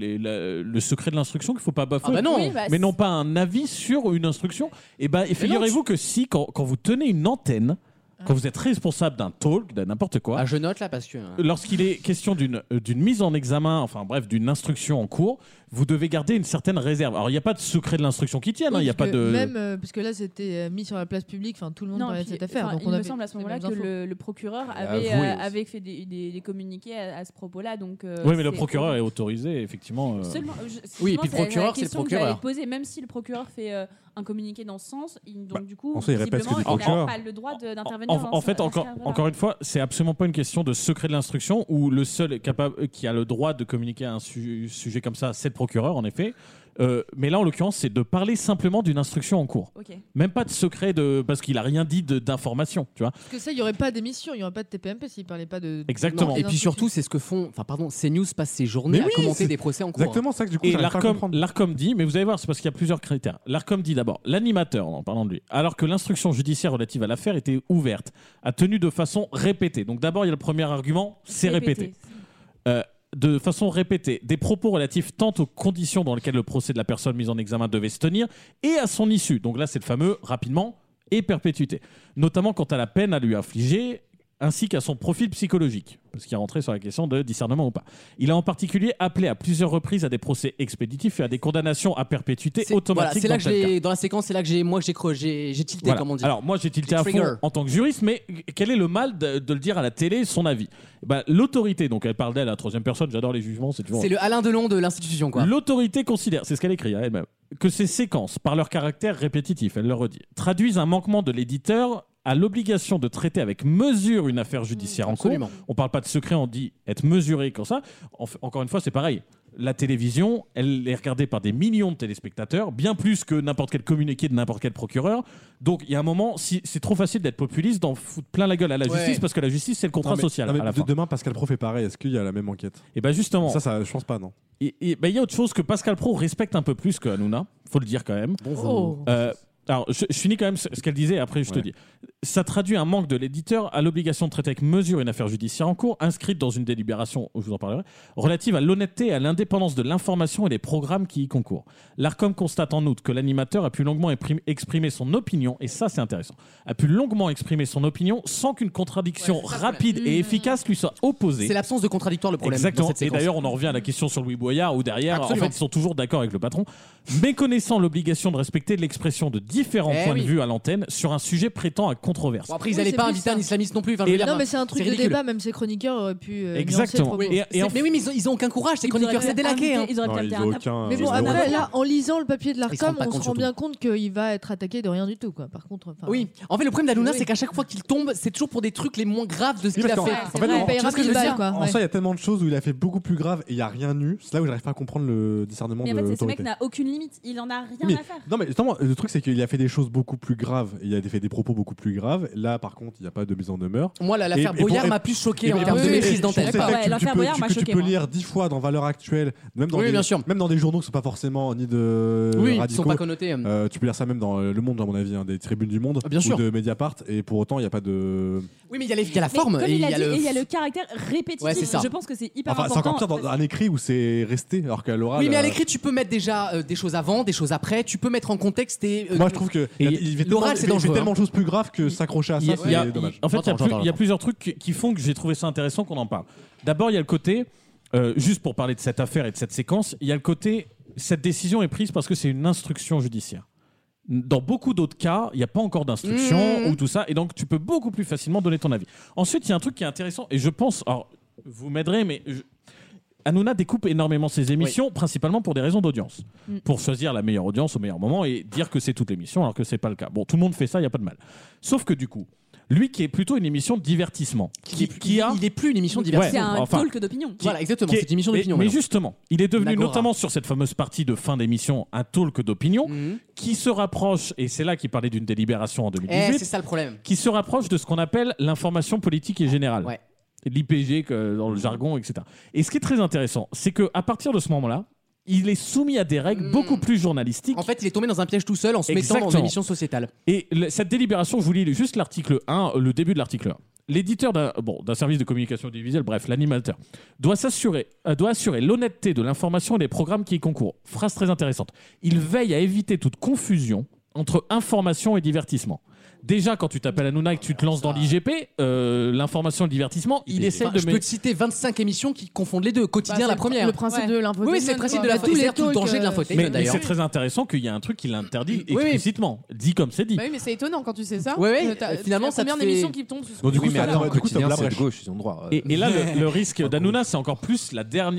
le secret de l'instruction qu'il faut pas bafouer, Ah bah non. Oui, mais non pas un avis sur une instruction. Et figurez-vous que si, quand vous tenez une antenne, quand vous êtes responsable d'un talk, de n'importe quoi, Ah, je note là parce que. lorsqu'il est question d'une mise en examen, enfin bref, d'une instruction en cours, vous devez garder une certaine réserve. Alors il n'y a pas de secret de l'instruction qui tienne, il Oui, n'y a pas parce que de. même parce que là c'était mis sur la place publique, enfin tout le monde Non, parlait de puis, cette affaire. enfin, Donc il on me avait semble à ce les moment-là mêmes que infos. le procureur avoué avait fait des communiqués à ce propos-là. Donc, Oui, mais le procureur est autorisé, effectivement. Seulement, Oui, et puis le procureur, c'est le que j'allais procureur. poser, même si le procureur fait un communiqué dans ce sens, donc du coup, en soi, il répète ce que dit le visiblement, il procureur. n'a pas le droit d'intervenir. En fait, encore une fois, c'est absolument pas une question de secret de l'instruction où le seul qui a le droit de communiquer à un sujet comme ça, c'est le procureur, en effet. Mais là, en l'occurrence, c'est de parler simplement d'une instruction en cours. Ok. Même pas de secret parce qu'il a rien dit d'information, tu vois. Parce que ça, il n'y aurait pas d'émission, il n'y aurait pas de TPMP s'il parlait pas de. Exactement. Non, et puis surtout, c'est ce que font. Enfin, pardon, CNews passe ses journées Mais à oui, commenter c'est des procès en cours. Exactement ça que du coup Et j'arrive pas à comprendre. l'ARCOM dit, mais vous allez voir, c'est parce qu'il y a plusieurs critères. L'ARCOM dit d'abord, l'animateur, en parlant de lui, alors que l'instruction judiciaire relative à l'affaire était ouverte, a tenu de façon répétée. Donc d'abord, il y a le premier argument, c'est répété. De façon répétée, des propos relatifs tant aux conditions dans lesquelles le procès de la personne mise en examen devait se tenir et à son issue. Donc là, c'est le fameux rapidement et perpétuité. Notamment quant à la peine à lui infliger ainsi qu'à son profil psychologique, parce qu'il est rentré sur la question de discernement ou pas. Il a en particulier appelé à plusieurs reprises à des procès expéditifs et à des condamnations à perpétuité Voilà, automatiques. c'est là que dans tel cas. dans la séquence, c'est là que j'ai tilté, Voilà. comme on dit. Alors moi j'ai tilté Les à fond triggers. en tant que juriste, mais quel est le mal de le dire à la télé, son avis? L'autorité, donc elle parle d'elle à la troisième personne, j'adore les jugements, c'est toujours... C'est le Alain Delon de l'institution, quoi. L'autorité considère, c'est ce qu'elle écrit à elle-même, que ces séquences, par leur caractère répétitif, elle le redit, traduisent un manquement de l'éditeur à l'obligation de traiter avec mesure une affaire judiciaire en cours. absolument. On parle pas de secret, on dit être mesuré comme ça. Encore une fois, c'est pareil. La télévision, elle est regardée par des millions de téléspectateurs, bien plus que n'importe quel communiqué de n'importe quel procureur. Donc il y a un moment, c'est trop facile d'être populiste, d'en foutre plein la gueule à la justice, parce que la justice, c'est le contrat social à la fin. Demain, Pascal Pro fait pareil. Est-ce qu'il y a la même enquête? Et bien justement, ça, je pense pas, non. il y a autre chose que Pascal Pro respecte un peu plus que Hanouna, faut le dire quand même. Oh. Alors, je finis quand même ce qu'elle disait, après je te dis. Ça traduit un manque de l'éditeur à l'obligation de traiter avec mesure une affaire judiciaire en cours, inscrite dans une délibération, je vous en parlerai, relative à l'honnêteté et à l'indépendance de l'information et des programmes qui y concourent. L'ARCOM constate en outre que l'animateur a pu longuement exprimer son opinion, et ça c'est intéressant, a pu longuement exprimer son opinion sans qu'une contradiction rapide et efficace lui soit opposée. C'est l'absence de contradictoire le problème. Exactement. Dans cette Et séquence. d'ailleurs, on en revient à la question sur Louis Boyard, où derrière, Absolument. en fait, ils sont toujours d'accord avec le patron, méconnaissant l'obligation de respecter l'expression de différents points de vue à l'antenne sur un sujet prêtant à controverse. Bon, après, ils n'allaient pas inviter un islamiste non plus. Enfin, je veux dire, Non, mais c'est un truc de ridicule. débat, même ces chroniqueurs auraient pu. Exactement. Mais oui, mais ils ont aucun courage, ces chroniqueurs, c'est délaqué. Hein. Ils auraient peut-être Mais bon, après, là, en lisant le papier de Ils se rendent l'ARCOM, pas on compte, se rend surtout. bien compte qu'il va être attaqué de rien du tout, quoi. Par contre. Oui, en fait, le problème d'Hanouna, Oui. c'est qu'à chaque fois qu'il tombe, c'est toujours pour des trucs les moins graves de ce qu'il a parce fait. qu'en- en fait, Il payera ce que je veux 1000 balles, dire quoi. En soi, il y a tellement de choses où il a fait beaucoup plus grave et il n'y a rien eu. C'est là où j'arrive pas à comprendre le discernement Mais de en fait, ce l'autorité. mec n'a aucune limite. Il en a rien Mais- à faire. Non mais justement, le truc c'est qu'il a fait des choses beaucoup plus graves, et il a fait des propos beaucoup plus graves. Là par contre, il n'y a pas de mise en demeure. Moi, l'affaire Et pour- Boyard et- m'a plus choqué en et- termes de et- maîtrise et- d'antenne. c'est le fait Ouais, que l'affaire tu peux- Boyard m'a que tu choqué, peux moi. lire 10 fois dans Valeurs Actuelles, même dans Oui, des, bien sûr. même dans des journaux qui sont pas forcément ni de Oui, ils radicaux. sont pas connotés. Tu peux lire ça même dans Le Monde, à mon avis, hein, des tribunes du Monde, Bien sûr. ou de Mediapart, et pour autant il n'y a pas de. Oui, mais il y a la Mais forme comme et il a dit, le. et il y a le caractère répétitif. Ouais, c'est ça. Je pense que c'est hyper Enfin, c'est important. encore pire dans un écrit où c'est resté, alors qu'à l'oral. Oui, mais à l'écrit, tu peux mettre déjà des choses avant, des choses après. Tu peux mettre en contexte et. Moi je trouve que il fait l'oral, c'est dangereux, tellement de choses plus graves que s'accrocher à ça, Il y a- c'est dommage. En fait, J'entends. il y a plusieurs trucs qui font que j'ai trouvé ça intéressant qu'on en parle. D'abord, il y a le côté, juste pour parler de cette affaire et de cette séquence, il y a le côté, cette décision est prise parce que c'est une instruction judiciaire. Dans beaucoup d'autres cas, il n'y a pas encore d'instruction ou tout ça, et donc tu peux beaucoup plus facilement donner ton avis. Ensuite, il y a un truc qui est intéressant, et je pense, alors vous m'aiderez, mais Hanouna découpe énormément ses émissions, principalement pour des raisons d'audience, pour choisir la meilleure audience au meilleur moment et dire que c'est toute l'émission, alors que c'est pas le cas. Bon, tout le monde fait ça, il n'y a pas de mal. Sauf que du coup, lui qui est plutôt une émission de divertissement, il est plus une émission de divertissement. C'est un talk d'opinion. Voilà, exactement, c'est une émission d'opinion. Mais justement, il est devenu D'accord. notamment sur cette fameuse partie de fin d'émission un talk d'opinion qui se rapproche, et c'est là qu'il parlait d'une délibération en 2018, c'est ça le problème. qui se rapproche de ce qu'on appelle l'information politique et générale. Ouais. L'IPG dans le jargon, etc. Et ce qui est très intéressant, c'est qu'à partir de ce moment-là, il est soumis à des règles beaucoup plus journalistiques. En fait, il est tombé dans un piège tout seul en se mettant dans une émission sociétale. Et cette délibération, je vous lis juste l'article 1, le début de l'article 1. L'éditeur d'un service de communication audiovisuelle, bref, l'animateur, doit assurer l'honnêteté de l'information et des programmes qui y concourent. Phrase très intéressante. Il veille à éviter toute confusion entre information et divertissement. Déjà, quand tu t'appelles Hanouna et que tu te lances dans l'IGP, l'information et le divertissement, il essaie de... Je peux te citer 25 émissions qui confondent les deux. Quotidien, la première. Le principe de l'infotainment. Oui, c'est le principe de l'infotainment. C'est tout le danger de l'infotainment, Mais d'ailleurs. c'est très intéressant qu'il y ait un truc qui l'interdit explicitement. Dit comme c'est dit. Bah oui, mais c'est étonnant quand tu sais ça. Finalement, c'est la première émission qui tombe sur ce Du coup, coup-là. c'est de gauche, ils ont droit. Et là, le risque d'Hanouna, c'est encore plus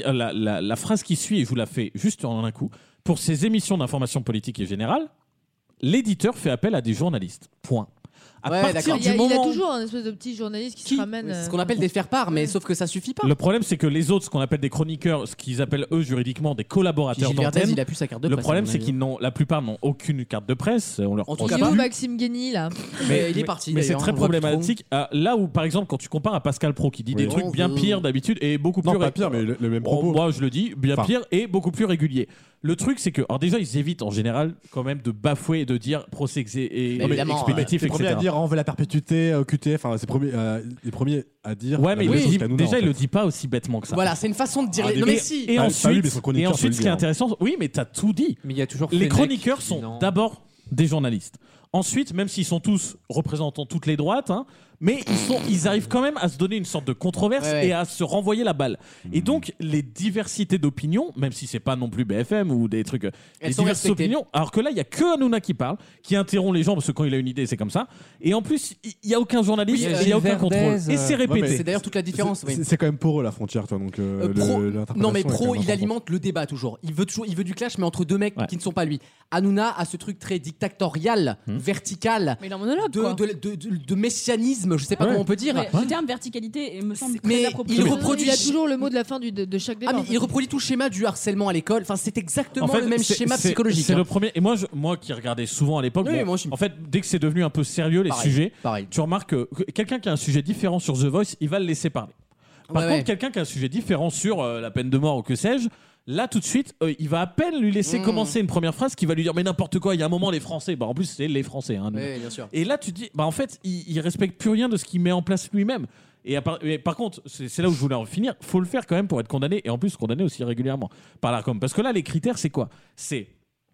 la phrase qui suit, et je vous la fais juste en un coup. Pour ces émissions d'information politique et générale, l'éditeur fait appel à des journalistes. Point. À partir du il y moment... a toujours un espèce de petit journaliste qui se ramène. C'est ce qu'on appelle des faire-part, mais sauf que ça suffit pas. Le problème, c'est que les autres, ce qu'on appelle des chroniqueurs, ce qu'ils appellent eux juridiquement des collaborateurs d'antenne, il a plus sa carte de le presse, problème, à mon c'est avis. qu'ils n'ont, la plupart n'ont aucune carte de presse. On leur reproche Il est pas. où Maxime Guény là Mais il est parti. Mais c'est d'ailleurs, très on le voit plus problématique. Là où, par exemple, quand tu compares à Pascal Pro qui dit des trucs bien pires d'habitude et beaucoup plus. Non, pas pire, mais le même propos. Moi, je le dis, bien pire et beaucoup plus régulier. Le truc, c'est que, alors déjà, ils évitent en général quand même de bafouer et de dire procès expéditif, Les premiers etc. à dire on veut la perpétuité, QTF, enfin, c'est les premiers à dire. Ouais, mais la même chose il qu'Hanouna, déjà, en il fait. le dit pas aussi bêtement que ça. Voilà, c'est une façon de dire. Ah, Non, mais si. Et ensuite, ce qui est intéressant, oui, mais t'as tout dit. Mais il y a toujours Les Fenech chroniqueurs qui dit sont non. d'abord des journalistes. Ensuite, même s'ils sont tous représentant toutes les droites, mais ils arrivent quand même à se donner une sorte de controverse et à se renvoyer la balle. Et donc, les diversités d'opinions, même si c'est pas non plus BFM ou des trucs, les sont diverses respectées. opinions, alors que là, il y a que Hanouna qui parle, qui interrompt les gens parce que quand il a une idée, c'est comme ça. Et en plus, il y a aucun journaliste, il y a aucun contrôle. Et c'est répété. C'est d'ailleurs toute la différence. oui. C'est quand même pour eux la frontière, toi. Donc, Non mais Pro, il alimente le débat toujours. Il veut du clash, mais entre deux mecs qui ne sont pas lui. Hanouna a ce truc très dictatorial, vertical, Mais il est en monologue, quoi. de messianisme, je sais pas comment on peut dire. Ouais, le terme verticalité me semble Mais très approprié. il reproduit. Il a toujours le mot de la fin de chaque débat. Ah, mais en fait. il reproduit tout le schéma du harcèlement à l'école. Enfin, c'est exactement En fait, le même schéma psychologique. C'est le premier. Et moi qui regardais souvent à l'époque, Oui, bon, moi aussi. en fait, dès que c'est devenu un peu sérieux les Pareil, sujets, pareil. tu remarques que quelqu'un qui a un sujet différent sur The Voice, il va le laisser parler. Par contre, quelqu'un qui a un sujet différent sur la peine de mort ou que sais-je, là tout de suite, il va à peine lui laisser commencer une première phrase qui va lui dire mais n'importe quoi. Il y a un moment les Français, en plus c'est les Français. Oui, bien sûr. Et là tu te dis, en fait, il respecte plus rien de ce qu'il met en place lui-même. Et par contre, c'est là où je voulais en finir. Faut le faire quand même pour être condamné, et en plus condamné aussi régulièrement par l'Arcom. Parce que là, les critères, c'est quoi ? C'est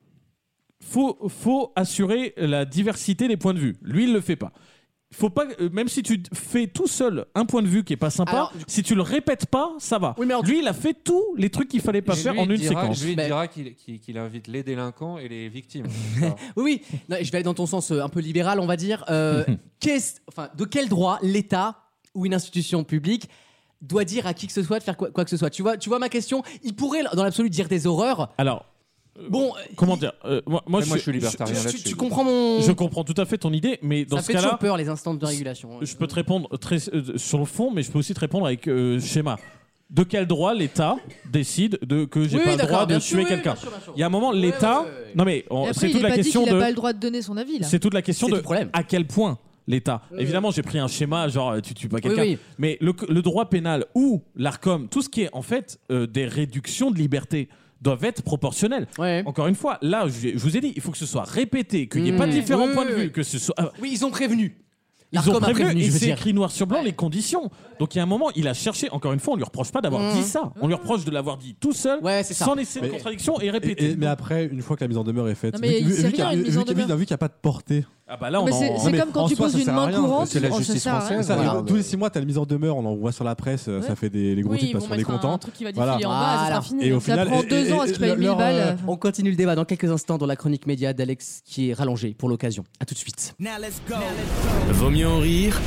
faut assurer la diversité des points de vue. Lui, il le fait pas. Faut pas, même si tu fais tout seul un point de vue qui est pas sympa, Alors, si tu le répètes pas, ça va. Oui, mais alors, lui, il a fait tous les trucs qu'il fallait pas faire en une séquence. Lui, il dira qu'il invite les délinquants et les victimes. Oui, non, je vais aller dans ton sens un peu libéral, on va dire. De quel droit l'État ou une institution publique doit dire à qui que ce soit de faire quoi que ce soit. Tu vois ma question ? Il pourrait, dans l'absolu, dire des horreurs. Alors. Bon, comment dire moi, je suis libertarien là-dessus. Tu comprends mon... Je comprends tout à fait ton idée, mais dans ça ce fait cas-là, toujours peur les instances de régulation. Je peux te répondre sur le fond, mais je peux aussi te répondre avec schéma. De quel droit l'État décide que j'ai pas le droit de tuer quelqu'un ? Il y a un moment, l'État. Non mais c'est toute la question Il n'a pas le droit de donner son avis là. C'est toute la question de à quel point l'État. Évidemment, j'ai pris un schéma genre tu tues pas quelqu'un, mais le droit pénal ou l'Arcom, tout ce qui est en fait des réductions de liberté doivent être proportionnels. Encore une fois, là, je vous ai dit, il faut que ce soit répété, qu'il n'y ait pas différents points de vue, que ce soit. Oui, ils ont prévenu. Ils ont prévenu, et c'est écrit noir sur blanc les conditions. Donc il y a un moment, il a cherché. Encore une fois, on lui reproche pas d'avoir dit ça. On lui reproche de l'avoir dit tout seul, sans laisser de contradiction et répéter. Mais après, une fois que la mise en demeure est faite, Non, mais vu c'est qu'il rien, une mise en n'y a pas de portée. Ah bah là, on Mais c'est comme quand tu poses une main courante. C'est la justice française. Tous les 6 mois, t'as la mise en demeure, on en voit sur la presse, ça fait les gros titres parce qu'on est content. Un truc qui va défiler en bas, ça sera fini. Et au Ça final, prend 2 ans à ce qu'il paye 1000 balles. On continue le débat dans quelques instants dans la chronique média d'Alex qui est rallongée pour l'occasion. À tout de suite. Vaut mieux en rire.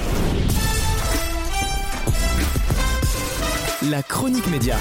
La chronique média.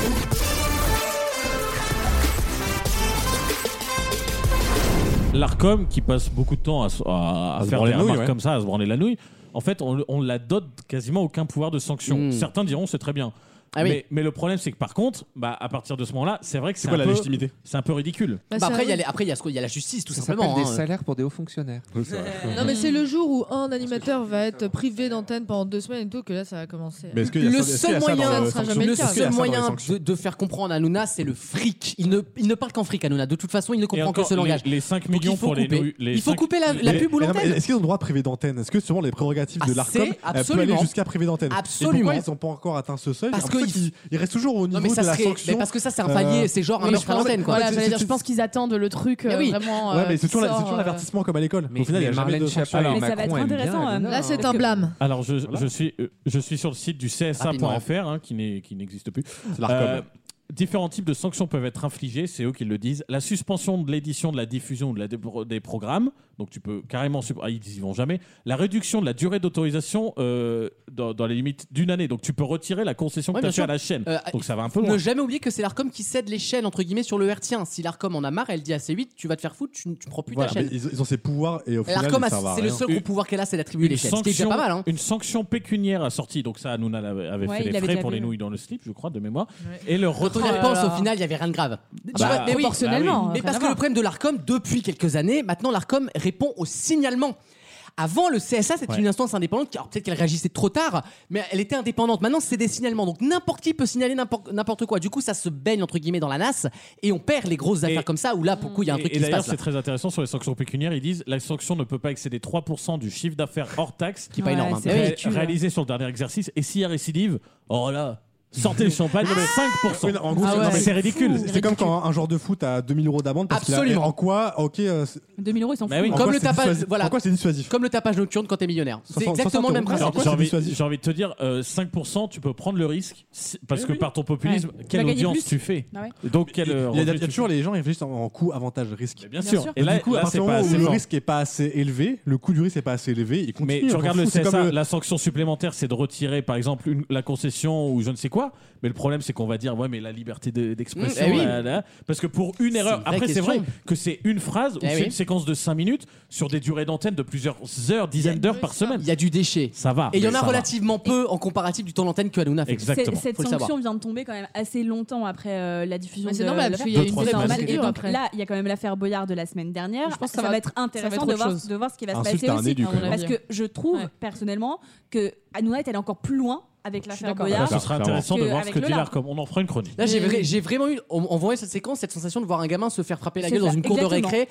L'Arcom qui passe beaucoup de temps à faire des remarques comme ça, à se branler la nouille. En fait, on la dote quasiment aucun pouvoir de sanction. Certains diront c'est très bien. Ah oui. Mais le problème, c'est que par contre, à partir de ce moment-là, c'est vrai que c'est quoi la légitimité ? C'est un peu ridicule. Après, il y a la justice, tout Ça simplement. s'appelle des salaires pour des hauts fonctionnaires. Non, mais c'est le jour où un animateur va être privé d'antenne pendant 2 semaines et tout que là, ça va commencer. Mais est-ce qu'il y a Le ça- est-ce seul qu'il y a ça moyen, dans ça sera jamais le le cas. seul moyen de faire comprendre à Hanouna, c'est le fric. Il ne parle qu'en fric, Hanouna. De toute façon, il ne Et comprend que encore, ce langage. les 5 Donc, millions il faut pour les couper. nouilles. Il faut couper la pub ou l'antenne. Est-ce qu'ils ont le droit de privé d'antenne ? Est-ce que sûrement les prérogatives de l'Arcom peut aller absolument. jusqu'à privé d'antenne ? Absolument. Et pourquoi ils n'ont pas encore atteint ce seuil ? Parce En fait, que ils restent toujours au niveau Non, mais ça de la serait. sanction. Mais parce que ça, c'est un palier. C'est genre un meurtre à l'antenne, quoi. Voilà, j'allais dire, je pense qu'ils attendent le truc vraiment. Ouais, mais c'est toujours qui sort, l'avertissement comme à l'école. Au final, il n'y a jamais de sanction. Mais ça va être intéressant. Là, c'est un blâme. Alors, je suis sur le site du CSA.fr qui n'existe plus. C'est l'Arcom. Différents types de sanctions peuvent être infligées, c'est eux qui le disent. La suspension de l'édition, de la diffusion ou des programmes, donc tu peux carrément... ils y vont jamais. La réduction de la durée d'autorisation dans les limites d'une année, donc tu peux retirer la concession que tu as fait à la chaîne. Donc ça va un peu loin. Ne jamais oublier que c'est l'Arcom qui cède les chaînes, entre guillemets, sur le hertzien. Si l'Arcom en a marre, elle dit à C8, tu vas te faire foutre, tu ne prends plus ta chaîne. Ils ont ces pouvoirs et au final, L'Arcom, ça va c'est le seul gros pouvoir qu'elle a, c'est d'attribuer les chaînes. Ce qui est déjà pas mal. Hein. Une sanction pécuniaire a sorti, donc ça, Hanouna avait fait les frais pour les nouilles dans le slip, je crois, de mémoire. Et le Quand on y repense, au final, il n'y avait rien de grave. Mais proportionnellement. Mais parce que le problème de l'Arcom, depuis quelques années, maintenant l'Arcom répond au signalement. Avant, le CSA, c'était une instance indépendante. Alors, peut-être qu'elle réagissait trop tard, mais elle était indépendante. Maintenant, c'est des signalements. Donc, n'importe qui peut signaler n'importe quoi. Du coup, ça se baigne, entre guillemets, dans la nasse. Et on perd les grosses affaires comme ça, où là, pour le coup, il y a un truc qui se d'ailleurs, passe. c'est très intéressant sur les sanctions pécuniaires. Ils disent la sanction ne peut pas excéder 3% du chiffre d'affaires hors taxe. Qui n'est pas énorme. Hein. Réalisé sur le dernier exercice. Et s'il y a récidive, oh là, sortez le champagne, mais 5%. Oui, non, en gros, c'est ridicule. C'est comme quand un joueur de foot a 2000 € d'amende parce qu'il a. En quoi 2000 €, ils s'en foutent. oui. Comme le tapage, Pourquoi c'est dissuasif ? Comme le tapage nocturne quand t'es millionnaire. C'est exactement le même principe. J'ai envie de te dire, 5%, tu peux prendre le risque parce que par ton populisme, quelle audience tu fais. Donc, il y a toujours les gens qui réfléchissent en coût, avantage, risque. Bien sûr. Et là, du coup, à partir du moment où le risque n'est pas assez élevé, le coût du risque n'est pas assez élevé, il continue. Mais tu regardes le CSA, la sanction supplémentaire, c'est de retirer, par exemple, la concession ou je ne sais quoi. Mais le problème, c'est qu'on va dire, ouais, mais la liberté d'expression. Parce que pour une erreur, après, c'est vrai que c'est une phrase ou c'est une séquence de 5 minutes sur des durées d'antenne de plusieurs heures, dizaines d'heures par semaine. Il y a du déchet. Ça va. Et il y en a relativement peu en comparatif du temps d'antenne que Hanouna fait. Exactement. Cette sanction vient de tomber quand même assez longtemps après la diffusion. C'est normal, parce qu'il y a une et donc là, il y a quand même l'affaire Boyard de la semaine dernière. Je pense que ça va être intéressant de voir ce qui va se passer aussi. Parce que je trouve personnellement que Hanouna est allé encore plus loin avec l'affaire Boyard. Ce sera intéressant de voir ce que dit l'Arcom. On en fera une chronique. Là, j'ai vraiment eu, en voyant cette séquence, cette sensation de voir un gamin se faire frapper la gueule dans une cour de récré.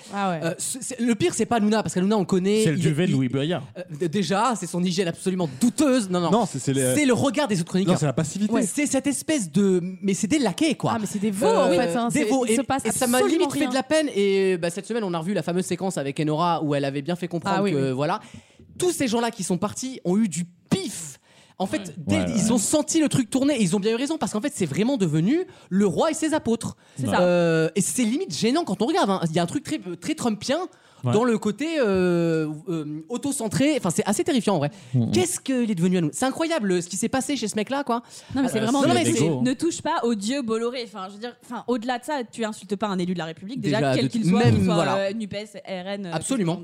Le pire, c'est pas Hanouna, parce qu'Hanouna, on le connaît. C'est le duvet de Louis Boyard. Déjà, c'est son hygiène absolument douteuse. Non, c'est le regard des autres chroniqueurs. Non, c'est la passivité. C'est cette espèce de. Mais c'est des laquais, quoi. Ah, mais c'est des veaux, en fait. Des veaux. Et ça m'a limite rien. fait de la peine. Et cette semaine, on a revu la fameuse séquence avec Enora où elle avait bien fait comprendre que, voilà, tous ces gens-là qui sont partis ont eu du pif. En fait, ils ont senti le truc tourner et ils ont bien eu raison parce qu'en fait, c'est vraiment devenu le roi et ses apôtres. C'est ça. Et c'est limite gênant quand on regarde. Hein. Il y a un truc très, très trumpien dans le côté auto-centré. Enfin, c'est assez terrifiant en vrai. Qu'est-ce qu'il est devenu à nous ? C'est incroyable ce qui s'est passé chez ce mec-là, quoi. Non, mais c'est vraiment. Ne touche pas au dieu Bolloré. Enfin, je veux dire, au-delà de ça, tu insultes pas un élu de la République, déjà quel qu'il soit, qu'il soit NUPES, RN. Absolument.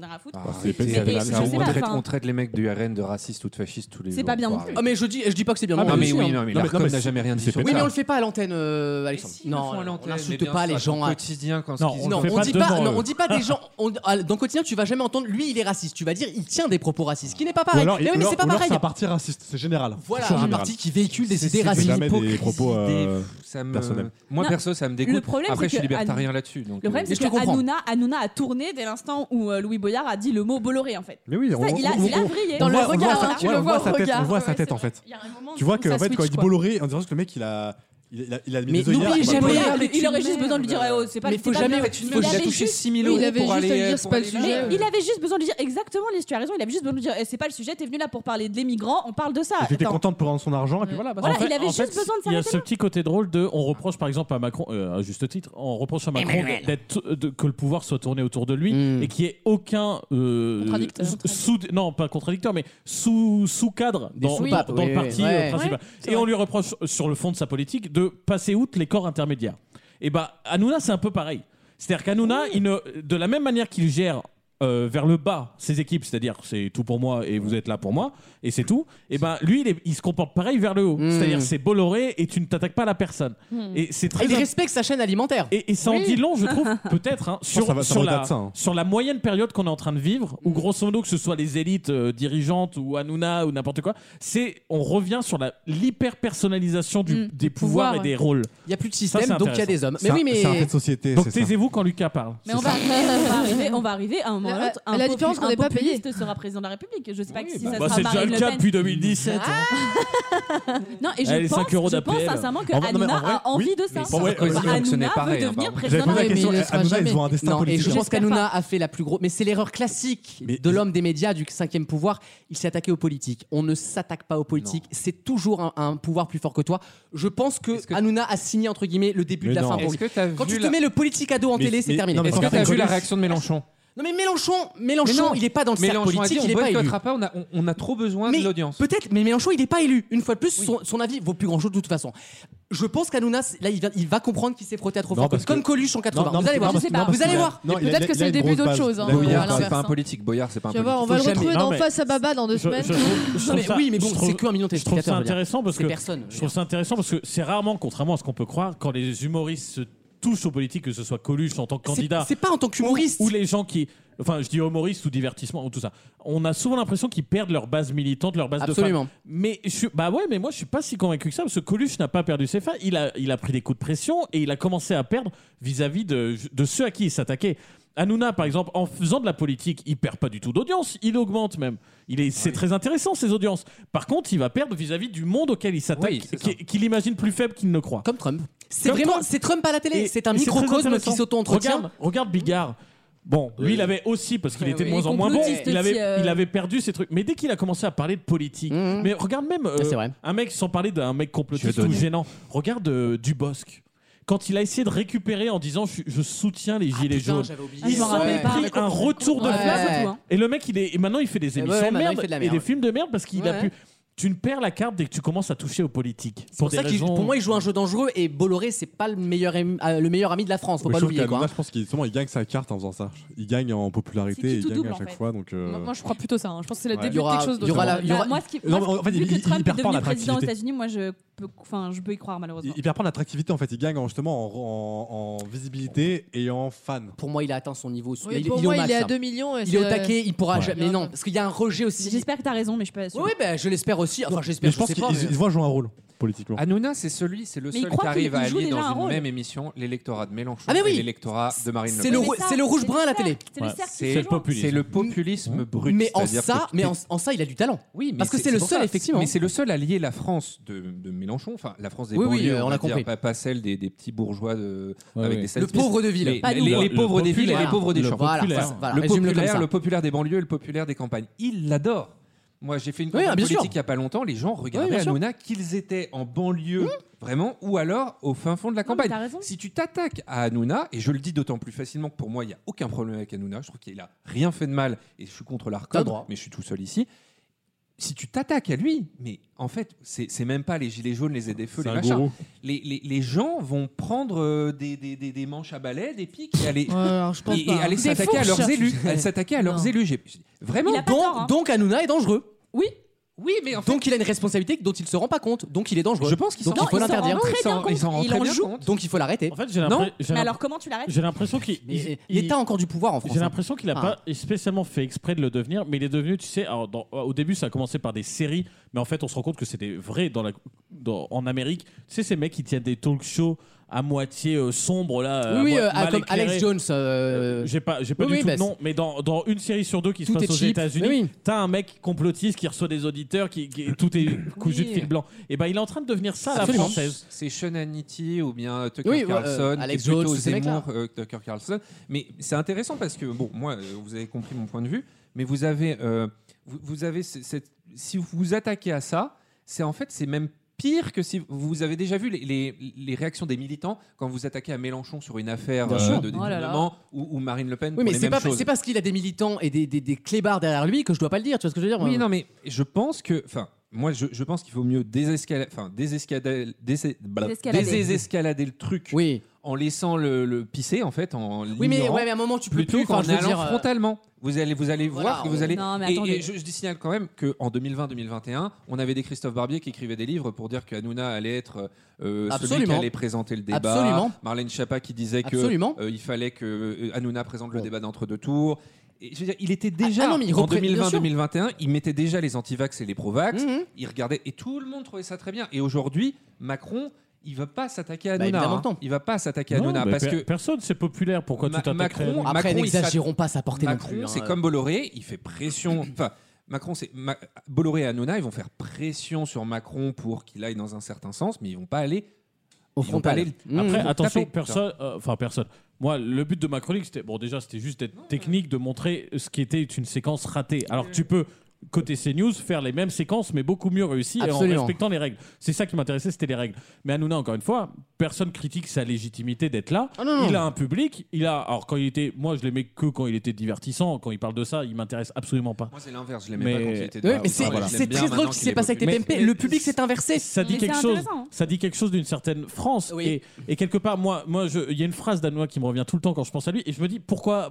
On traite les mecs du RN de racistes ou de fascistes tous les jours. C'est pas bien non plus. Ah, mais je dis pas que c'est bien. Non, mais l'Arcom n'a jamais rien dit sur ça. Oui, mais on le fait pas à l'antenne, Alexandre. Non, on n'insulte pas les gens. Quotidien quand on dit pas des gens. Dans le quotidien, tu vas jamais entendre lui, il est raciste. Tu vas dire, il tient des propos racistes, ce qui n'est pas pareil. Mais c'est pas pareil. C'est un parti raciste, c'est général. Voilà, un parti qui véhicule des idées racistes. Jamais des propos personnels. Moi perso, ça me dégoûte. Après, je suis libertarien là-dessus. Le problème, c'est que Hanouna a tourné dès l'instant où Louis Boyard a dit le mot Bolloré, en fait. Mais oui, il a brillé dans le regard. Tu le vois sa tête, en fait. Tu vois qu'en fait, quand il dit Bolloré, on dirait que le mec, il a Il a mis Mais des œillères. n'oublie jamais. Il aurait juste besoin de lui dire oh, c'est pas Mais le faut jamais. Il a touché 6 000 euros pour aller. Mais il avait juste besoin de lui dire exactement, Lise, tu as raison, il avait juste besoin de lui dire c'est pas le sujet, t'es venu là pour parler de l'émigrant, on parle de ça. Il était content de prendre son argent et puis voilà. Voilà, il avait juste besoin de Il y a s'arrêter ce là. petit côté drôle de on reproche par exemple à Macron, à juste titre, on reproche à Macron que le pouvoir soit tourné autour de lui et qu'il n'y ait aucun pas contradicteur, mais sous cadre dans le parti principal. Et on lui reproche sur le fond de sa politique de passer outre les corps intermédiaires. Et Hanouna c'est un peu pareil. C'est-à-dire qu'Hanouna, de la même manière qu'il gère vers le bas ses équipes, c'est-à-dire c'est tout pour moi et vous êtes là pour moi et c'est tout, et lui il se comporte pareil vers le haut, c'est-à-dire c'est Bolloré et tu ne t'attaques pas à la personne et c'est très il respecte sa chaîne alimentaire et ça en dit long je trouve peut-être sur la moyenne période qu'on est en train de vivre où grosso modo que ce soit les élites dirigeantes ou Hanouna ou n'importe quoi, on revient sur l'hyper personnalisation des pouvoirs et des rôles. Il n'y a plus de système donc il y a des hommes. C'est un fait de société. Donc taisez-vous quand Lucas parle. Mais on va arriver à un moment la différence qu'on n'est pas payé sera président de la République. Je sais pas si ça c'est sera déjà Marine le Le cas Pen. depuis 2017. Non, et je pense sincèrement que Hanouna a envie de ça. Hanouna veut devenir président de la République. Hanouna, ils ont un destin politique. Et je pense qu'Hanouna a fait la plus grosse. Mais c'est l'erreur classique de l'homme des médias, du 5e pouvoir. Il s'est attaqué aux politiques. On ne s'attaque pas aux politiques. C'est toujours un pouvoir plus fort que toi. Je pense que Hanouna a signé entre guillemets le début de la fin pour lui. Quand tu te mets le politique ado en télé, c'est terminé. Est-ce que tu as vu la réaction de Mélenchon? Non mais Mélenchon, il est pas dans le cercle politique, il est pas élu. On a trop besoin de l'audience. Peut-être, mais Mélenchon, il est pas élu. Une fois de plus, son avis vaut plus grand chose de toute façon. Je pense qu'Hanouna, là, il va comprendre qu'il s'est frotté à trop fort. Comme Coluche en 80. Vous allez voir. Vous allez voir. Peut-être que c'est le début d'autre chose. Boyard, c'est pas un politique. Boyard, c'est pas un politique. On va le retrouver dans Face à Baba dans 2 semaines. Oui, mais bon, c'est que 1 million de téléspectateurs. Je trouve ça intéressant parce que c'est rarement, contrairement à ce qu'on peut croire, quand les humoristes se touchent aux politiques, que ce soit Coluche en tant que candidat. C'est pas en tant qu'humoriste. Ou les gens qui. Enfin, je dis humoriste ou divertissement ou tout ça. On a souvent l'impression qu'ils perdent leur base militante, leur base de fans. Mais mais moi je suis pas si convaincu que ça parce que Coluche n'a pas perdu ses fans. Il a pris des coups de pression et il a commencé à perdre vis-à-vis de ceux à qui il s'attaquait. Hanouna, par exemple, en faisant de la politique, il perd pas du tout d'audience, il augmente même. C'est très intéressant ces audiences. Par contre, il va perdre vis-à-vis du monde auquel il s'attaque, qu'il imagine plus faible qu'il ne croit. Comme Trump. C'est Trump à la télé. C'est un microcosme qui s'auto-entretient. Regarde Bigard. Bon, lui, il avait aussi, parce qu'il était de moins en moins bon, il avait perdu ses trucs. Mais dès qu'il a commencé à parler de politique, mais regarde même un mec, sans parler d'un mec complotiste ou gênant, regarde Dubosc. Quand il a essayé de récupérer en disant je soutiens les gilets jaunes, il s'en est pris un retour de flamme. Et le mec, maintenant il fait des émissions de merde et des films de merde parce qu'il a pu. Tu ne perds la carte dès que tu commences à toucher aux politiques. Pour moi, il joue un jeu dangereux et Bolloré, c'est pas le meilleur ami de la France. Faut pas l'oublier. Je pense qu'il gagne sa carte en faisant ça. Il gagne en popularité et il gagne à chaque fois. Donc moi, je crois plutôt ça. Je pense que c'est le début de quelque chose d'autre. Moi, vu que Trump est devenu président aux États-Unis, moi, je peux y croire malheureusement. Il perd pas en attractivité en fait. Il gagne justement en visibilité et en fans. Pour moi, il a atteint son niveau. Pour moi, il est à 2 millions. Il est au taquet. Il pourra jamais. Mais non, parce qu'il y a un rejet aussi. J'espère que t'as raison, mais je suis pas sûre. Oui, je l'espère aussi. Enfin, j'espère. Je pense qu'il doit jouer un rôle politiquement. Hanouna, c'est le seul qui arrive à allier dans une même émission l'électorat de Mélenchon et l'électorat de Marine Le Pen. C'est le rouge-brun à la télé. C'est le populisme brut. Mais en ça, il a du talent. Oui, parce que c'est le seul, effectivement. Mais c'est le seul à lier la France de Mélenchon, enfin la France des banlieues, on a compris. Pas celle des petits bourgeois avec des le pauvre de ville. Les pauvres des villes et les pauvres des champs. Le populaire des banlieues et le populaire des campagnes. Il l'adore. Moi, j'ai fait une campagne politique il n'y a pas longtemps. Les gens regardaient Hanouna, qu'ils étaient en banlieue, vraiment, ou alors au fin fond de la campagne. Si tu t'attaques à Hanouna, et je le dis d'autant plus facilement que pour moi, il n'y a aucun problème avec Hanouna, je trouve qu'il n'a rien fait de mal, et je suis contre l'ARCOM, mais je suis tout seul ici. Si tu t'attaques à lui, mais en fait, c'est même pas les gilets jaunes, les ZFE, les machins. Les gens vont prendre des manches à balai, des pics et aller s'attaquer à leurs élus. S'attaquer à leurs élus. Vraiment. Donc Hanouna est dangereux. Oui, mais en fait... Donc il a une responsabilité dont il se rend pas compte. Donc il est dangereux. Je pense qu'il il faut l'interdire. Il en joue. Donc il faut l'arrêter. En fait, mais alors comment tu l'arrêtes? J'ai l'impression qu'il l'État a encore du pouvoir en France. J'ai l'impression qu'il n'a pas spécialement fait exprès de le devenir, mais il est devenu, tu sais, au début ça a commencé par des séries, mais en fait on se rend compte que c'était vrai en Amérique. Tu sais, ces mecs qui tiennent des talk shows à moitié sombre là. Oui, mal comme éclairé. Alex Jones. J'ai pas oui, du tout bah, de nom, mais dans une série sur 2 qui se tout passe est aux cheap. États-Unis, Oui. t'as un mec complotiste qui reçoit des auditeurs, tout est cousu de fil blanc. Et ben il est en train de devenir ça à la française. C'est Sean Hannity ou bien Tucker Carlson, Alex et plutôt Jones, Zemmour, Tucker Carlson. Mais c'est intéressant parce que bon, moi, vous avez compris mon point de vue, mais vous avez, si vous vous attaquez à ça, c'est même pire que si vous avez déjà vu les réactions des militants quand vous attaquez à Mélenchon sur une affaire de détournement ou Marine Le Pen. Oui, pour mais les mêmes choses. c'est parce qu'il a des militants et des clébards derrière lui que je dois pas le dire. Tu vois ce que je veux dire? Oui, non, mais je pense que, moi, je pense qu'il vaut mieux désescalader le truc. Oui. En laissant le pisser en fait, en oui, mais à un moment tu peux plutôt plus qu'en allant dire, frontalement. Vous allez voir que vous allez. Non, mais et je signale quand même qu'en 2020-2021, on avait des Christophe Barbier qui écrivait des livres pour dire qu'Hanouna allait être celui qui allait présenter le débat. Absolument. Marlène Schiappa qui disait que il fallait que Hanouna présente le débat d'entre-deux tours. Et je veux dire, il était déjà en 2020-2021, il mettait déjà les antivax et les provax. Il regardait et tout le monde trouvait ça très bien. Et aujourd'hui, Macron. Il va pas s'attaquer à Hanouna. Il va pas s'attaquer à Hanouna parce que personne c'est populaire. Pourquoi tu t'attaquerais? Après, n'exagérons pas sa portée non Macron, plus. c'est comme Bolloré, il fait pression. Macron, Bolloré et Hanouna, ils vont faire pression sur Macron pour qu'il aille dans un certain sens, mais ils vont pas aller au frontal. Après, attention, personne. Moi, le but de ma chronique, c'était juste d'être technique, de montrer ce qui était une séquence ratée. Alors tu peux. Côté CNews, faire les mêmes séquences mais beaucoup mieux réussies et en respectant les règles. C'est ça qui m'intéressait, c'était les règles. Mais Hanouna, encore une fois, personne critique sa légitimité d'être là. Il a un public. Alors quand il était, moi je l'aimais que quand il était divertissant. Quand il parle de ça, il m'intéresse absolument pas. Moi c'est l'inverse, je l'aimais pas quand il était. Mais c'est très drôle ce qui s'est passé avec les PMP. Le public s'est inversé. Ça dit quelque chose. Ça dit quelque chose d'une certaine France. Et quelque part, moi, il y a une phrase d'Hanouna qui me revient tout le temps quand je pense à lui et je me dis pourquoi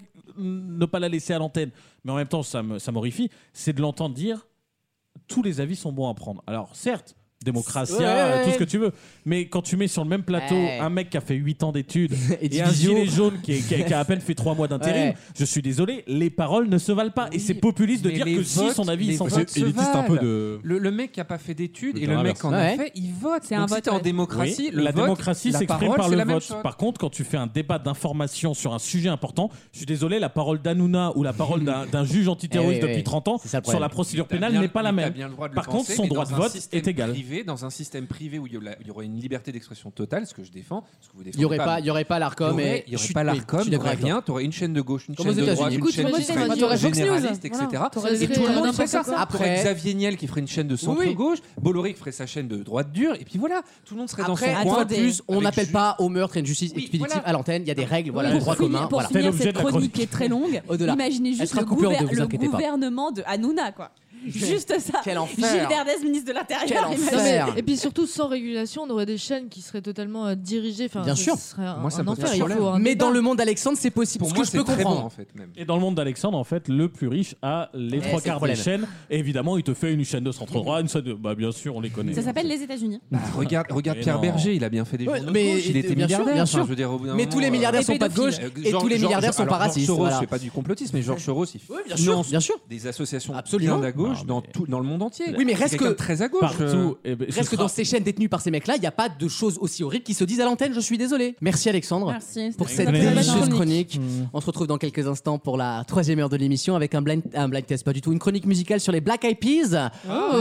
ne pas la laisser à l'antenne. Mais en même temps, ça m'horrifie, c'est de l'entendre dire tous les avis sont bons à prendre. Alors certes, démocratia, tout ce que tu veux, mais quand tu mets sur le même plateau un mec qui a fait 8 ans d'études et un gilet jaune qui a à peine fait 3 mois d'intérim, je suis désolé, les paroles ne se valent pas et c'est populiste de dire que si son avis s'en fout. C'est élitiste un peu de... Le mec qui a pas fait d'études et le mec qui en a fait, il vote. C'est un vote en démocratie. La démocratie s'exprime par le vote. Par contre, quand tu fais un débat d'information sur un sujet important, je suis désolé, la parole d'Hanouna ou la parole d'un juge antiterroriste depuis 30 ans sur la procédure pénale n'est pas la même. Par contre, son droit de vote est égal. Dans un système privé où il y aurait une liberté d'expression totale, ce que je défends, ce que vous défendez. Il y aurait pas l'Arcom, il y aurait pas l'Arcom, il y aurait rien. Tu aurais une chaîne de gauche, une chaîne de droite, une chaîne généraliste, etc. Et tout le monde ferait ça. Après, Xavier Niel qui ferait une chaîne de centre-gauche, Bolloré qui ferait sa chaîne de droite dure, et puis voilà, tout le monde serait dans son coin. En plus, on n'appelle pas au meurtre et une justice expéditive à l'antenne. Il y a des règles, le droit commun. Pour finir cette chronique qui est très longue, imaginez juste le gouvernement de Hanouna, quoi. Juste ça. Quel enfer. Gilles Verdez, ministre de l'Intérieur. Et puis surtout, sans régulation, on aurait des chaînes qui seraient totalement dirigées. Bien sûr. Moi, ça enfer. Mais dans le monde d'Alexandre, c'est possible. Pour moi, je peux comprendre. En fait, même. Et dans le monde d'Alexandre, en fait, le plus riche a les 3/4 des chaînes. Et évidemment, il te fait une chaîne de centre droit, une chaîne de. Bien sûr, on les connaît. Ça s'appelle les États-Unis. Regarde Pierre Berger, il a bien fait des journaux de gauche. Il était milliardaire. Bien sûr. Mais tous les milliardaires sont pas de gauche et tous les milliardaires sont pas racistes. Georges Soros, c'est pas du complotisme, mais Georges Soros, il finance des associations bien à gauche dans le monde entier. Oui, mais reste que très à gauche. Partout. Reste que dans ces chaînes détenues par ces mecs-là, il n'y a pas de choses aussi horribles qui se disent à l'antenne. Je suis désolé. Merci Alexandre pour cette délicieuse chronique. On se retrouve dans quelques instants pour la 3e heure de l'émission avec un blind test, pas du tout, une chronique musicale sur les Black Eyed Peas,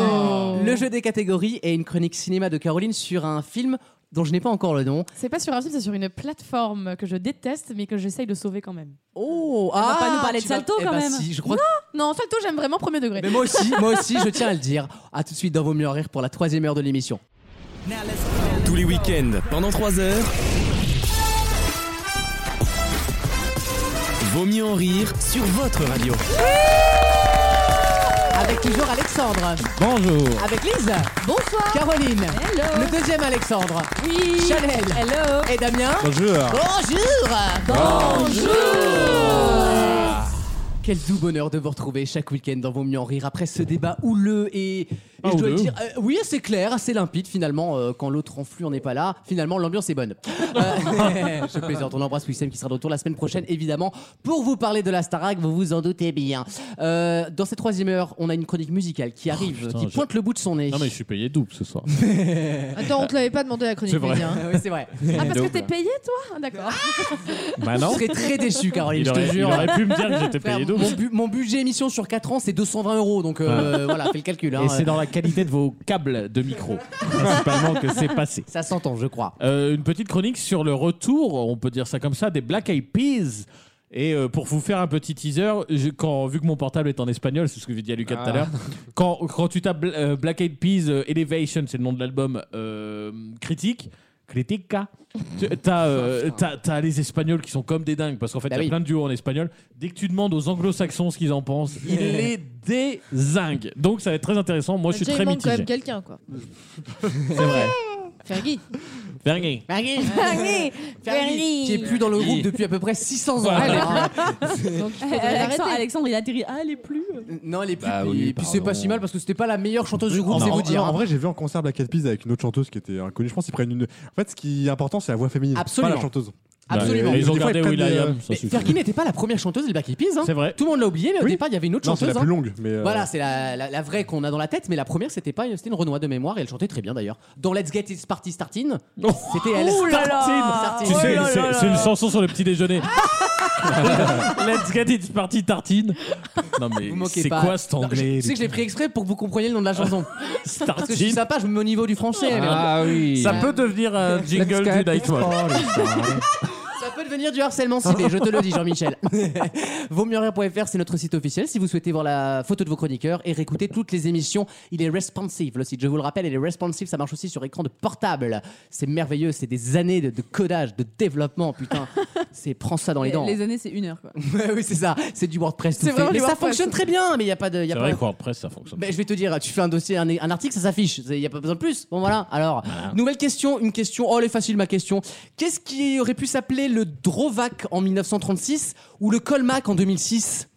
le jeu des catégories et une chronique cinéma de Caroline sur un film dont je n'ai pas encore le nom. C'est pas sur un film, c'est sur une plateforme que je déteste mais que j'essaye de sauver quand même. On va pas nous parler de Salto quand même. Si, je crois non, Salto j'aime vraiment premier degré. Mais moi aussi, je tiens à le dire. À tout de suite dans Vaut mieux en rire pour la 3e heure de l'émission. Tous les week-ends, pendant 3 heures, Vaut mieux en rire sur votre radio. Avec toujours Alexandre. Bonjour. Avec Lise. Bonsoir. Caroline. Hello. Le deuxième Alexandre. Oui. Chanel. Hello. Et Damien. Bonjour. Bonjour. Quel doux bonheur de vous retrouver chaque week-end dans Vaut mieux en rire après ce débat houleux et je dois dire, oui, c'est clair, assez limpide finalement. Quand l'autre enflure n'est pas là, finalement l'ambiance est bonne. Je plaisante, on embrasse Wissem qui sera de retour la semaine prochaine évidemment pour vous parler de la Starac, vous vous en doutez bien. Dans cette troisième heure, on a une chronique musicale qui arrive, qui pointe le bout de son nez. Non mais je suis payé double ce soir. Attends, on te l'avait pas demandé la chronique C'est vrai. musicale. Oui, c'est vrai. Ah, parce que t'es payé, toi? D'accord. Bah non. Je serais très déçu, Caroline, je te Il jure. aurait pu me dire que j'étais Frère, payé double. mon budget émission sur 4 ans, c'est 220 €. Donc voilà, fais le calcul. Hein. Et c'est dans la qualité de vos câbles de micro, principalement, que c'est passé. Ça s'entend, je crois. Une petite chronique sur le retour, on peut dire ça comme ça, des Black Eyed Peas. Et pour vous faire un petit teaser, vu que mon portable est en espagnol, c'est ce que j'ai dit à Lucas tout à l'heure, quand tu tapes Black Eyed Peas Elevation, c'est le nom de l'album, Critica, t'as les Espagnols qui sont comme des dingues, parce qu'en fait, il y a plein de duos en espagnol. Dès que tu demandes aux anglo-saxons ce qu'ils en pensent, ils les dézinguent. Donc ça va être très intéressant. Moi, je suis très Il manque mitigé. quand même quelqu'un, quoi. C'est vrai. Fergie. Fergie. Qui est plus dans le groupe depuis à peu près 600 ans. Donc, Alexandre, il a atterri. Ah, elle est plus. Non, elle est plus. Bah oui, et puis c'est pas si mal parce que c'était pas la meilleure chanteuse du groupe, c'est vous dire. En vrai, j'ai vu en concert Black Eyed Peas avec une autre chanteuse qui était inconnue. Je pense qu'ils prennent une. En fait, ce qui est important, c'est la voix féminine, Absolument. pas la chanteuse. Absolument. Ils ont gardé Will.i.am. Fergie n'était pas la première chanteuse des Black Eyed Peas. Hein. C'est vrai. Tout le monde l'a oublié, mais au départ, il y avait une autre chanteuse. C'est la plus longue. Mais Voilà, c'est la vraie qu'on a dans la tête, mais la première, c'était une Renoir de mémoire et elle chantait très bien d'ailleurs. Dans Let's Get It Party Startin', c'était elle. Tu sais, c'est une chanson sur le petit déjeuner. Let's get it party tartine. Non mais c'est quoi cet anglais? Tu sais que je l'ai pris exprès pour que vous compreniez le nom de la chanson. Parce que je suis sympa, je me mets au niveau du français. Ah oui. Ça peut devenir un jingle du Nightwatch. Ça peut devenir du harcèlement ciblé, je te le dis Jean-Michel. Vautmieuxenrire.fr, c'est notre site officiel si vous souhaitez voir la photo de vos chroniqueurs et réécouter toutes les émissions. Il est responsive le site, je vous le rappelle, il est responsive, ça marche aussi sur écran de portable. C'est merveilleux, c'est des années de codage, de développement, putain. Prends ça dans les dents. Les années, c'est 1 heure quoi. Oui, c'est ça, c'est du WordPress tout C'est fait. vraiment Mais du ça WordPress. fonctionne très bien, mais il y a pas de... C'est vrai que WordPress ça fonctionne. Je vais te dire, tu fais un dossier, un article, ça s'affiche. Il n'y a pas besoin de plus. Bon voilà. Alors, nouvelle question, une question. Oh, elle est facile ma question. Qu'est-ce qui aurait pu s'appeler le Drovac en 1936 ou le Colmac en 2006?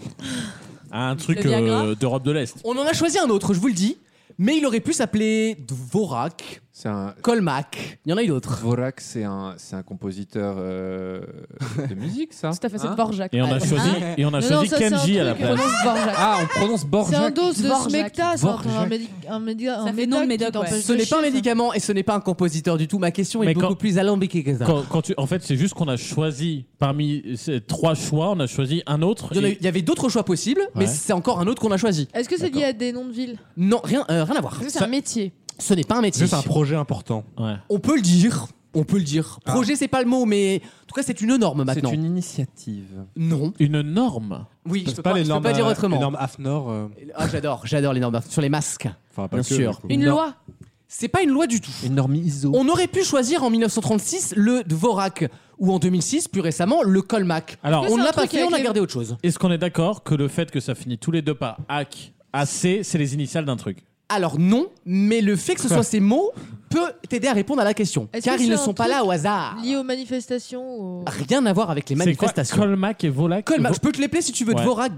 Un truc Le Viagra. d'Europe de l'Est. On en a choisi un autre, je vous le dis. Mais il aurait pu s'appeler Dvorak, Colmac. Il y en a eu d'autres. Dvorak, c'est un compositeur de musique, ça. Tout à fait, c'est Dvorak. Et on a choisi Kenji à la place. Ah, on prononce Borjak. C'est un dose de Dvorak. Smecta, c'est un nom de médoc, ouais. Ce n'est pas un médicament et ce n'est pas un compositeur du tout. Ma question est beaucoup plus alambiquée que ça. En fait, c'est juste qu'on a choisi, parmi ces 3 choix, on a choisi un autre. Il y avait d'autres choix possibles, mais c'est encore un autre qu'on a choisi. Est-ce que c'est lié à des noms de villes? Non, rien à voir. Est-ce que c'est un métier? Ce n'est pas un métier. c'est un projet important. On peut le dire. Projet, c'est pas le mot, mais en tout cas, c'est une norme maintenant. C'est une initiative. Non. Une norme. Oui, je C'est peux pas pas, les je peux normes, pas dire autrement. les normes AFNOR. J'adore les normes sur les masques. Enfin, pas Bien que, sûr. mais Une loi? C'est pas une loi du tout. Une norme ISO. On aurait pu choisir en 1936 le Dvorak ou en 2006, plus récemment, le Colmac. Alors, on ne l'a pas fait, on a gardé autre chose. Est-ce qu'on est d'accord que le fait que ça finit tous les deux par AC, c'est les initiales d'un truc? Alors non, mais le fait que ce soit ces mots peut t'aider à répondre à la question. Est-ce Car que ils c'est ne un sont pas truc là au hasard. Lié aux manifestations Rien à voir avec les manifestations. C'est quoi, Colmac et Volac? Colmac, je peux te l'épeler si tu veux. Ouais. Dvorak,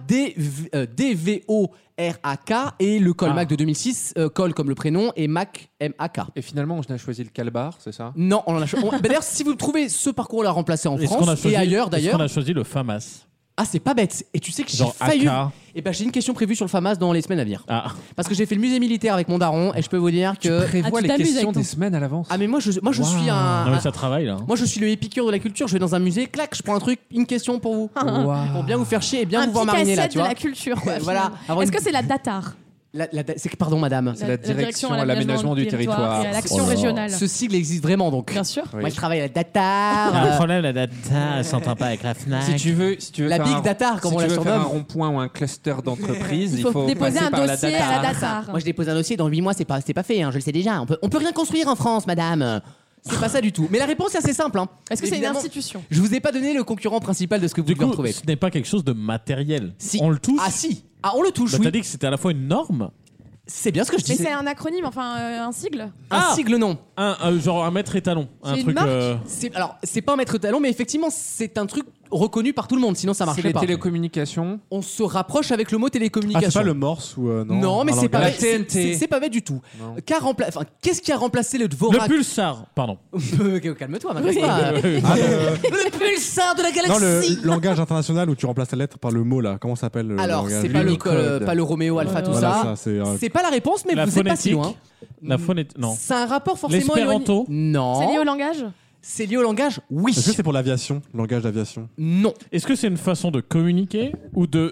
D-V-O-R-A-k, et le Colmac de 2006, Col comme le prénom, et Mac, M-A-K. Et finalement, on a choisi le Calbar, c'est ça? Non, on en a d'ailleurs, si vous trouvez ce parcours, on l'a remplacé en Est-ce qu'on a France choisi- et ailleurs Est-ce d'ailleurs. qu'on a choisi le FAMAS? Ah, c'est pas bête. Et tu sais que j'ai Genre failli. AK. Et ben j'ai une question prévue sur le FAMAS dans les semaines à venir. Ah. Parce que j'ai fait le musée militaire avec mon daron et je peux vous dire que. Prévois les questions des semaines à l'avance. Ah mais moi je suis un. Non mais ça travaille là. Moi je suis le épicure de la culture. Je vais dans un musée, clac, je prends un truc, une question pour vous, pour bien vous faire chier et bien vous voir mariner là, tu vois. de la culture, quoi. Voilà. finalement. Est-ce que c'est la DATAR? C'est que pardon madame. C'est la direction à l'aménagement du territoire. Et à l'action Oh là. régionale. Ce sigle existe vraiment donc. Bien sûr. Moi je travaille à la DATAR. Le problème, la data, elle s'entend pas avec la FNAC. Si tu veux La faire Big un- Datar, comme si on tu la veux faire un surnomme. rond-point ou un cluster d'entreprise, Il faut déposer passer un par dossier la à la Datar. DATAR. Moi je dépose un dossier dans 8 mois, c'est pas fait, hein, je le sais déjà. On peut rien construire en France, madame. C'est pas ça du tout. Mais la réponse est assez simple. Hein. Est-ce que c'est une Évidemment, institution? Je vous ai pas donné le concurrent principal de ce que vous Du devez coup, retrouver. ce n'est pas quelque chose de matériel. Si. On le touche. Ah si. Ah on le touche. Bah, Oui. t'as dit que c'était à la fois une norme. C'est bien ce que je dis. Mais c'est un acronyme, enfin un sigle? Un sigle non. Genre un mètre étalon. Un C'est une truc. marque Alors c'est pas un maître talon, mais effectivement c'est un truc reconnu par tout le monde, sinon ça marcherait pas. C'est les télécommunications. On se rapproche avec le mot télécommunication. C'est pas le Morse ou non? Non, mais c'est pas la bête. TNT. C'est pas bête du tout. Qu'est-ce qui a remplacé le Dvorak? Le pulsar, pardon. Calme-toi, m'agresse pas. Le pulsar de la galaxie. Non, le langage international où tu remplaces la lettre par le mot là. Comment ça s'appelle? Alors, c'est pas le Roméo Alpha, tout ça. C'est pas la réponse, mais vous êtes pas si loin. La phonétique, non. C'est un rapport forcément L'espéranto. Non. C'est lié au langage? C'est lié au langage, oui. Est-ce que c'est pour l'aviation, langage d'aviation? Non. Est-ce que c'est une façon de communiquer ou de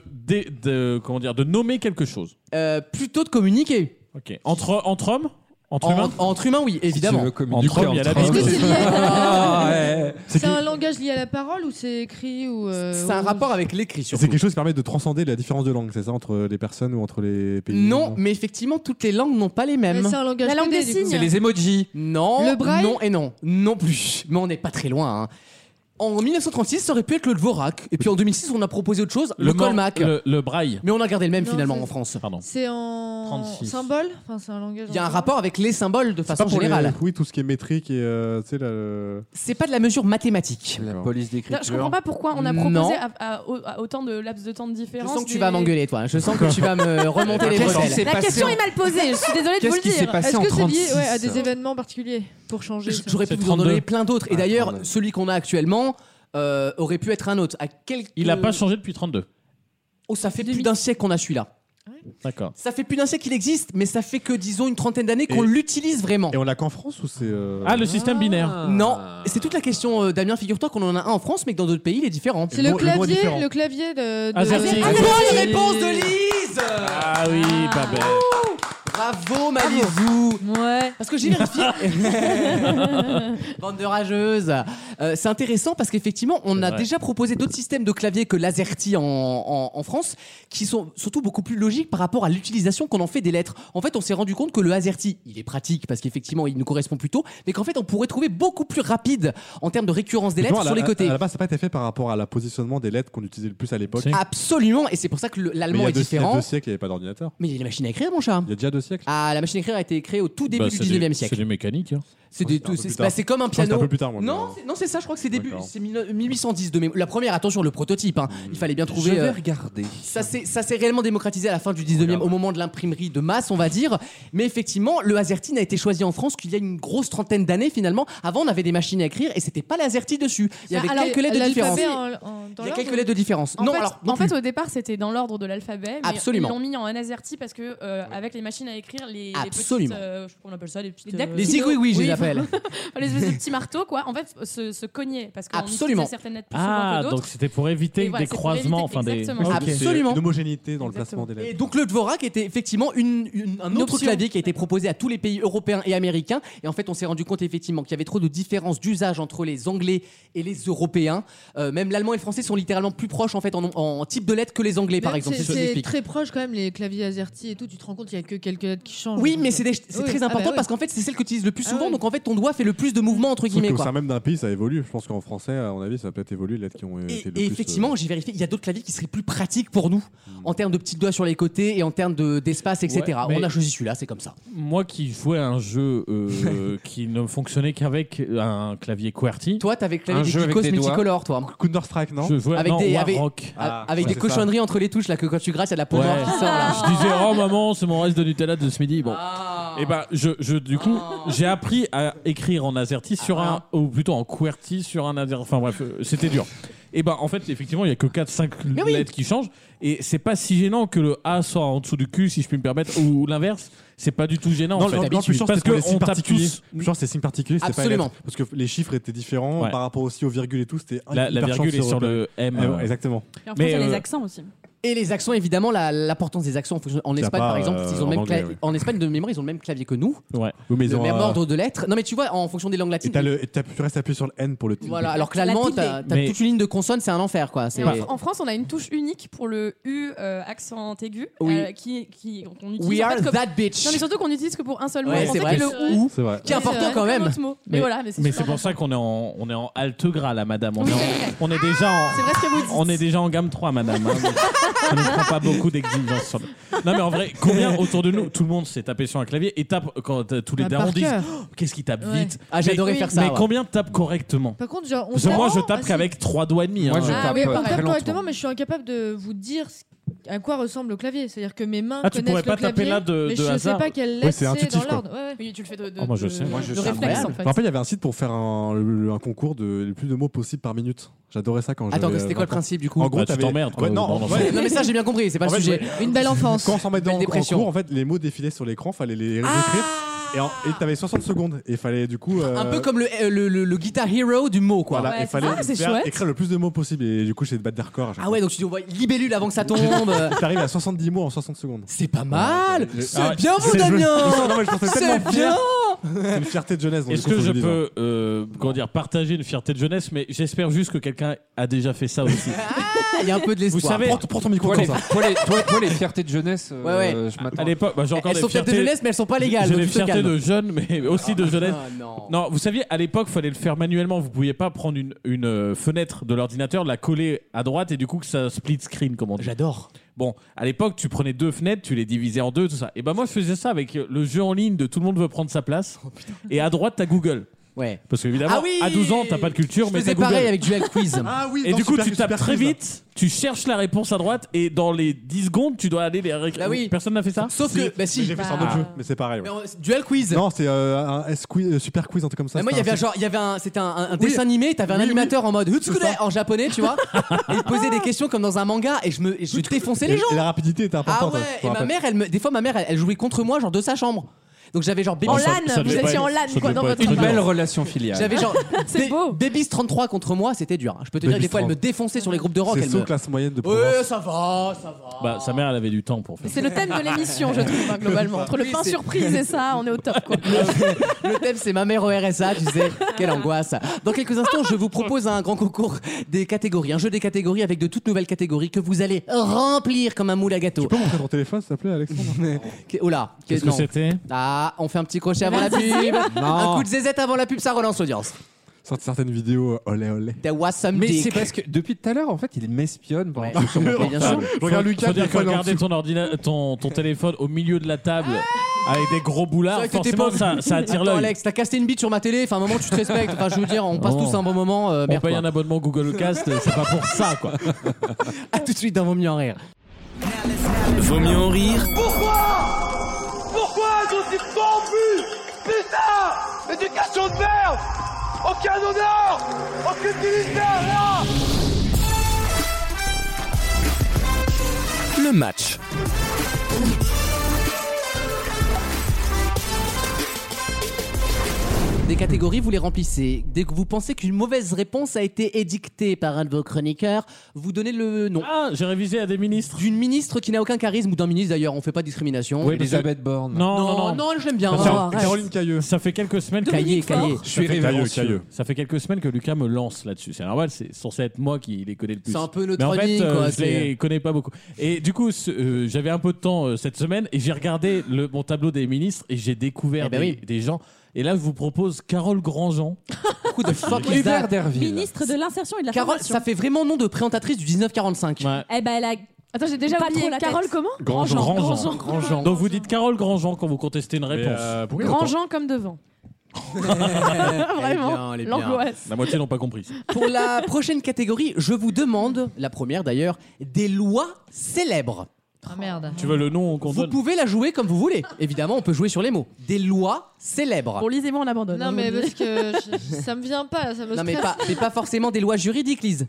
nommer quelque chose? Plutôt de communiquer. Ok. Entre hommes? Entre humains, oui, évidemment. Entre hommes, il y a la Bible. C'est un langage lié à la parole ou c'est écrit ou C'est un rapport avec l'écrit, surtout. C'est quelque chose qui permet de transcender la différence de langue, c'est ça, entre les personnes ou entre les pays? Non, mais effectivement, toutes les langues n'ont pas les mêmes. Mais c'est un langage la langue des signes. C'est les emojis. Non. Le braille. Non et non. Non plus. Mais on n'est pas très loin. Hein. En 1936, ça aurait pu être le Dvorak. Et puis en 2006, on a proposé autre chose, le Colmac. Le braille. Mais on a gardé le même Non, finalement c'est- en France. Pardon. C'est en 36. symbole. Enfin, c'est un langage. Il y a un en rapport avec les symboles de C'est façon pas pour générale. oui, tout ce qui est métrique et tu sais C'est pas de la mesure mathématique. La police d'écriture. Je comprends pas pourquoi on a proposé Non. à autant de laps de temps de Je différence. sens que tu vas m'engueuler, toi. Je sens que tu vas me remonter les Qu'est-ce qui bretelles. s'est La passé question en- est mal posée, je suis désolée de vous Qu'est-ce le qui s'est dire. passé Est-ce en que c'est lié 36 à des événements particuliers pour changer ça J'aurais pu C'est vous en 32. donner plein d'autres. Et Ah, d'ailleurs, 32. celui qu'on a actuellement aurait pu être un autre. Il n'a pas changé depuis 32. Oh, ça fait plus d'un siècle qu'on a celui-là. D'accord. Ça fait plus d'un siècle qu'il existe, mais ça fait que, disons, une trentaine d'années qu'on Et- l'utilise vraiment. Et on l'a qu'en France ou c'est Ah, le système binaire. Non, c'est toute la question, Damien. Figure-toi qu'on en a un en France, mais que dans d'autres pays, il est différent. C'est Le le mot est clavier, différent. le clavier de. Azerty. Bonne réponse de Lise. Ah oui, pas bête. Bravo, Malisou. Ouais. Parce que j'ai vérifié. Bande de rageuses. C'est intéressant parce qu'effectivement, on a vrai. déjà proposé d'autres systèmes de clavier que l'Azerty en France, qui sont surtout beaucoup plus logiques par rapport à l'utilisation qu'on en fait des lettres. En fait, on s'est rendu compte que le Azerty, il est pratique parce qu'effectivement, il nous correspond plutôt, mais qu'en fait, on pourrait trouver beaucoup plus rapide en termes de récurrence des lettres sur les côtés. À la base, ça n'a pas été fait par rapport à la positionnement des lettres qu'on utilisait le plus à l'époque. Si. Absolument, et c'est pour ça que Mais l'allemand il y a est deux différent. Il y a 2 siècles, il n'y avait pas d'ordinateur. Mais il y a les machines à écrire, mon chat. Il y a déjà 2 siècles. Ah, la machine à écrire a été créée au tout début Bah, du c'est 19e des- siècle. C'est des mécaniques. Hein. C'est Oh, c'était un peu plus tard. c'est comme un Je crois que c'était piano. un peu plus tard, moi, Non, mais- non, c'est ça, je crois que c'est début. D'accord. C'est 1810 de mémoire. La première, attention, le prototype. Hein. Il fallait bien trouver. Je vais regarder. Ça s'est réellement démocratisé à la fin du 19e, au moment de l'imprimerie de masse, on va dire. Mais effectivement, le Azerty n'a été choisi en France qu'il y a une grosse trentaine d'années finalement. Avant, on avait des machines à écrire et c'était pas l'Azerty dessus. Il y avait Alors, quelques lettres de différence. l'alphabet Il y a quelques lettres de différence. En Non, fait, alors. non en fait, plus. au départ, c'était dans l'ordre de l'alphabet, mais Absolument. ils l'ont mis en Azerty parce que avec les machines à écrire, les Absolument. petites, je sais pas comment on appelle ça, les petites, Les zigouigouis, je les oui, appelle. les espèces de petits marteaux, quoi. En fait, se cognaient parce qu'on Absolument. utilisait certaines lettres plus Ah, souvent que donc d'autres. c'était pour éviter Et voilà, des c'est pour croisements, éviter, enfin des. exactement. Ok. Absolument. Une homogénéité dans le Exactement. placement des lettres. Et donc le Dvorak était effectivement un autre option. clavier qui a été proposé à tous les pays européens et américains. Et en fait, on s'est rendu compte effectivement qu'il y avait trop de différences d'usage entre les Anglais et les Européens. Même l'allemand et le français sont littéralement plus proches en fait en type de lettres que les Anglais, par exemple. C'est ce que C'est j'explique. très proche quand même, les claviers Azerty et tout. Tu te rends compte qu'il n'y a que quelques lettres qui changent. Oui, mais c'est Oui. très Ah important bah parce oui. qu'en fait, c'est celle que tu utilises le plus Ah souvent. oui. Donc en fait, ton doigt fait le plus de mouvements entre Sauf guillemets. qu'au Quoi. sein même d'un pays, ça évolue. Je pense qu'en français, à mon avis, ça a peut-être évolué les lettres qui ont été le plus. Et effectivement, j'ai vérifié, il y a d'autres claviers qui seraient plus pratiques pour nous en termes de petits doigts sur les côtés et en termes d'espace, etc. Ouais, mais- On a choisi celui-là, c'est comme ça. Moi qui jouais à un jeu qui ne fonctionnait qu'avec un clavier QWERTY. Toi, t'avais Un clavier jeu avec Geekos des doigts. multicolore, toi. Counter-Strike, non? Je jouais Avec non, des- Warrock. Avec ouais, des c'est ça. cochonneries entre les touches là que quand tu grasses, il y a de la peau Ouais. noire qui sort là. Je disais oh maman c'est mon reste de Nutella de ce midi bon Ah. et ben du coup j'ai appris à écrire en Azerty sur un ou plutôt en QWERTY sur un Azerty enfin bref c'était dur et ben en fait effectivement il y a que 4-5 oui. lettres qui changent et c'est pas si gênant que le A soit en dessous du Q si je puis me permettre ou l'inverse c'est pas du tout gênant Non, en fait. non, plus parce que les signes on tape particuliers. tous Plus c'est signes particuliers, c'était pas les Absolument. lettres. Parce que les chiffres étaient différents Ouais. par rapport aussi aux virgules et tout. C'était la hyper virgule est chiant sur le M Exactement. Et en Mais, France, il y a les accents aussi. Et les accents, évidemment, l'importance des accents en Qu'il y a Espagne, pas, par exemple, ils ont le en même anglais, oui. en Espagne de mémoire, ils ont le même clavier que nous, ouais Oui, mais ils le ont, même ordre de lettres. Non, mais tu vois, en fonction des langues latines. tu restes appuyé sur le N pour le tilde. Voilà, alors que La l'allemand, tilde. t'as Mais- toute une ligne de consonnes, c'est un enfer, quoi. C'est- En France, on a une touche unique pour le U accent aigu Oui. qu'on utilise We en are fait, that bitch. Non, mais surtout qu'on utilise que pour un seul mot. Ouais, En c'est français, vrai. le OU. C'est vrai. Qui est important quand même. Mais voilà, mais mais c'est super pour ça important. qu'on est en halte gras là madame Oui. on est déjà en C'est vrai ce que vous dites. on est déjà en gamme 3 madame hein. Ça ne prend pas beaucoup d'exigences. Non, mais en vrai, combien autour de nous, tout le monde s'est tapé sur un clavier et tape quand tous les darons disent qu'est-ce qui tape vite. Ah, j'adorais faire ça. Mais combien tapent correctement? Par contre, genre, moi, je tape qu'avec 3 doigts et demi. Moi, je tape on tape correctement, mais je suis incapable de vous dire à quoi ressemble le clavier. C'est-à-dire que mes mains tu connaissent pourrais pas le clavier, taper là de mais je hasard. sais pas quelle lettre c'est dans l'ordre. Oui, tu le fais de moi, je sais. Moi, je sais. réflexe en fait. En fait, il y avait un site pour faire un concours de le plus de mots possible par minute. J'adorais ça quand Attends, c'était quoi le principe du coup? En gros, tu t'emmerdes. non, mais ça j'ai bien compris, c'est pas le sujet. Une belle enfance. Quand on s'en met dans le cours, en fait, les mots défilaient sur l'écran, fallait les écrire. Et t'avais 60 secondes et il fallait du coup un peu comme le Guitar Hero du mot quoi. Voilà, il fallait écrire le plus de mots possible et du coup j'essayais de battre des records. Ah ouais, donc tu dis on va libellule avant que ça tombe. T'arrives à 70 mots en 60 secondes. C'est pas mal. C'est bien vous Damien. C'est bien. C'est une fierté de jeunesse. Est-ce que je peux partager une fierté de jeunesse, mais j'espère juste que quelqu'un a déjà fait ça aussi. Il y a un peu de l'espoir. Vous savez, prends ton micro. Toi, les fiertés de jeunesse, je m'attends. À l'époque, j'ai encore elles sont fiertés de jeunesse, mais elles sont pas légales. J'ai des fiertés de jeunes, mais aussi de jeunesse. Non, vous saviez, à l'époque, il fallait le faire manuellement. Vous pouviez pas prendre une fenêtre de l'ordinateur, la coller à droite et du coup que ça split screen, comme on dit. J'adore. Bon, à l'époque, tu prenais 2 fenêtres, tu les divisais en 2, tout ça. Et ben moi, je faisais ça avec le jeu en ligne de Tout le monde veut prendre sa place. Et à droite, t'as Google. Ouais. Parce qu'évidemment, à 12 ans, t'as pas de culture, mais t'as Google. Pareil avec Duel Quiz. Et du coup, tu tapes très vite, tu cherches la réponse à droite, et dans les 10 secondes, tu dois aller les réécrire. Bah oui. Personne n'a fait ça? Sauf que, bah si. J'ai fait ça en autre jeu, mais c'est pareil. Ouais. Duel Quiz. Non, c'est un super quiz, un truc comme ça. Moi, il y avait c'était un dessin animé, t'avais un animateur en mode Hutsukure en japonais, tu vois. Et il posait des questions comme dans un manga, et je défonçais les gens. Et la rapidité était importante. Ah ouais, et ma mère, des fois, elle jouait contre moi, genre de sa chambre. Donc j'avais genre en LAN, vous étiez en LAN quoi dans votre une belle relation filiale. J'avais genre c'est beau. Baby's 33 contre moi, c'était dur. Je peux te dire des fois elle me défonçait sur les groupes de rock. C'est classe moyenne de province. Ouais, ça va. Bah sa mère elle avait du temps pour faire. C'est le thème de l'émission je trouve globalement. Entre le pain surprise et ça, on est au top quoi. Le thème c'est ma mère au RSA, tu sais. Quelle angoisse. Dans quelques instants, je vous propose un grand concours des catégories, un jeu des catégories avec de toutes nouvelles catégories que vous allez remplir comme un moule à gâteau. Tu peux montrer ton téléphone s'il te plaît Alexandre? Oh là, qu'est-ce que c'était? Ah, on fait un petit crochet avant la pub. Un coup de zézette avant la pub, ça relance l'audience. Sortent certaines vidéos, olé olé. There was some mais dick. c'est parce que depuis tout à l'heure, en fait, il m'espionne. Ouais. Bien sûr. Regarde Lucas, dire que regarder ton téléphone au milieu de la table avec des gros boulards, forcément ça attire l'œil. Alex, t'as casté une bite sur ma télé. Enfin, un moment, tu te respectes. Enfin, je veux dire, on passe tous un bon moment. On paye un abonnement Google Cast, c'est pas pour ça, quoi. À tout de suite dans Vaut mieux en rire. Vaut mieux en rire. Pourquoi je suis corrompu? Putain! Éducation de merde! Aucun honneur! Aucune dignité, rien! Le match. Des catégories, vous les remplissez. Dès que vous pensez qu'une mauvaise réponse a été édictée par un de vos chroniqueurs, vous donnez le nom. Ah, j'ai révisé à des ministres. D'une ministre qui n'a aucun charisme, ou d'un ministre d'ailleurs, on fait pas de discrimination. Oui, Elisabeth Borne. Non, je l'aime bien. Caroline Cailleux. Ça fait quelques semaines Caillé. Je suis révérencieux. Ça fait quelques semaines que Lucas me lance là-dessus. C'est normal, c'est censé être moi qui les connais le plus. C'est un peu notre Mais en fait, quoi. Je les connais pas beaucoup. Et du coup, j'avais un peu de temps cette semaine et j'ai regardé mon tableau des ministres et j'ai découvert des gens. Et là, je vous propose Carole Grandjean. Beaucoup de fuck Hubert Derville. Ministre de l'insertion et de la Carole, formation. ça fait vraiment nom de présentatrice du 1945. Ouais. Eh ben, elle a. Attends, j'ai déjà Pas oublié. trop la Carole tête. comment? Grandjean. Donc vous dites Carole Grandjean quand vous contestez une réponse. Grandjean comme devant. Vraiment, l'angoisse. La moitié n'ont pas compris. Pour la prochaine catégorie, je vous demande, la première d'ailleurs, des lois célèbres. Ah merde. Tu veux le nom qu'on donne? Vous pouvez la jouer comme vous voulez. Évidemment, on peut jouer sur les mots. Des lois célèbres. Bon, lisez-moi, on abandonne. Non, mais parce que ça me vient pas, ça me Non, stresse. mais pas forcément des lois juridiques, Lise.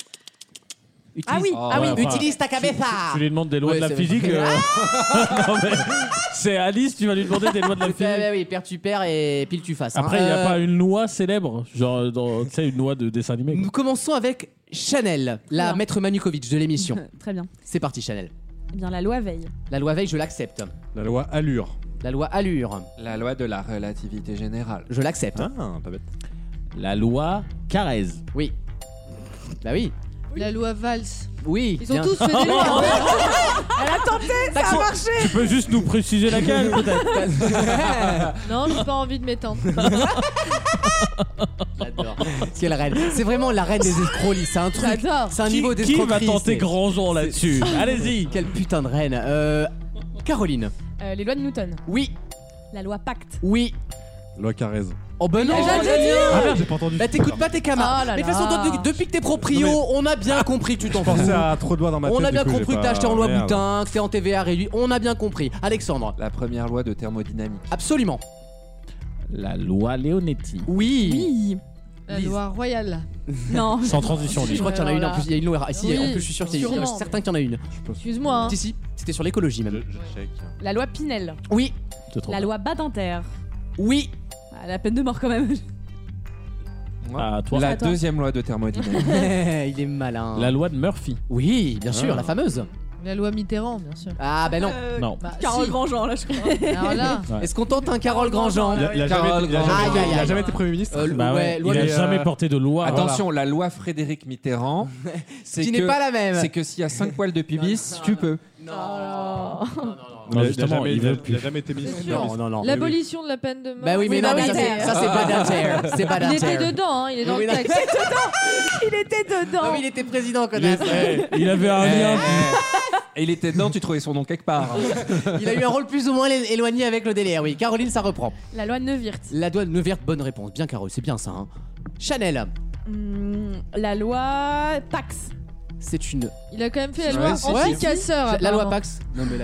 Utilise ta cabeza. Tu lui demandes des lois de la physique. Non, mais c'est Alice, tu vas lui demander des lois de la physique. Oui, père tu perds et pile tu fasses. Après, il n'y a pas une loi célèbre, genre tu sais, une loi de dessin animé. Nous commençons avec Chanel, la maître Manukovic de l'émission. Très bien. C'est parti, Chanel. Eh bien, la loi Veil. La loi Veil, je l'accepte. La loi Allure. La loi Allure. La loi de la relativité générale. Je l'accepte. Ah, pas bête. La loi Carrez. Oui. Bah oui. La loi Valls. Oui. Ils ont tous fait des lois. Elle a tenté, ça a marché. Tu peux juste nous préciser laquelle, peut-être? Non, j'ai pas envie de m'étendre. J'adore. Quelle reine. C'est vraiment la reine des escrocs. C'est un truc. J'adore. C'est un niveau d'escroquerie. Qui va tenter Grandjean là-dessus? Allez-y. Quelle putain de reine. Caroline. Les lois de Newton. Oui. La loi Pacte. Oui. Loi Carrez. Oh ben non, Ah, merde, j'ai pas entendu. Bah t'écoutes pas tes camarades. Oh là Mais de toute façon, là. depuis que t'es proprio, on a bien compris que tu t'en Je fous. pensais à trop de doigts dans ma tête. On a bien du coup, compris j'ai que t'as pas- acheté en loi Merde. boutin, que t'es en TVA réduit. On a bien compris. Alexandre. La première loi de thermodynamique. Absolument. La loi Leonetti. Oui. La loi royale. Non. Sans transition, Je crois qu'il y en a une en plus. Il y a une loi. Si, Oui, en plus, je suis sûr qu'il y en a sûrement. certain qu'il y en a une. Excuse-moi. Hein. Si, c'était sur l'écologie même. Je check. La loi Pinel. Oui. La loi Badinter. Oui. La peine de mort quand même. À toi. La À toi. deuxième loi de thermodynamique. Il est malin. La loi de Murphy. Oui, bien sûr, Ah. la fameuse. La loi Mitterrand, bien sûr. Ah ben non. Non. Bah, Carole si. Grandjean, là, je crois. Alors là, Ouais. Est-ce qu'on tente un Carole Grandjean Il a Carole jamais- il a Grandjean. jamais- Aïe, aïe, il a aïe. jamais été Premier ministre. Bah ouais, loi il a de- jamais porté de loi. Attention, la loi Frédéric Mitterrand, c'est Qui que n'est pas la même. c'est que s'il y a 5 poils de pubis, tu peux. Non, justement, il veut il a plus. jamais été ministre. C'est sûr. Non, non, non. l'abolition de la peine de mort. Bah oui, mais Oui, non, bah mais oui, ça c'est Badinter. C'est Il Badinter. était dedans, hein, il est dans Oui, le oui, texte. Il était dedans. Ah oui, il était président, Il, connasse. il avait un lien. Et il était dedans, tu trouvais son nom quelque part. Il a eu un rôle plus ou moins éloigné avec le délire, oui. Caroline, ça reprend. La loi Neuwirth. La loi de Neuwirth, bonne réponse. Bien, Carole, c'est bien ça. Hein. Chanel, La loi Pax. c'est une. Il a quand même fait la Ouais, loi si, anti-casseur. La loi apparemment. Pax. Non, mais là.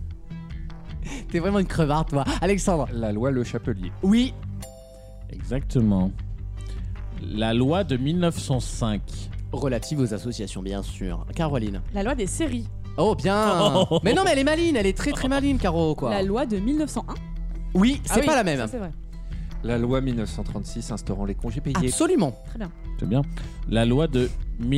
T'es vraiment une crevarde, toi. Alexandre. La loi Le Chapelier. Oui. Exactement. La loi de 1905. Relative aux associations, bien sûr. Caroline. La loi des séries. Oh, bien. Mais non, mais elle est maline. Elle est très très maline, Caro, quoi. La loi de 1901. Oui, c'est Ah pas oui, la même. ça, c'est vrai. La loi 1936 instaurant les congés payés. Absolument. Très bien. C'est bien. La loi de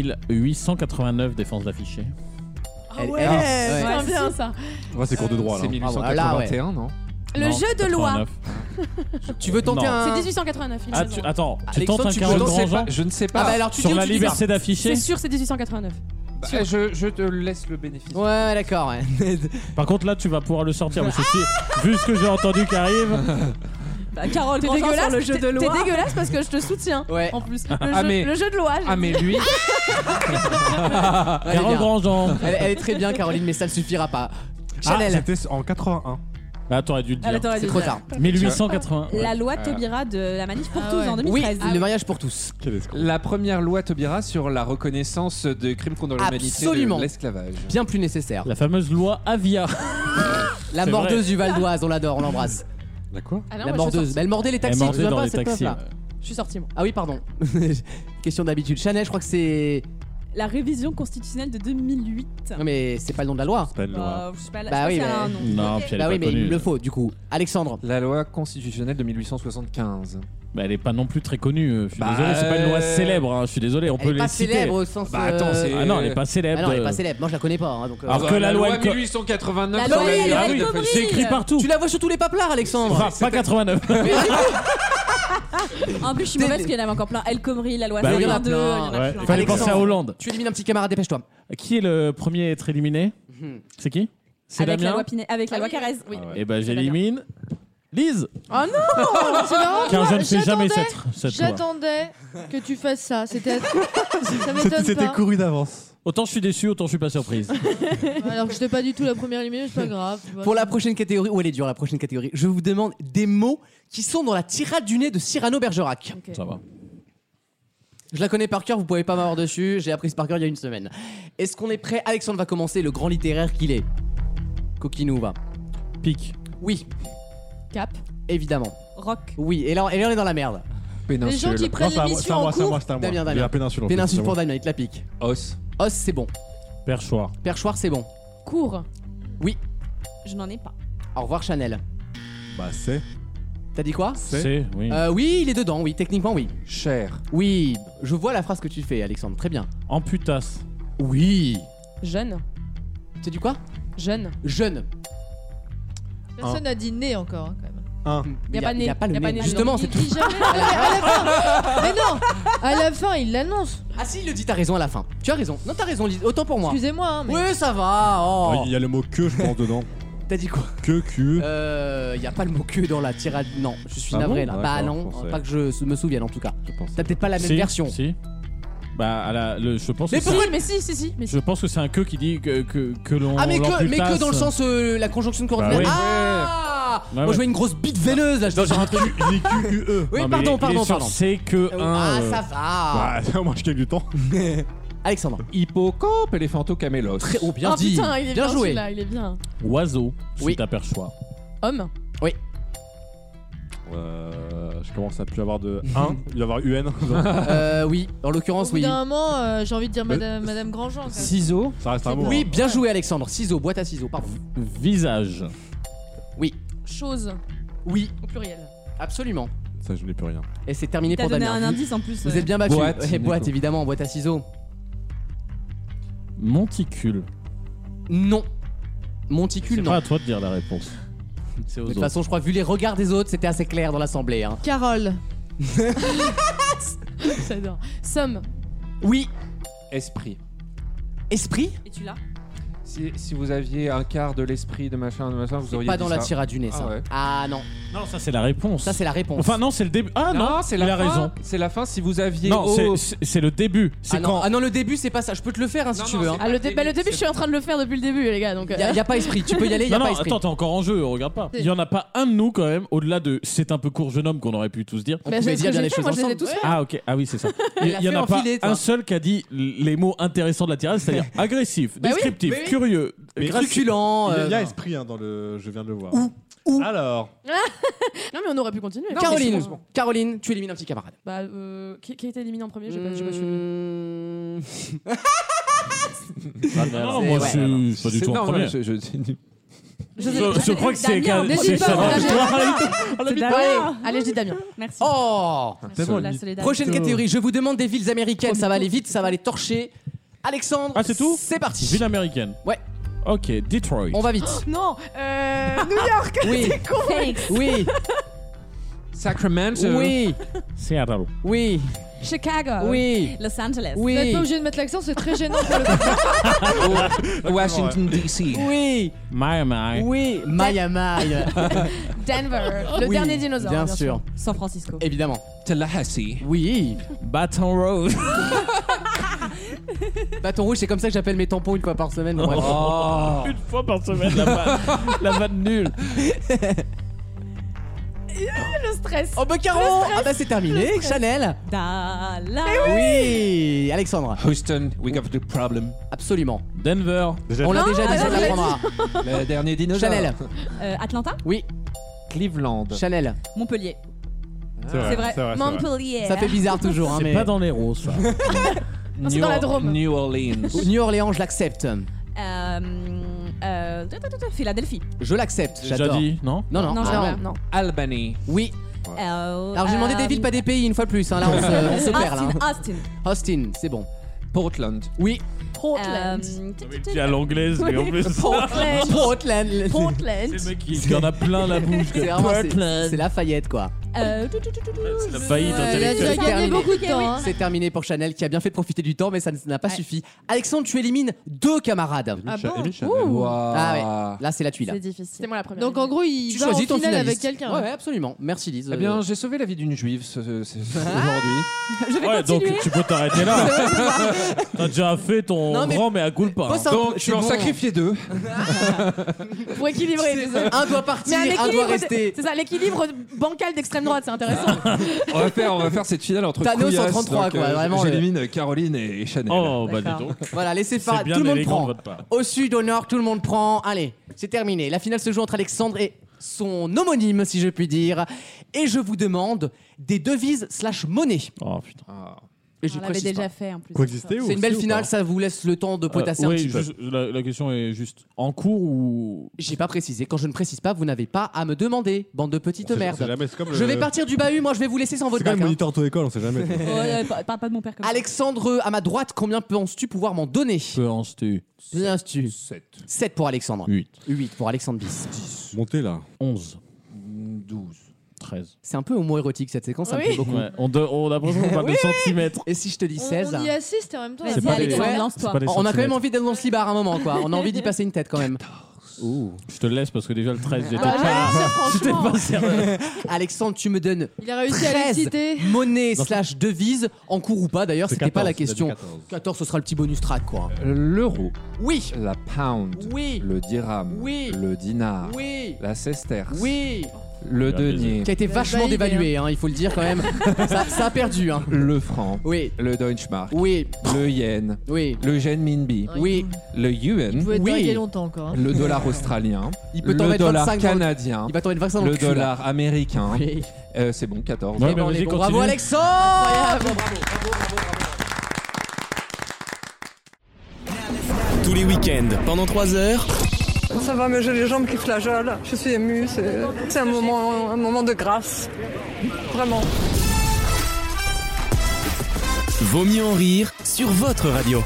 1889, défense d'affichés. Elle- ouais, elle- c'est bien ça. Ouais, c'est cours de droit là. C'est Ah, 1881, non Le Non, jeu de loi. 89. Tu veux tenter Non. un. C'est 1889. il Ah, me semble. attends, tu Alexandre, tentes un tu Carole peux- Grandjean Je ne sais Ah, pas. bah alors tu sur dis ou la tu dis liberté pas d'afficher? C'est sûr, c'est 1889. Bah, je te laisse le bénéfice. Ouais, d'accord, ouais. Par contre, là, tu vas pouvoir le sortir. Parce que vu ce que j'ai entendu qui arrive. Bah, Carole T'es Grandjean dégueulasse, sur le jeu de loi. T'es dégueulasse parce que je te soutiens. Ouais. En plus. mais- Le jeu de loi. j'ai Ah, dit. mais lui, Elle est Carole bien. Grandjean. Elle est très bien, Caroline, mais ça ne suffira pas. Ah, Chanel, c'était en 81. Bah, t'aurais dû le Ah, dire. t'aurais c'est dû trop le dire. tard. 1880. La loi Taubira de la manif pour Ah tous ouais. en Oui, 2013. le mariage pour tous. Quel escroc. la première loi Taubira sur la reconnaissance de crimes contre l'humanité Absolument. de l'esclavage. Bien plus nécessaire. La fameuse loi Avia. La C'est mordeuse vrai. du Val d'Oise, on l'adore, on l'embrasse. La quoi? Ah non, La moi, je suis mordeuse. sortie. Bah, elle mordait les Elle taxis, tu te mordait souviens dans pas les cette taxis. meuf là Je suis sortie, moi. Ah oui, pardon. Question d'habitude. Chanel, je crois que c'est. La révision constitutionnelle de 2008. Non, mais c'est pas le nom de la loi. C'est pas une loi. Je sais pas, Bah oui, c'est mais- un nom. Non, puis elle est Bah pas oui, mais connue. il le faut, du coup. Alexandre. La loi constitutionnelle de 1875. Bah, elle est pas non plus très connue. Je suis Bah, désolé, c'est pas une loi célèbre. Hein. Je suis désolé, on Elle peut est les pas citer. célèbre au sens. Bah, attends, c'est- Ah non, elle est pas célèbre. Ah non, elle est pas célèbre. Moi, je la connais pas. Hein, donc, Alors que la loi El Khomri- 1889 La sur loi la El liberté Khomri. de Khomri. C'est écrit partout. Tu la vois sur tous les paplards, Alexandre. Enfin, pas 89. En plus, je suis mauvaise parce qu'il y en avait encore plein. El Khomri, la loi Bah oui. 52, il y en a Ouais, plein. il fallait Alexandre. penser à Hollande. Tu élimines un petit camarade, dépêche-toi. Qui est le premier à être éliminé? C'est qui? C'est Avec la Damien? loi Pinet, avec la loi Carrez. Oui. Et ben j'élimine Lise. Oh non. C'est marrant. Car je ne moi, fais jamais j'attendais- cette loi. J'attendais que tu fasses ça. Ça m'étonne C'était pas. couru d'avance. Autant je suis déçu, autant je suis pas surprise. Alors que j'étais pas du tout la première éliminée, c'est pas grave. Pour la prochaine catégorie, où elle est dure la prochaine catégorie, je vous demande des mots qui sont dans la tirade du nez de Cyrano Bergerac. Ça va. Je la connais par cœur, vous pouvez pas m'avoir dessus, j'ai appris par cœur il y a une semaine. Est-ce qu'on est prêt? Alexandre va commencer, le grand littéraire qu'il est. Coquinou va. Pique. Oui, Cap. évidemment. Rock. Oui, et là on est dans la merde. Les gens qui Péninsule. prennent l'émission en cours. c'est à moi. Damien, J'ai la péninsule. en fait, Péninsule c'est pour bon. Damien, il te la pique. Os. Os, c'est bon. Perchoir. Perchoir, c'est bon. Cours. Oui. Je n'en ai pas. Au revoir Chanel. Bah, c'est. T'as dit quoi? C'est, oui. Oui, il est dedans, oui, techniquement oui. Cher. Oui, je vois la phrase que tu fais, Alexandre, très bien. Amputas. Oui. Jeune. C'est du quoi? Jeune. Jeune. Personne n'a dit né encore, hein, quand même. 1. Il n'y a pas le nez. Justement, c'est tout. Il dit jamais à la fin. Mais non, à la fin, il l'annonce. Ah si, il le dit, t'as raison à la fin. Tu as raison. Non, t'as raison, Lise. Autant pour moi. Excusez-moi. Hein, mais... Oui, ça va. Oh. Il y a le mot que, je pense, dedans. T'as dit quoi? Que, cul. Y a pas le mot que dans la tirade. Non, je suis Ah navré bon là. Bah D'accord, non, je pensais. pas que je me souvienne en tout cas. T'as peut-être pas la même version. Si. Bah, je pense. Mais que pourquoi? Mais si. je pense que c'est un que qui dit que l'on. Ah mais l'amputasse. que dans le sens la conjonction de coordonnées. oui. Ah Ouais, moi je vois une grosse bite veineuse là. Je J'ai dit Q-U-E. Oui, Non, mais pardon. il est sur C'est que Ah un. ça va. Bah, moi, je gagne du temps. Alexandre. Hippocampe, éléphantocamélos. Très haut, bien Oh dit. putain, il est bien bien joué. celui-là, il est bien. Oiseau, Oui. si t'aperçois. Homme. Oui. Je commence à plus avoir de 1. Il va y avoir UN. Oui, en l'occurrence Au bout oui. d'un moment, j'ai envie de dire Madame Grandjean. quand même. Ciseaux. Ça reste un mot. Oui, hein. bien joué Alexandre. Ciseaux, boîte à ciseaux, pardon. Visage. Oui. Chose. Oui, Au pluriel. absolument. Ça, je n'ai plus rien. Et c'est terminé T'as pour donné Damien. un indice en plus. Vous êtes bien battus. Boîte, Boîte Nico. évidemment, boîte à ciseaux. Monticule. Non. Monticule C'est non. pas à toi de dire la réponse. C'est aux De toute autres. façon, je crois que vu les regards des autres, c'était assez clair dans l'assemblée. Hein. Carole. J'adore. Somme. Oui. Esprit. Esprit. Et tu l'as? Si vous aviez un quart de l'esprit de machin, vous auriez Pas dit dans la ça. tirade du nez, ça. Ah ouais. Ah non. Non, ça c'est la réponse. Ça, c'est la réponse. Enfin, non, c'est le début. Ah non, c'est il la a fin. raison. C'est la fin si vous aviez. Non, oh, c'est le début. C'est Ah non. quand. Ah non, le début, c'est pas ça. Je peux te le faire hein, si Non, tu non, veux. c'est Hein. pas Le début, je suis en train de le faire depuis le début, les gars. Donc, Y a pas esprit. Tu peux y aller, y a Non, pas non, esprit. attends, t'es encore en jeu, regarde pas. Il y en a pas un de nous quand même, au-delà de c'est un peu court jeune homme qu'on aurait pu tous dire. On pouvait dire bien les choses moi, je les ai ensemble. tous fait. Ah ok, ah oui c'est ça. Il a Il y en fait a pas enfiler, toi. un seul qui a dit les mots intéressants de la tirade, c'est-à-dire agressif, Bah oui, descriptif, mais oui. curieux, Mais gracieux. Truculent. Il y a esprit hein, dans le. Je viens de le voir. Alors. Non, mais on aurait pu continuer. Caroline. Caroline, tu élimines un petit camarade. Bah, qui a été éliminé en premier? J'ai pas suivi. Non, C'est- moi ouais. je pas du tout en premier. Je crois que c'est Damien, c'est ça. C'est Damien. Allez, je dis Damien. Merci. Oh. La solidarité. Prochaine catégorie. Je vous demande des villes américaines. Ça va aller vite, ça va aller torcher. Alexandre. Ah, c'est tout? C'est parti. Ville américaine. Ouais. Ok, Detroit. On va vite. Non, New York. Oui. T'es con. Phoenix. Oui. Sacramento. Oui. Seattle. Oui. Chicago. Oui. Los Angeles. Vous n'êtes Oui. pas obligé de mettre l'accent, c'est très gênant pour le Washington DC. Oui. Miami. Oui. Miami. Denver. Le Oui, dernier dinosaure. Bien sûr. San Francisco. Évidemment. Tallahassee. Oui. Baton Rouge. Bâton rouge, c'est comme ça que j'appelle mes tampons une fois par semaine. Bon, bref. Oh. Une fois par semaine, la vanne nulle. Le stress. Oh bah Caro. Ah bah c'est terminé. Chanel. Dallas. Oui. Alexandre. Houston, we got the problem. Absolument. Denver. On l'a déjà dit, ça l'apprendra. Le dernier dinosaure. Chanel. Atlanta. Oui. Cleveland. Chanel. Montpellier. C'est vrai. C'est vrai. Montpellier. Ça fait bizarre toujours. Hein, C'est mais... pas dans les roses, ça. C'est dans la Drôme. New Orleans. New Orléans, je l'accepte. Philadelphie. Je l'accepte. Déjà J'adore. dit, non? Non, non. Non, Ah, non. Albany. Oui. Alors j'ai demandé des villes, pas des pays, une fois de plus. Hein. Là, on se perd. Là, hein. Austin, c'est bon. Portland. Oui. Portland. Tu à l'anglaise, mais en plus. Portland. Portland. C'est le mec qui en a plein la bouche. C'est vraiment c'est Lafayette quoi. C'est la faillite Il a intellectuelle. déjà gagné terminé. beaucoup de temps. Hein. C'est terminé pour Chanel qui a bien fait de profiter du temps, mais ça n'a pas suffi. Alexandre, tu élimines 2 camarades. Ah bon Wow. Ah ouais. Là, c'est la tuile. C'est difficile. C'était moi la première. Donc en gros, il Tu va en choisis ton finale avec finaliste. quelqu'un. Ouais, absolument. Merci Lise. Eh bien, j'ai sauvé la vie d'une juive aujourd'hui. Je vais Ouais, donc continuer. tu peux t'arrêter là. T'as déjà fait ton Non, mais- grand mais à coup pas. Bosse un Donc, peu, je c'est vais en bon. sacrifier 2. Pour équilibrer. c'est ça. Un doit partir, Mais un doit rester. c'est ça, l'équilibre bancal d'extrême droite, c'est intéressant. On va faire cette finale entre Thanos couillasses, 133, donc, quoi, vraiment, J'élimine Caroline et Chanel. Oh, bah dis D'accord. donc. Voilà, laissez faire. C'est bien Tout le monde élégant de prend. votre part. Au sud, au nord, tout le monde prend. Allez, c'est terminé. La finale se joue entre Alexandre et son homonyme, si je puis dire. Et je vous demande des devises / monnaie. Oh putain. Et On l'avait déjà fait en plus. Coexister ou C'est une belle aussi ou finale, pas ça vous laisse le temps de potasser un oui, petit peu. juste, la question est juste en cours ou. J'ai pas précisé. Quand je ne précise pas, vous n'avez pas à me demander, bande de petites On sait merdes. jamais, c'est comme Je le- vais partir du bahut, moi je vais vous laisser sans votre C'est comme bac. le hein. moniteur auto-école, on sait jamais. Parle pas de mon père comme ça. Alexandre, à ma droite, combien penses-tu pouvoir m'en donner? Penses-tu? Bien tu. 7. 7 pour Alexandre. 8. 8 pour Alexandre bis. Montez là. 11. 12. 13. C'est un peu homo-érotique cette séquence, ça me plaît beaucoup. Ouais, on a l'impression qu'on parle de centimètres. Et si je te dis 16 On y assiste et en même temps. C'est pas des- lance-toi. c'est pas des On a quand même centimètres. envie d'être dans ce libar à un moment, quoi. On a envie d'y passer une tête quand même. Ouh. Je te le laisse parce que déjà le 13, j'étais Bah, pas franchement. sérieux. Alexandre, tu me donnes Il a réussi à 13 l'exciter. monnaie / devise, en cours ou pas d'ailleurs, C'est c'était pas 14, la il a dit question. 14. 14, ce sera le petit bonus track, quoi. L'euro, Oui, la pound, oui, le dirham, Oui. le dinar, oui, la sesterce, oui. le denier, Qui a été vachement validé, dévalué, hein, il faut le dire quand même. ça a perdu, hein. le franc, Oui, le Deutschmark, oui, le yen, oui, le renminbi, oui. le Il yuan, pouvait être Oui. dragué longtemps encore. hein. le dollar australien, Il peut t'en le mettre dollar 25 dans le- canadien, Il va t'en mettre 25 dans le le cul, là. dollar américain. Oui. C'est bon, 14. Ouais, Eh ben, on vas-y, est bon. continue. Bravo Alexandre. Incroyable. Tous les week-ends, pendant 3 heures, Ça va, mais j'ai les jambes qui flageolent. Je suis émue. C'est un moment de grâce. Vraiment. Vaut mieux en rire sur votre radio.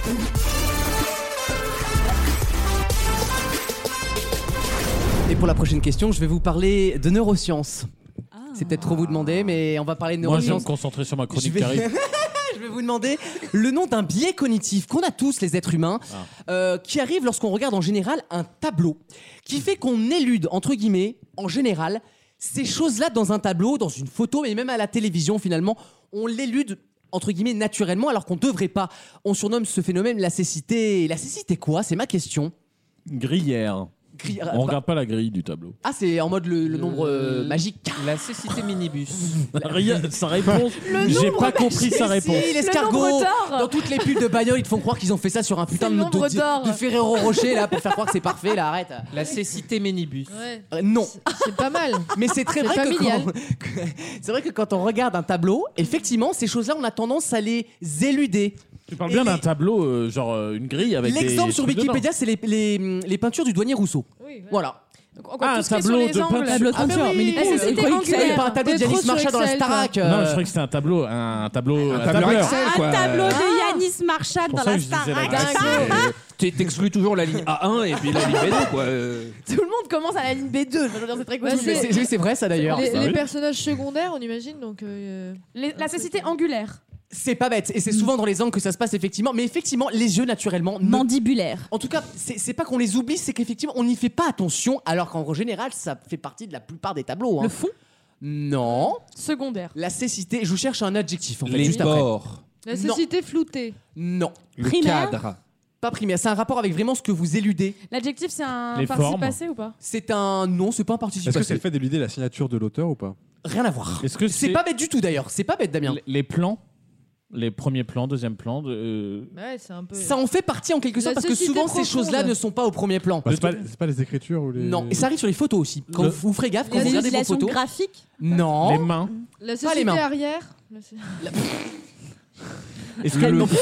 Et pour la prochaine question, je vais vous parler de neurosciences. C'est peut-être trop vous demander, mais on va parler de Moi, je vais me neurosciences. concentrer sur ma Je chronique vais... qui arrive. je vais vous demander le nom d'un biais cognitif qu'on a tous les êtres humains, qui arrive lorsqu'on regarde en général un tableau, qui fait qu'on élude, entre guillemets, en général, ces choses-là dans un tableau, dans une photo, mais même à la télévision finalement, on l'élude entre guillemets naturellement alors qu'on devrait pas. On surnomme ce phénomène la cécité. La cécité quoi? C'est ma question. Grillère. On regarde pas la grille du tableau. Ah, c'est en mode le nombre magique. La cécité minibus. Rien, sa réponse. Le J'ai nombre pas compris sa réponse. Si, l'escargot. Le nombre d'or. Dans toutes les pubs de bagnole, ils te font croire qu'ils ont fait ça sur un putain C'est le nombre d'or. de Ferrero Rocher là pour faire croire que c'est parfait. Là, arrête. La cécité minibus. Ouais. Non. C'est pas mal. Mais c'est très C'est vrai familial. c'est vrai que quand on regarde un tableau, effectivement, ces choses-là, on a tendance à les éluder. Tu parles bien d'un tableau, genre une grille avec des L'exemple sur trucs Wikipédia, dedans. c'est les peintures du douanier Rousseau. Oui, ouais. Voilà. Donc, encore Ah, tout un ce qui est tableau sur les de angles. peinture. Ah, bah, oui. mais Ah, c'est c'était quoi, angulaire. C'est pas un tableau de T'es trop Yanis sur Marshall dans la Excel, Starac. toi. Non, je croyais que c'était un tableau. Un tableau Excel, quoi. Un tableau de Yanis Marshall pour dans ça la que je disais la Starac. grille. T'exclus toujours la ligne A1 et puis la ligne B2, quoi. Tout le monde commence à la ligne B2. Je veux dire, c'est très cool. Ouais, Mais c'est vrai ça d'ailleurs. Les personnages secondaires, on imagine. Donc, La cécité angulaire. C'est pas bête et c'est souvent dans les angles que ça se passe effectivement. Mais effectivement, les yeux naturellement. Mandibulaire. En tout cas, c'est pas qu'on les oublie, c'est qu'effectivement on n'y fait pas attention, alors qu'en général ça fait partie de la plupart des tableaux. Hein. Le fond Non. secondaire. La cécité, je vous cherche un adjectif en fait, Les juste après. bords. la cécité floutée. Non. Le Primaire. cadre. Pas primaire, c'est un rapport avec vraiment ce que vous éludez. L'adjectif, c'est un Les participe formes. passé ou pas? C'est un non, c'est pas un participe Est-ce que c'est passé. le fait d'éluder la signature de l'auteur ou pas? Rien à voir. Est-ce que C'est pas bête du tout d'ailleurs, c'est pas bête Damien. les plans, les premiers plans, deuxième plan de. Ouais, c'est un peu. Ça en fait partie en quelque La sorte parce que cécité souvent ces profonde. choses-là ne sont pas au premier plan. Bah, c'est pas les écritures ou les. Non, et ça arrive sur les photos aussi. Quand Le- vous ferez gaffe, quand Les vous regardez vos illustrations photos. graphiques. Non. Les mains. La Pas les cécité mains. arrière. Est-ce qu'elles n'ont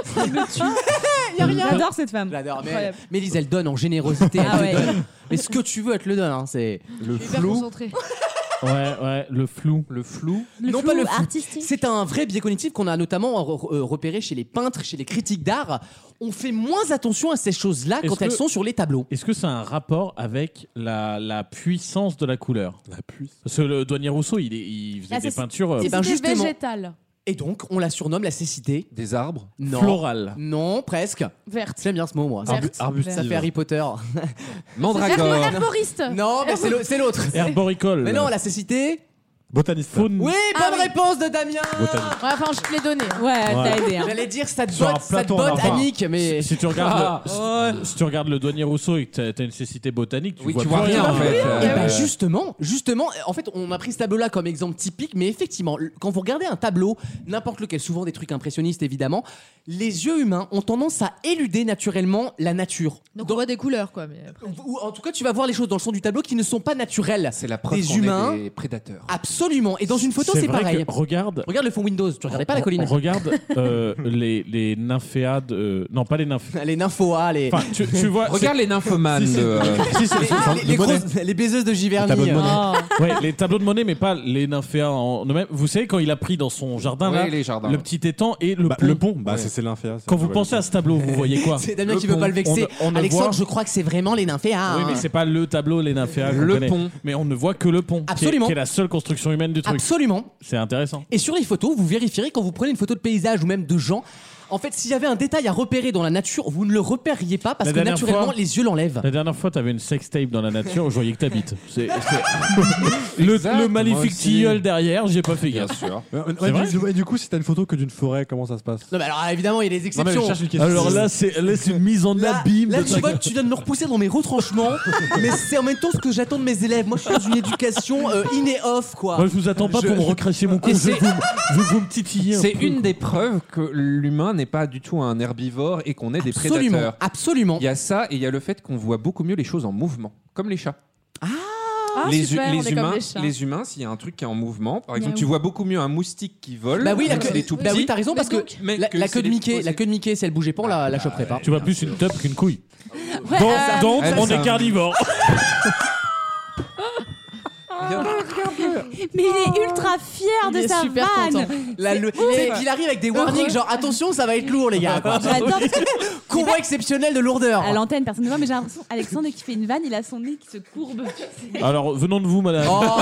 J'adore cette femme. J'adore, mais Incroyable. Mélise, elle donne en générosité. Ah Elle ouais. te donne. Mais ce que tu veux, elle te le donne. Hein, c'est Le Hyper flou. concentré. Ouais, le flou. Le flou. non flou pas le flou. artistique. C'est un vrai biais cognitif qu'on a notamment repéré chez les peintres, chez les critiques d'art. On fait moins attention à ces choses-là Est-ce quand elles que- sont sur les tableaux. Est-ce que ça a un rapport avec la puissance de la couleur? La puce. Parce que le douanier Rousseau, il faisait Ah, des c'est- peintures Eh ben, Cécité justement. végétale. Et donc, on la surnomme la cécité. Des arbres. Non. florales. Non, presque. Verte. J'aime bien ce mot, moi. Verte. Arbustive. Ça fait Harry Potter. Mandragore. Herboriste. Non, mais c'est l'autre. Herboricole. Mais non, la cécité. Botaniste. Faune. Oui, Ah bonne oui. réponse de Damien. Botaniste. Ouais, enfin, je te l'ai donné. hein. Ouais, t'as aidé. hein. J'allais dire ça te Sur un botte, plateau en argent. Annick, mais. Si tu regardes, si tu regardes le douanier Rousseau et que t'as une cécité botanique, tu Oui, vois tu plus vois rien en fait. Et bah justement, en fait, on a pris ce tableau-là comme exemple typique, mais effectivement, quand vous regardez un tableau, n'importe lequel, souvent des trucs impressionnistes évidemment, les yeux humains ont tendance à éluder naturellement la nature. Donc on voit des couleurs, quoi. Mais après. Ou en tout cas, tu vas voir les choses dans le fond du tableau qui ne sont pas naturelles. C'est la preuve Des qu'on humains. est des prédateurs. Absolument. Et dans une photo, c'est vrai pareil. que regarde. Regarde le fond Windows. Tu regardais pas la colline. Regarde les nymphéades. Non, pas les nymphéades. Les nymphoas, les. Enfin, tu vois. Regarde les nymphomanes. Si, si. de, Si, c'est- les grosses- les baiseuses de Giverny. tableau de Monet. Ouais, les tableaux de Monet, mais pas les nymphéas en eux-mêmes. Vous savez, quand il a pris dans son jardin, Oui, là, les jardins. le petit étang et le Bah, pont. le pont, bah, Ouais. c'est l'inféa. Quand vous pensez à ce tableau, vous voyez quoi? C'est Damien Le qui veut pont. pas le vexer. On ne Alexandre, voit- je crois que c'est vraiment les nymphéas. Oui, mais c'est pas le tableau, les nymphéas. qu'on Le connaît. pont. Mais on ne voit que le pont. Absolument. Qui est la seule construction création humaine du truc. Absolument. C'est intéressant. Et sur les photos, vous vérifierez quand vous prenez une photo de paysage ou même de gens. En fait, s'il y avait un détail à repérer dans la nature, vous ne le repériez pas parce que naturellement, les yeux l'enlèvent. La dernière fois, t'avais une sextape dans la nature, je voyais que t'habites. Le maléfique tilleul derrière, j'ai pas fait gaffe. Bien sûr. Du coup, si t'as une photo que d'une forêt, comment ça se passe? Non, mais alors évidemment, il y a des exceptions. Alors là, c'est une mise en abîme. Là, tu vois, tu viens de me repousser dans mes retranchements, mais c'est en même temps ce que j'attends de mes élèves. Moi, je suis dans une éducation in et off, quoi. Moi, je vous attends pas pour me recracher mon cours. Je vous me titiller. C'est une des preuves que l'humain n'est pas du tout un herbivore et qu'on est des prédateurs. Absolument. Il y a ça et il y a le fait qu'on voit beaucoup mieux les choses en mouvement, comme les chats. Les humains, s'il y a un truc qui est en mouvement, par exemple, tu vois beaucoup mieux un moustique qui vole. Bah oui, tout petit. bah oui, t'as raison parce que la queue de Mickey, si elle bougeait pas, on la choperait pas. Tu vois plus une teub qu'une couille. Ouais, donc, on est carnivore. Mais il est ultra fier de sa vanne. Il arrive avec des warnings genre attention, ça va être lourd les gars. J'adore. Convoi exceptionnel de lourdeur. À l'antenne, personne ne voit, mais j'ai l'impression Alexandre qui fait une vanne, il a son nez qui se courbe. Alors, venons de vous, madame.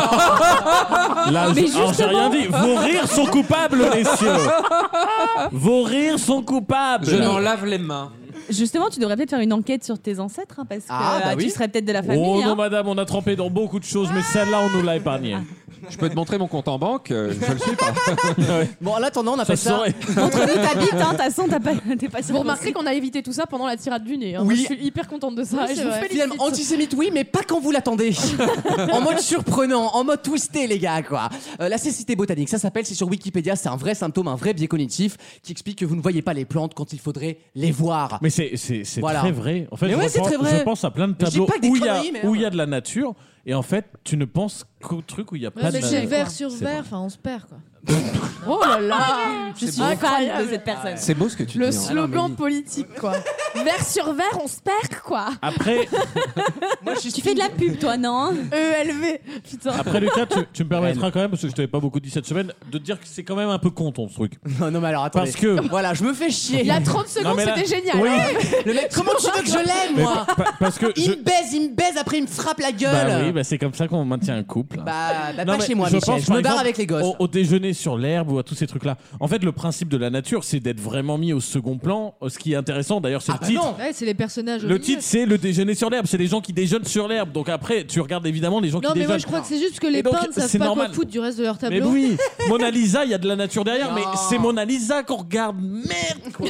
Là, j'ai rien dit. Vos rires sont coupables, messieurs. Vos rires sont coupables. Je m'en lave les mains. Justement, tu devrais peut-être faire une enquête sur tes ancêtres, parce que tu serais peut-être de la famille. Oh non, madame, on a trempé dans beaucoup de choses, mais celle-là, on nous l'a épargnée. Je peux te montrer mon compte en banque, je le suis pas. Bon, en attendant, on a fait ça. Montre-nous ta bite, de toute façon, t'es pas sûr. Vous remarquerez qu'on a évité tout ça pendant la tirade du nez. Oui. Je suis hyper contente de ça. Oui, je vous félicite. Finalement, antisémite, oui, mais pas quand vous l'attendez. En mode surprenant, en mode twisté, les gars, quoi. La cécité botanique, ça s'appelle, c'est sur Wikipédia, c'est un vrai symptôme, un vrai biais cognitif qui explique que vous ne voyez pas les plantes quand il faudrait les voir. Mais c'est très vrai. En fait, je pense à plein de tableaux où il y a de la nature. Et en fait, tu ne penses qu'au truc où il n'y a pas de nature. C'est vert sur vert, enfin on se perd quoi. Oh là là, je suis fan de cette personne. C'est beau ce que tu dis. Le slogan politique quoi. Vert sur vert, on se perd quoi. Après, tu fais de la pub toi, non? ELV, putain. Après Lucas, tu me permettras quand même, parce que je t'avais pas beaucoup dit cette semaine, de te dire que c'est quand même un peu con ton truc. Non mais alors attendez. Parce que voilà, je me fais chier. Il y a 30 secondes, c'était génial. Oui. Le mec, comment tu veux que je l'aime moi? Parce que il me baise, après il me frappe la gueule. Bah oui, c'est comme ça qu'on maintient un couple. Pas chez moi, Michel. Je me barre avec les gosses. Au déjeuner sur l'herbe ou à tous ces trucs-là. En fait, le principe de la nature, c'est d'être vraiment mis au second plan. Ce qui est intéressant, d'ailleurs, c'est le titre. Ouais, c'est les personnages. Le titre, c'est le déjeuner sur l'herbe. C'est les gens qui déjeunent sur l'herbe. Donc après, tu regardes évidemment les gens qui déjeunent. Non, mais moi, je crois que c'est juste que les peintres ne savent pas quoi foutre du reste de leur tableau. Mais oui, Mona Lisa, il y a de la nature derrière, mais c'est Mona Lisa qu'on regarde. Merde, quoi.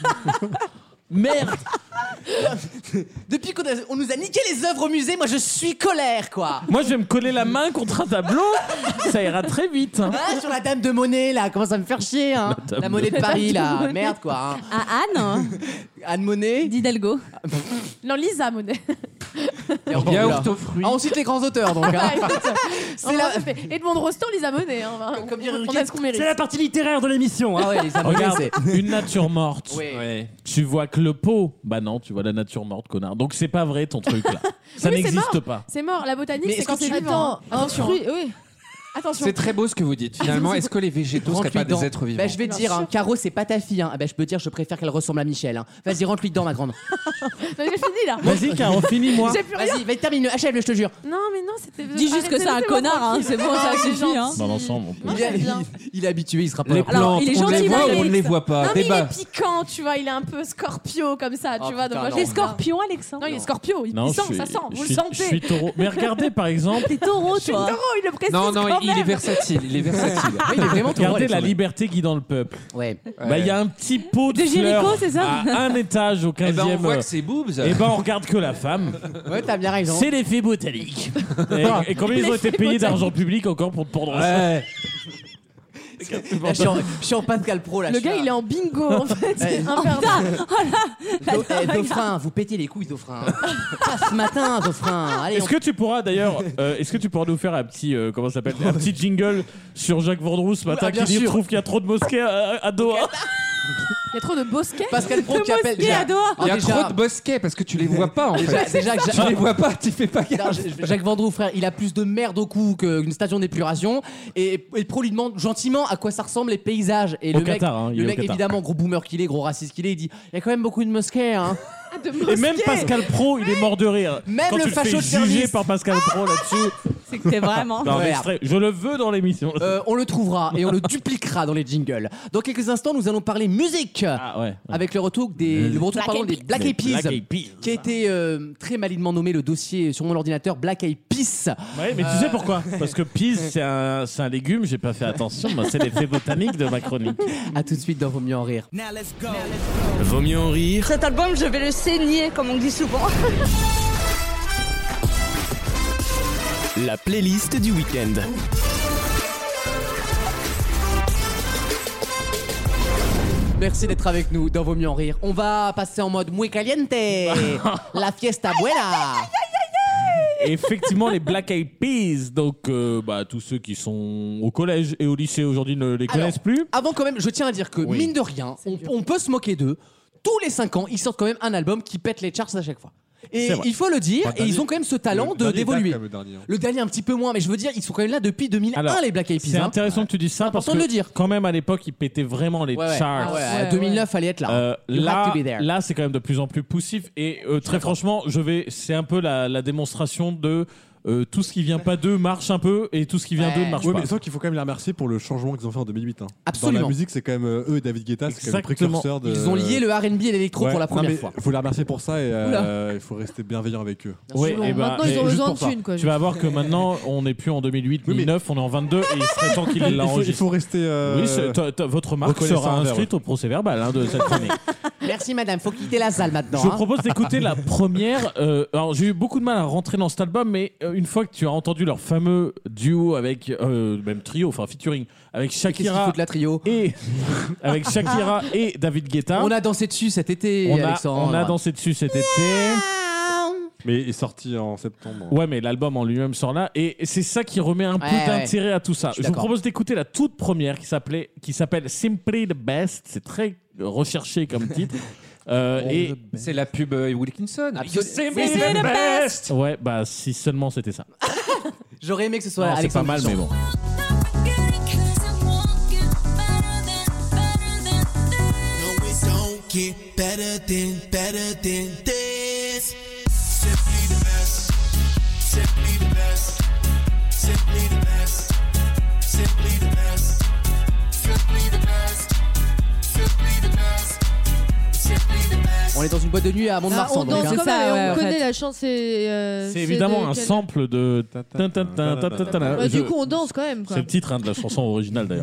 Merde. Depuis qu'on nous a niqué les œuvres au musée, moi je suis colère quoi. Moi je vais me coller la main contre un tableau, ça ira très vite. Sur la Dame de Monet là, commence à me faire chier hein. La Monet de Paris là, merde quoi. Anne Anne Monet d'Hidalgo. Non, Lisa Monet. Yaourt aux fruits. On cite les grands auteurs donc. C'est la... Edmond Rostand, Lisa Monet. Hein. Comme dire on a ce qu'on mérite. C'est la partie littéraire de l'émission. Ah ouais, Lisa Monet. Regarde, une nature morte. Oui. Tu vois que le pot. Bah non, tu vois la nature morte, connard. Donc c'est pas vrai ton truc là. Ça n'existe pas. C'est mort. La botanique, mais c'est quand c'est vivant. Attention. Oui. Attention. C'est très beau ce que vous dites. Finalement, est-ce que les végétaux seraient pas des êtres vivants? Je vais te dire, Caro, c'est pas ta fille. Je peux dire, je préfère qu'elle ressemble à Michel. Vas-y, rentre-lui dedans, ma grande. J'ai fini là. Vas-y, Caro, finis-moi. Vas-y, termine, achève-le, je te jure. Non, mais non, c'était. Dis juste que c'est un connard, c'est bon, ça suffit. Dans l'ensemble, on peut. Il est habitué, il sera pas. Les plantes, il est on les gentil, voit ou Alex. on ne les voit pas? Non, mais il est piquant, tu vois, il est un peu scorpio comme ça, tu vois. T'es scorpion, Alexandre? Non, il est scorpio, il sent, ça sent, vous le Je sentez. suis taureau. Mais regardez par exemple. T'es taureau, Je suis toi. taureau, il le précise. Non, quand il même. est versatile. Il est versatile. Oui, il est vraiment taureau. Regardez la liberté guidant le peuple. Ouais. Il y a un petit pot de De Jéricho, fleurs c'est ça à un étage au 15e. on voit que c'est boobs. Et on regarde que la femme. Ouais, t'as bien raison. C'est l'effet botanique. Et combien ils ont été payés d'argent public encore pour te pondre ça? Je suis en Pascal Pro là. Le gars, il est en bingo en fait. C'est imperdable. Dauphin, vous pétez les couilles, Dauphin. Pas ce matin, Dauphin. Allez, Est-ce que tu pourras d'ailleurs, nous faire un petit, comment ça s'appelle, un petit jingle sur Jacques Vendroux ce matin bien qui sûr. trouve qu'il y a trop de mosquées à Doha? Il y a trop de bosquets. Pascal Pro qui appelle. Il y a trop de bosquets parce que tu les vois pas en fait. Déjà que Tu les vois pas, tu fais pas gaffe. Jacques Vendroux, frère, il a plus de merde au cou qu'une station d'épuration. Et le pro lui demande gentiment à quoi ça ressemble les paysages. Et Au le mec, Qatar, hein, il est au Qatar. évidemment, gros boomer qu'il est, gros raciste qu'il est, il dit il y a quand même beaucoup de mosquées. Hein. Et même Pascal Pro, il est mort de rire. Même Quand le tu te facho fais de juger service. par Pascal Pro là-dessus. C'est que t'es vraiment. Non, mais je le veux dans l'émission. On le trouvera et on le dupliquera dans les jingles. Dans quelques instants, nous allons parler musique. Avec le retour des Black Eyed Peas, qui a été très malinement nommé le dossier sur mon ordinateur Black Eyed Peas. Ouais, mais tu sais pourquoi ? Parce que peas, c'est un légume, j'ai pas fait attention. Moi, c'est l'effet botanique de ma chronique. A tout de suite dans Vaut mieux en rire. Vaut mieux en rire. Cet album, je vais le saigner, comme on dit souvent. La playlist du week-end. Merci d'être avec nous dans Vaut mieux en rire. On va passer en mode muy caliente. La fiesta buena. Effectivement, les Black Eyed Peas, donc tous ceux qui sont au collège et au lycée aujourd'hui ne les connaissent plus. Avant quand même, je tiens à dire que mine de rien, on peut se moquer d'eux. Tous les 5 ans, ils sortent quand même un album qui pète les charts à chaque fois. Et il faut le dire, et ils ont quand même ce talent d'évoluer. Le dernier un petit peu moins, mais je veux dire, ils sont quand même là depuis 2001, les Black Eyed Peas. C'est intéressant que tu dises ça parce que le dire. Quand même à l'époque, ils pétaient vraiment les charts. 2009, fallait être là. Là, c'est quand même de plus en plus poussif. Et très franchement, c'est un peu la démonstration de tout ce qui vient pas d'eux marche un peu et tout ce qui vient d'eux ne marche pas. Mais sauf qu'il faut quand même les remercier pour le changement qu'ils ont fait en 2008. Absolument. Dans la musique, c'est quand même eux et David Guetta, c'est quand même précurseurs de. Ils ont lié le R&B et l'électro pour la première fois. Il faut les remercier pour ça et il faut rester bienveillant avec eux. Maintenant, ils ont besoin de thunes. Tu vas voir que maintenant, on n'est plus en 2008, 2009, on est en 22 et il serait temps qu'il l'enregistre. Il faut rester. Oui, votre marque sera inscrite au procès verbal de cette chronique. Merci madame, faut quitter la salle maintenant. Je vous propose d'écouter la première. Alors j'ai eu beaucoup de mal à rentrer dans cet album, mais une fois que tu as entendu leur fameux duo avec même trio, enfin featuring avec Shakira et avec Shakira et David Guetta. On a dansé dessus cet été, Alexandre. On a dansé dessus cet été. Mais il est sorti en septembre. Ouais, mais l'album en lui-même sort là. Et c'est ça qui remet un peu d'intérêt à tout ça. Je vous propose d'écouter la toute première qui s'appelle Simply the Best. C'est très recherché comme titre. Et c'est la pub Wilkinson. Simply the Best. Ouais, si seulement c'était ça. J'aurais aimé que ce soit c'est pas mal, mais bon. On est dans une boîte de nuit à Mont-de-Marsan. On danse comme on connaît la chance. C'est évidemment un sample de. Du coup, on danse quand même. C'est le titre de la chanson originale d'ailleurs.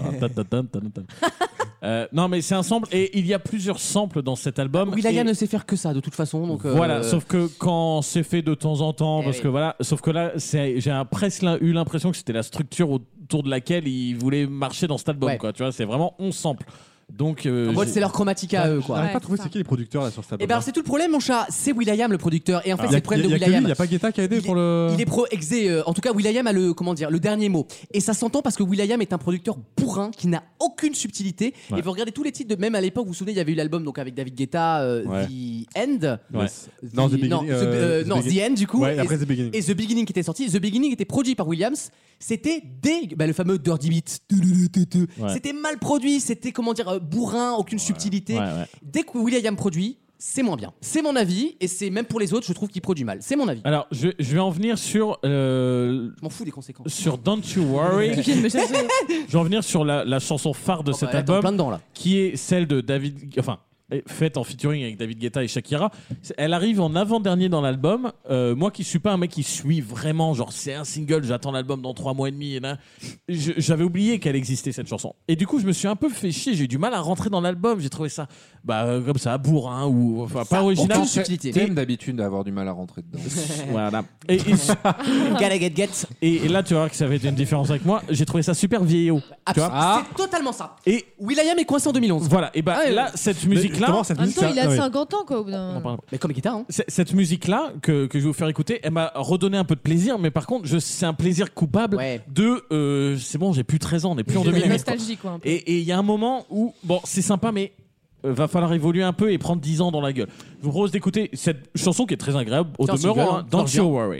Non, mais c'est un sample et il y a plusieurs samples dans cet album. Will.i.am ne sait faire que ça de toute façon. Donc voilà, sauf que quand c'est fait de temps en temps, sauf que là, j'ai presque eu l'impression que c'était la structure autour de laquelle ils voulaient marcher dans cet album. Quoi, tu vois, c'est vraiment 11 samples. Donc, en mode, c'est leur chromatique à eux. Je n'arrive pas à trouver c'est qui les producteurs là sur cet album. C'est tout le problème, mon chat. C'est Will.i.am le producteur. Et en fait, c'est le problème de Will.i.am. Il n'y a pas Guetta qui a aidé pour le. Il est pro-exé. En tout cas, Will.i.am a le dernier mot. Et ça s'entend parce que Will.i.am est un producteur bourrin qui n'a aucune subtilité. Et vous regardez tous les titres, même à l'époque, vous vous souvenez, il y avait eu l'album donc avec David Guetta, The End. Non, The Beginning. Non, The End du coup. Après The Beginning. Et The Beginning qui était sorti. The Beginning était produit par Williams. C'était le fameux Dirty Beat. C'était mal produit. C'était bourrin, aucune subtilité. Dès que Will.i.am produit, c'est moins bien. C'est mon avis, et c'est même pour les autres, je trouve qu'il produit mal. C'est mon avis. Alors, je vais en venir sur. Je m'en fous des conséquences. Sur Don't You Worry. Je vais en venir sur la chanson phare de cet album, plein dedans, là. qui est celle de David. Enfin, faite en featuring avec David Guetta et Shakira. Elle arrive en avant-dernier dans l'album. Moi qui suis pas un mec qui suit vraiment, genre c'est un single, j'attends l'album dans 3 mois et demi. J'avais oublié qu'elle existait cette chanson. Et du coup, je me suis un peu fait chier. J'ai eu du mal à rentrer dans l'album. J'ai trouvé ça, comme ça, bourrin ou enfin pas original. T'aimes d'habitude d'avoir du mal à rentrer dedans. Voilà. Gotta get. Et là, tu vas voir que ça avait été une différence avec moi. J'ai trouvé ça super vieillot. C'est totalement ça. Et Will.i.am est coincé en 2011. Voilà. Et là, cette musique. En même temps, il a 50 ans, quoi. Mais comme guitare. Cette musique-là, que je vais vous faire écouter, elle m'a redonné un peu de plaisir, mais par contre, c'est un plaisir coupable de. C'est bon, j'ai plus 13 ans, on n'est plus en 2008. Nostalgie, quoi. Et il y a un moment où, c'est sympa, mais va falloir évoluer un peu et prendre 10 ans dans la gueule. Je vous propose d'écouter cette chanson qui est très agréable, au demeurant, Don't You Worry.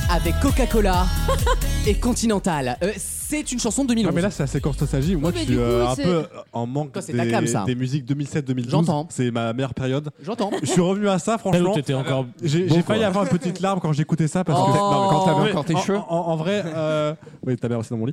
avec Coca-Cola et Continental. C'est une chanson de 2011. Ah mais là c'est la séquence nostalgie. Moi je suis un peu en manque des musiques 2007-2012. J'entends. C'est ma meilleure période. J'entends. Je suis revenu à ça franchement. J'ai failli avoir une petite larme quand j'écoutais ça parce que quand t'avais encore tes cheveux. En vrai, oui ta mère aussi dans mon lit.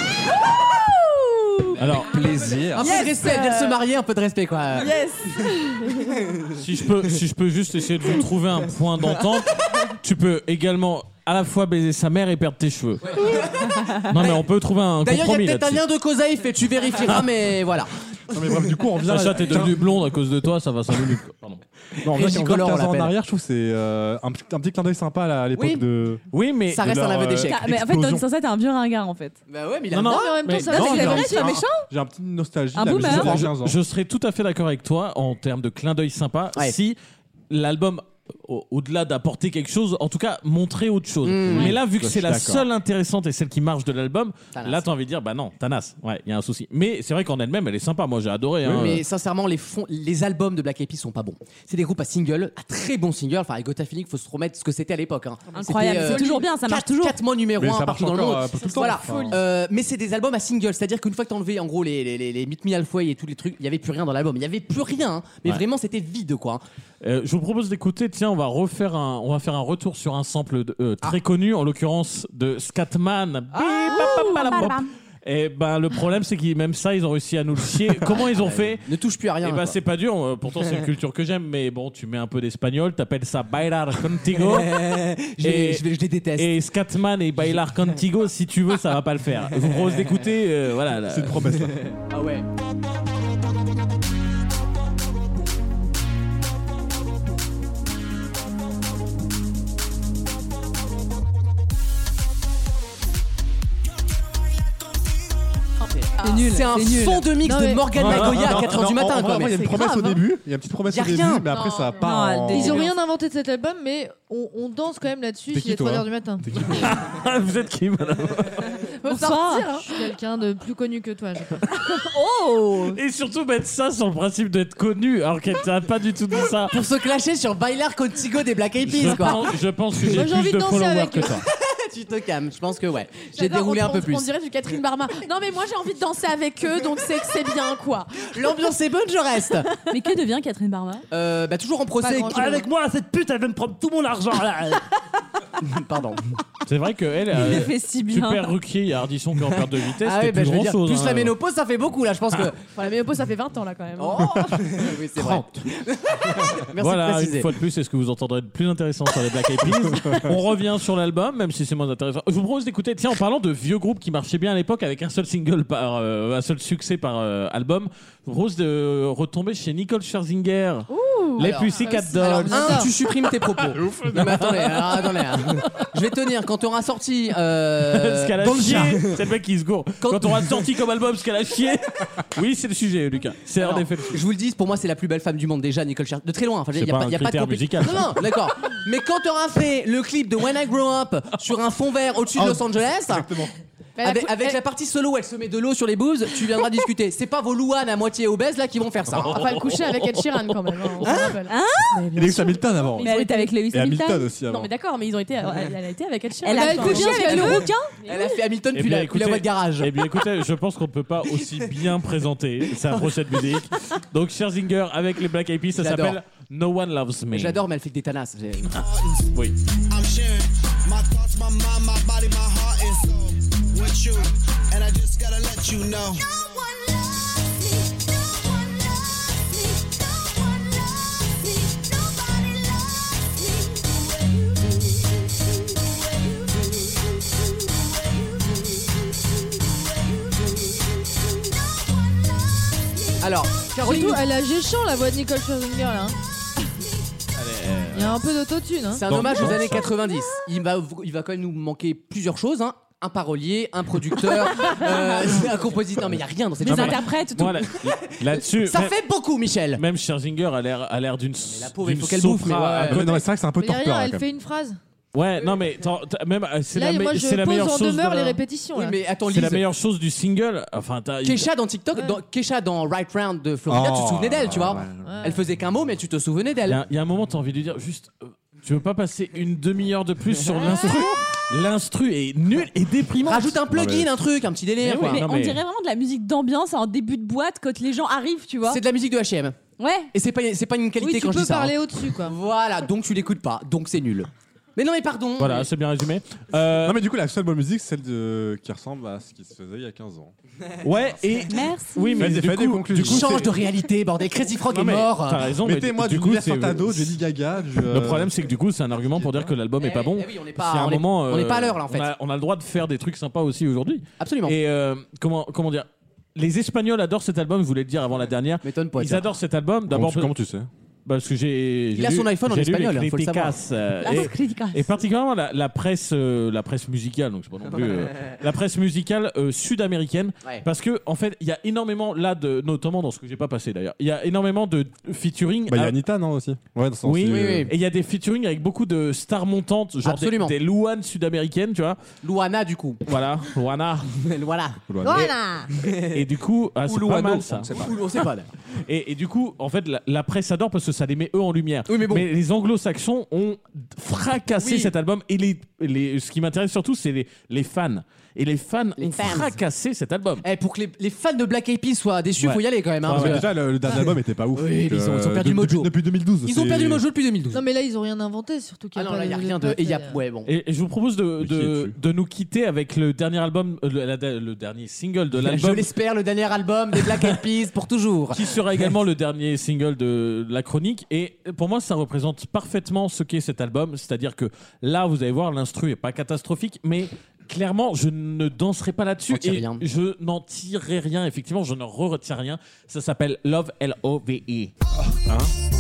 Alors, plaisir. Un peu de respect, elle vient de se marier, un peu de respect quoi. Yes. si je peux juste essayer de vous trouver un point d'entente, tu peux également à la fois baiser sa mère et perdre tes cheveux. Non mais on peut trouver un compromis là-dessus. D'ailleurs, il y a peut-être un lien de cause à effet, tu vérifieras, mais voilà. Non mais bref, du coup on revient. Sacha, t'es devenu blonde à cause de toi, ça va 5 minutes. Pardon. Non, on revient 15 ans en arrière, je trouve que c'est un petit clin d'œil sympa à l'époque de. Oui, mais ça reste un aveu d'échec. Mais en fait, Don Sansa, t'es un vieux ringard en fait. Bah ouais, mais il a mais en même temps, ça va, c'est vrai, c'est méchant. J'ai un petit nostalgie. Un boomer. Je serais tout à fait d'accord avec toi en termes de clin d'œil sympa si l'album, au-delà d'apporter quelque chose, en tout cas montrer autre chose. Mais là, vu que c'est la seule intéressante et celle qui marche de l'album, là t'as envie de dire bah non, Tanas, ouais, il y a un souci. Mais c'est vrai qu'en elle-même, elle est sympa. Moi, j'ai adoré. Oui, mais sincèrement, les albums de Black Eyed Peas sont pas bons. C'est des groupes à single, à très bons singles. Enfin, avec Gotta Feeling, faut se remettre ce que c'était à l'époque. Incroyable, c'est toujours bien, ça marche toujours. 4 mois numéro 1 partout dans le monde. Voilà. Mais c'est des albums à single, c'est-à-dire qu'une fois que t'enlevais en gros les Meet Me Halfway et tous les trucs, il y avait plus rien dans l'album. Il y avait plus rien. Mais vraiment, c'était vide quoi. Je vous propose d'écouter. Tiens, on va faire un retour sur un sample très connu, en l'occurrence de Scatman. Et ben le problème c'est que même ça ils ont réussi à nous le chier. Comment ils ont fait? Ne touche plus à rien. Et ben c'est pas dur. Pourtant c'est une culture que j'aime, mais bon tu mets un peu d'espagnol, t'appelles ça Bailar Contigo. Je les déteste. Et Scatman et Bailar Contigo, si tu veux, ça va pas le faire. Je vous propose d'écouter. Voilà. C'est une promesse. Là. Ah ouais. C'est un fond de mix de Morgan Magoya à 4h du matin. Il y a une promesse au début, il y a une petite promesse au début, mais après ça part. Ils ont rien inventé de cet album, mais on danse quand même là-dessus s'il est 3h du matin. Vous êtes qui, madame? Bonsoir. Je suis quelqu'un de plus connu que toi, je crois. Oh! Et surtout mettre ça sur le principe d'être connu, alors qu'elle n'a pas du tout dit ça. Pour se clasher sur Bailar Contigo des Black Eyed Peas, quoi. Je pense que j'ai plus de followers que toi. Tu te calmes, je pense que ouais. J'ai déroulé un peu plus. On dirait du Catherine Barma. Non mais moi j'ai envie de danser avec eux, donc c'est que c'est bien quoi. L'ambiance est bonne, je reste. Mais que devient Catherine Barma? Bah toujours en procès. Avec moi, cette pute, elle vient de prendre tout mon argent là. Pardon. C'est vrai qu'elle il fait si bien. Super Ruquier et Ardisson qui est en perte de vitesse. Ah oui, bah, plus grand chose. Plus la ménopause, ça fait beaucoup là. Je pense que. Enfin, la ménopause, ça fait 20 ans là quand même. Oh oui, c'est vrai. Merci voilà, de préciser. une fois de plus, c'est ce que vous entendrez de plus intéressant sur les Black Eyed Peas. On revient sur l'album, même si c'est moins intéressant. Je vous propose d'écouter, tiens, en parlant de vieux groupes qui marchaient bien à l'époque avec un seul single un seul succès par album, je vous propose de retomber chez Nicole Scherzinger. Les Pussycat Dolls. Tu supprimes tes propos. Non, mais attendez. Je vais tenir quand tu auras sorti. Ce qu'elle a chié. C'est le mec qui se gourre. Quand tu auras sorti comme album ce qu'elle a chié. Oui, c'est le sujet, Lucas. C'est en effet. Je vous le dis, pour moi, c'est la plus belle femme du monde déjà, Nicole Scherzinger. De très loin. Enfin, il n'y a pas de musical. Non, d'accord. Mais quand tu auras fait le clip de When I Grow Up sur un fond vert au-dessus de Los Angeles. Exactement. Avec la partie solo où elle se met de l'eau sur les boobs, tu viendras discuter. C'est pas vos Louane à moitié obèses là qui vont faire ça. Enfin, elle couchait avec Ed Sheeran quand même. Lewis Hamilton avant. Mais elle était avec Lewis Hamilton aussi avant. Non mais d'accord, mais ils ont été. Elle a été avec Ed Sheeran. Elle a couché avec le requin. Elle a fait Hamilton puis la voie de garage. Eh bien écoutez, je pense qu'on ne peut pas aussi bien présenter sa prochaine musique. Donc Scherzinger avec les Black Eyed Peas, ça s'appelle No One Loves Me. J'adore, mais elle fait que des tanasses. Oui. With you, and I just gotta let you know. Alors, Caroline, elle a géchant la voix de Nicole Scherzinger là. Il y a un peu d'autotune. C'est un hommage aux années 90. Il va quand même nous manquer plusieurs choses. Un parolier, un producteur, un compositeur, mais il n'y a rien dans cette des interprètes, tout. Voilà, là-dessus, ça fait beaucoup, Michel. Même Scherzinger a l'air d'une. La pauvre, il faut qu'elle bouffe. Non, c'est vrai que c'est un peu torpeur. Elle fait une phrase. Ouais, non mais même c'est la meilleure chose. Demeure les répétitions. Oui, mais attends, c'est la meilleure chose du single. Enfin, Kesha dans TikTok, Kesha dans Right Round de Florida, tu te souvenais d'elle, tu vois. Elle faisait qu'un mot, mais tu te souvenais d'elle. Il y a un moment, t'as envie de dire juste, tu veux pas passer une demi-heure de plus sur l'instru? L'instru est nul et déprimant. Rajoute un plugin, un truc, un petit délire. Mais on dirait vraiment de la musique d'ambiance en début de boîte quand les gens arrivent, tu vois. C'est de la musique de H&M. Ouais. Et c'est pas une qualité quand je dis ça. Tu peux parler au-dessus, quoi. Voilà, donc tu l'écoutes pas, donc c'est nul. Mais non, mais pardon. Voilà, c'est bien résumé. Non, mais du coup, la seule bonne musique, c'est celle qui ressemble à ce qui se faisait il y a 15 ans. Ouais, et. Merci. Oui, mais du coup, change de réalité, bordel. Crazy Frog est mort. T'as raison, mettez-moi du du coup, c'est Fantado, Lady Gaga. Le problème, c'est que du coup, c'est un argument pour dire que l'album est pas bon. Oui, on n'est pas à l'heure là en fait. On a le droit de faire des trucs sympas aussi aujourd'hui. Absolument. Et comment dire, les Espagnols adorent cet album, je voulais le dire avant la dernière. M'étonne pas. Ils adorent cet album. D'abord, comment tu sais? Parce que il a son iPhone en espagnol, il faut le savoir. Et particulièrement la presse musicale, donc c'est pas non plus la presse musicale sud-américaine, parce que en fait il y a énormément là notamment dans ce que j'ai pas passé d'ailleurs, il y a énormément de featuring. Il y a Anita non aussi. Ouais, oui. Et il y a des featuring avec beaucoup de stars montantes, genre des Luan sud-américaines, tu vois. Luana du coup. Voilà, Luana. Luana. Et du coup, c'est pas mal ça. On sait pas. Et du coup, en fait, la presse adore parce que ça les met eux en lumière. Oui, mais les anglo-saxons ont fracassé cet album et ce qui m'intéresse surtout, c'est les fans. Et les fans ont fracassé cet album. Pour que les fans de Black Eyed Peas soient déçus, faut y aller quand même. Hein, déjà, le dernier album était pas ouf. Oui, ils ont perdu le mojo. Depuis 2012. Ils ont perdu le mojo depuis 2012. Non, mais là, ils ont rien inventé, surtout qu'il y a il n'y a rien de. Et je vous propose de nous quitter avec le dernier album, le dernier single de l'album. Je l'espère, le dernier album des Black Eyed Peas pour toujours. Qui sera également le dernier single de la chronique. Et pour moi, ça représente parfaitement ce qu'est cet album. C'est-à-dire que là, vous allez voir, l'instru est pas catastrophique, mais clairement, je ne danserai pas là-dessus et je n'en tirerai rien. Effectivement, je ne retiens rien. Ça s'appelle Love, L-O-V-E. Hein?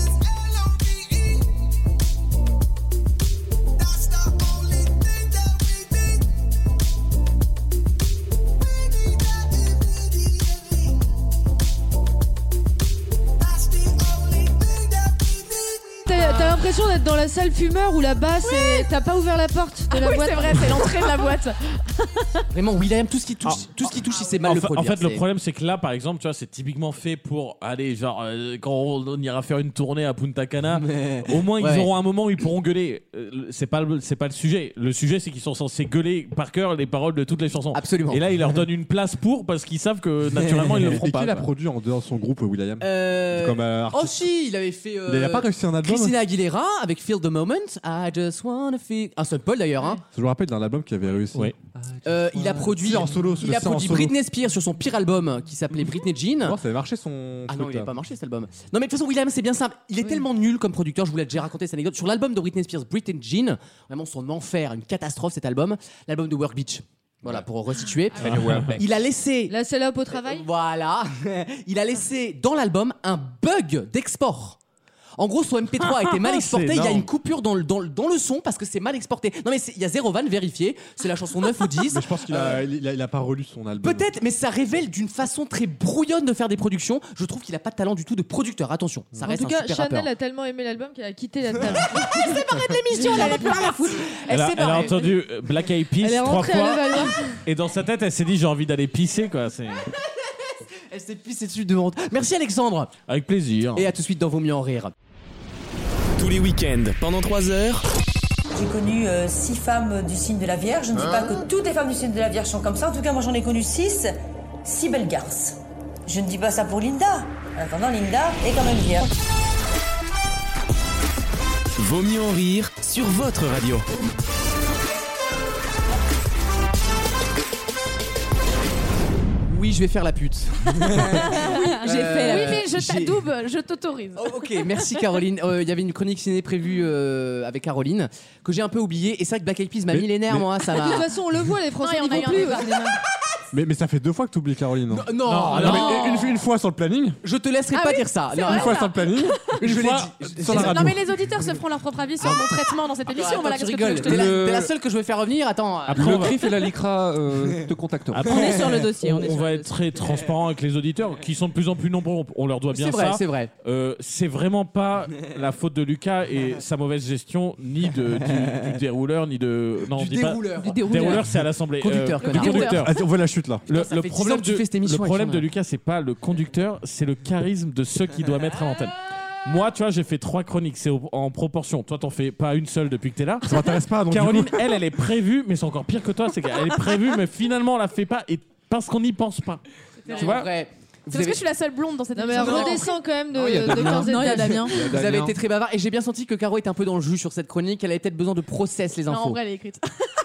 T'as l'impression d'être dans la salle fumeur où la basse et t'as pas ouvert la porte de la boîte. C'est vrai, c'est l'entrée de la boîte. Vraiment, Will.i.am, tout ce qui touche, il sait mal le produire. En fait, le problème, c'est que là, par exemple, tu vois, c'est typiquement fait pour aller, genre, quand on ira faire une tournée à Punta Cana, au moins ils auront un moment où ils pourront gueuler. C'est pas le sujet. Le sujet, c'est qu'ils sont censés gueuler par cœur les paroles de toutes les chansons. Absolument. Et là, ils leur donnent une place parce qu'ils savent que naturellement, ils le feront pas. Et qui l'a produit en dehors de son groupe, Will.i.am Oh si, il avait fait. Il a pas réussi un album. Christina Aguilera avec Feel the Moment. I just wanna feel. Un seul Paul d'ailleurs. Hein. Je me rappelle d'un album qui avait réussi. Oui. Il a produit en solo. Il a produit Britney Spears sur son pire album qui s'appelait Britney Jean. Oh, ça avait marché son. Ah non, il n'a pas marché cet album. Non mais de toute façon, Will.i.am c'est bien simple. Il est tellement nul comme producteur. Je vous l'ai déjà raconté cette anecdote sur l'album de Britney Spears, Britney Jean. Vraiment son enfer, une catastrophe cet album. L'album de Work Beach. Voilà, pour resituer. Il a laissé. La salope au travail. Voilà. Il a laissé dans l'album un bug d'export. En gros, son MP3 a été mal exporté. Il y a une coupure dans le son parce que c'est mal exporté. Non, mais il y a 0 van vérifié. C'est la chanson 9 ou 10. Mais je pense qu'il a pas relu son album. Peut-être, mais ça révêle d'une façon très brouillonne de faire des productions. Je trouve qu'il a pas de talent du tout de producteur. Attention, ça reste un super rappeur. En tout cas, Chanel a tellement aimé l'album qu'elle a quitté la table. Elle s'est barrée de l'émission. Elle avait plus rien à foutre. Elle a entendu Black Eyed Peas 3 fois. Et dans sa tête, elle s'est dit j'ai envie d'aller pisser, quoi. Elle s'est pissée dessus de honte. Merci Alexandre. Avec plaisir. Et à tout de suite dans Vaut mieux en rire. Tous les week-ends, pendant 3 heures. J'ai connu 6 femmes du signe de la Vierge. Je ne dis pas que toutes les femmes du signe de la Vierge sont comme ça. En tout cas, moi j'en ai connu 6 belles garces. Je ne dis pas ça pour Linda. En attendant, Linda est quand même vierge. Vaut mieux en rire sur votre radio. Oui, je vais faire la pute. J'ai fait la Oui, mais je t'adoube, je t'autorise. Oh, ok, merci Caroline. Il y avait une chronique ciné prévue avec Caroline que j'ai un peu oubliée. Et c'est vrai que Black Eyed Peas m'a mis les nerfs, moi. Ça De m'a... toute façon, on le voit, les Français Non, n'y vont plus au cinéma. Mais ça fait 2 fois que tu oublies Caroline. Non, mais une fois sur le planning. Je te laisserai pas dire ça. Une fois sur le planning. Une fois sur la radio. Non, mais les auditeurs se feront leur propre avis sur mon traitement dans cette émission. Voilà, tu qu'est-ce que rigoles. tu veux que je te dise. T'es la seule que je veux faire revenir. Attends. Le CRIF et la LICRA te contacteront. Après, On est sur le dossier. On va être très transparent avec les auditeurs qui sont de plus en plus nombreux. On leur doit bien ça. C'est vrai. C'est vraiment pas la faute de Lucas et sa mauvaise gestion, ni du dérouleur, ni de. Non, Du dérouleur. Dérouleur, c'est à l'Assemblée. Conducteur, du conducteur. On voit la chute là. Le problème de Lucas, c'est pas le conducteur, c'est le charisme de ceux qui doit mettre à l'antenne. Moi, tu vois, j'ai fait 3 chroniques, c'est en proportion. Toi, t'en fais pas une seule depuis que t'es là. Ça m'intéresse pas. Donc Caroline, elle est prévue, mais c'est encore pire que toi. C'est qu'elle est prévue, mais finalement, on la fait pas, et parce qu'on n'y pense pas. Tu vois. C'est parce que je suis la seule blonde dans cette Non mais émission. redescends quand même de Damien. 15 Non, il y a étages. Damien. Vous avez été très bavard et j'ai bien senti que Caro était un peu dans le jus sur cette chronique. Elle avait peut-être besoin de process les Non, infos. en vrai, elle est écrite.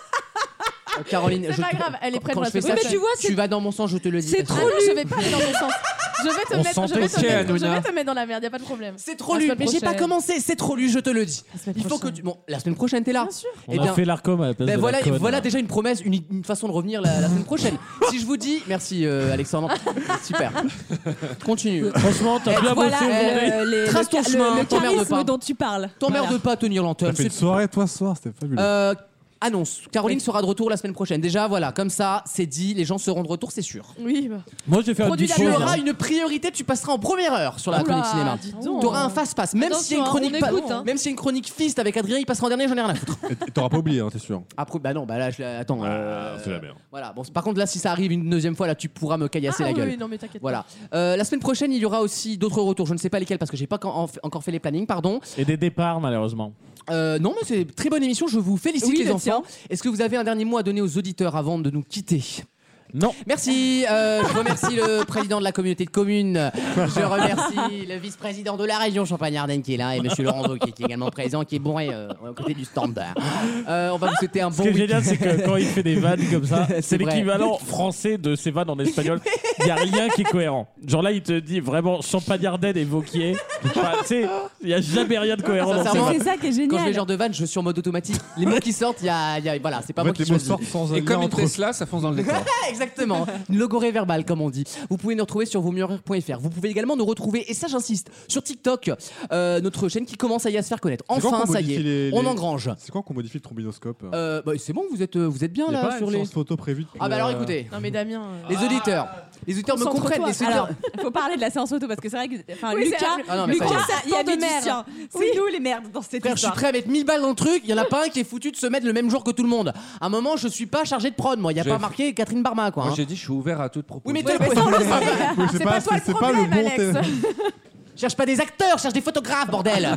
Caroline, C'est pas grave, elle est prête quand pour je fais la ça, semaine prochaine. Mais tu vois, tu vas dans mon sens, je te le dis. C'est Parce que- trop Ah non, je vais pas aller dans mon sens. Je vais te mettre dans la merde, y a pas de problème. C'est trop lu, mais j'ai pas commencé, c'est trop lu, je te le dis. Il faut que tu. Bon, la semaine prochaine, t'es là. Bien sûr. On a fait l'Arcom à la place de voilà, la conne, voilà là. déjà une promesse, une façon de revenir la semaine prochaine. Si je vous dis, merci Alexandre, super. Continue. Franchement, t'as bien bossé aujourd'hui. Trace ton chemin, le t'emmerdes charisme pas. dont tu parles. T'emmerdes pas à tenir T'as l'antenne. fait une soirée toi ce soir, c'était fabuleux. Annonce. Caroline sera de retour la semaine prochaine. Déjà, voilà, comme ça, c'est dit, les gens seront de retour, c'est sûr. Oui, bah. Moi, je vais faire Produit une Tu Damien. auras une priorité, tu passeras en première heure sur la Oula, chronique cinéma. dis donc. Tu auras un face-pass. Même s'il y a une Attention, chronique on écoute, hein. même s'il y a une chronique fist avec Adrien, il passera en dernier, j'en ai rien à foutre. Et t'auras pas oublié, hein, t'es sûr. Après, bah non, bah là, attends. C'est la merde. Voilà. Bon, par contre, là, si ça arrive une deuxième fois, là, tu pourras me caillasser Ah la gueule. oui, non mais t'inquiète. Voilà. La semaine prochaine, il y aura aussi d'autres retours. Je ne sais pas lesquels parce que j'ai pas encore fait les plannings, pardon. Et des départs, malheureusement. Non, mais c'est une très bonne émission. Je vous félicite, Oui, les le enfants. tien. Est-ce que vous avez un dernier mot à donner aux auditeurs avant de nous quitter? Non. Merci. Je remercie le président de la communauté de communes. Je remercie le vice-président de la région Champagne-Ardenne qui est là et monsieur Laurent Vaux qui est également présent, qui est bourré aux côtés du standard. On va vous souhaiter un bon Ce qui est week-end. génial, c'est que quand il fait des vannes comme ça, c'est vrai. l'équivalent français de ses vannes en espagnol. Il n'y a rien qui est cohérent. Genre là, il te dit vraiment Champagne-Ardenne et Vauquier. Enfin, tu sais, il n'y a jamais rien de cohérent dans ses Sincèrement, vannes. C'est ça qui est génial. Quand je fais ce genre de vanne, je suis en mode automatique. Les mots qui sortent, voilà, c'est pas En moi fait, qui les mots choisis. sortent sans Et lien comme une entre eux. Tesla, ça fonce dans le décor. Exactement, une logorée verbale comme on dit. Vous pouvez nous retrouver sur vosmieuxrire.fr. Vous pouvez également nous retrouver, et ça j'insiste, sur TikTok, notre chaîne qui commence à y se faire connaître. C'est quand Enfin, qu'on ça y modifie est, on engrange. C'est quand qu'on modifie le trombinoscope C'est bon, vous êtes bien Il y a là pas sur une les. séance photo prévue. Ah bah alors écoutez, Non mais Damien. les auditeurs me Concentre-toi. comprennent. Les auditeurs. Alors, il faut parler de la séance auto parce que c'est vrai que Oui, Lucas, c'est- Ah non, mais ça y est. Lucas, il y a de des merde. musiciens. C'est nous les merdes dans cette Frère, je suis histoire. prêt à mettre 1000 balles dans le truc. Il y en a pas un qui est foutu de se mettre le même jour que tout le monde. À un moment, je suis pas chargé de prod, moi. Il y a J'ai- pas marqué Catherine Barma, quoi. Moi, hein. j'ai dit, je suis ouvert à toute Oui, mais proposition. toi, mais ça, on le savait. Oui, C'est pas toi le problème, Alex. Cherche pas des acteurs, cherche des photographes, bordel.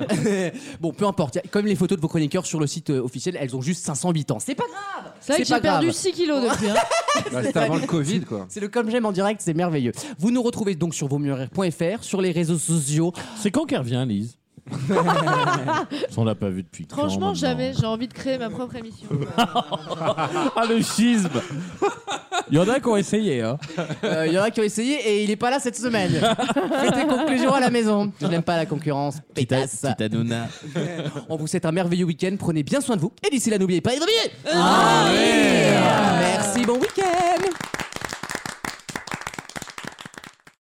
Bon, peu importe. Comme les photos de vos chroniqueurs sur le site officiel, elles ont juste 508 ans. C'est pas grave. C'est vrai que j'ai perdu 6 kilos depuis. Hein. Bah, c'était avant le Covid, quoi. C'est le comme j'aime en direct, c'est merveilleux. Vous nous retrouvez donc sur vosmieuxrire.fr, sur les réseaux sociaux. C'est quand qu'elle revient, Lise? On l'a pas vu depuis quand, Franchement, maintenant jamais. J'ai envie de créer ma propre émission. Ah, le schisme. Il y en a qui ont essayé, hein. Il y en a qui ont essayé et il est pas là cette semaine. Fais tes conclusions à la maison. Je n'aime pas la concurrence. Pétasse. Petite Hanouna. On vous souhaite un merveilleux week-end. Prenez bien soin de vous. Et d'ici là, n'oubliez pas, les amis. Ah oui. Merci, bon week-end.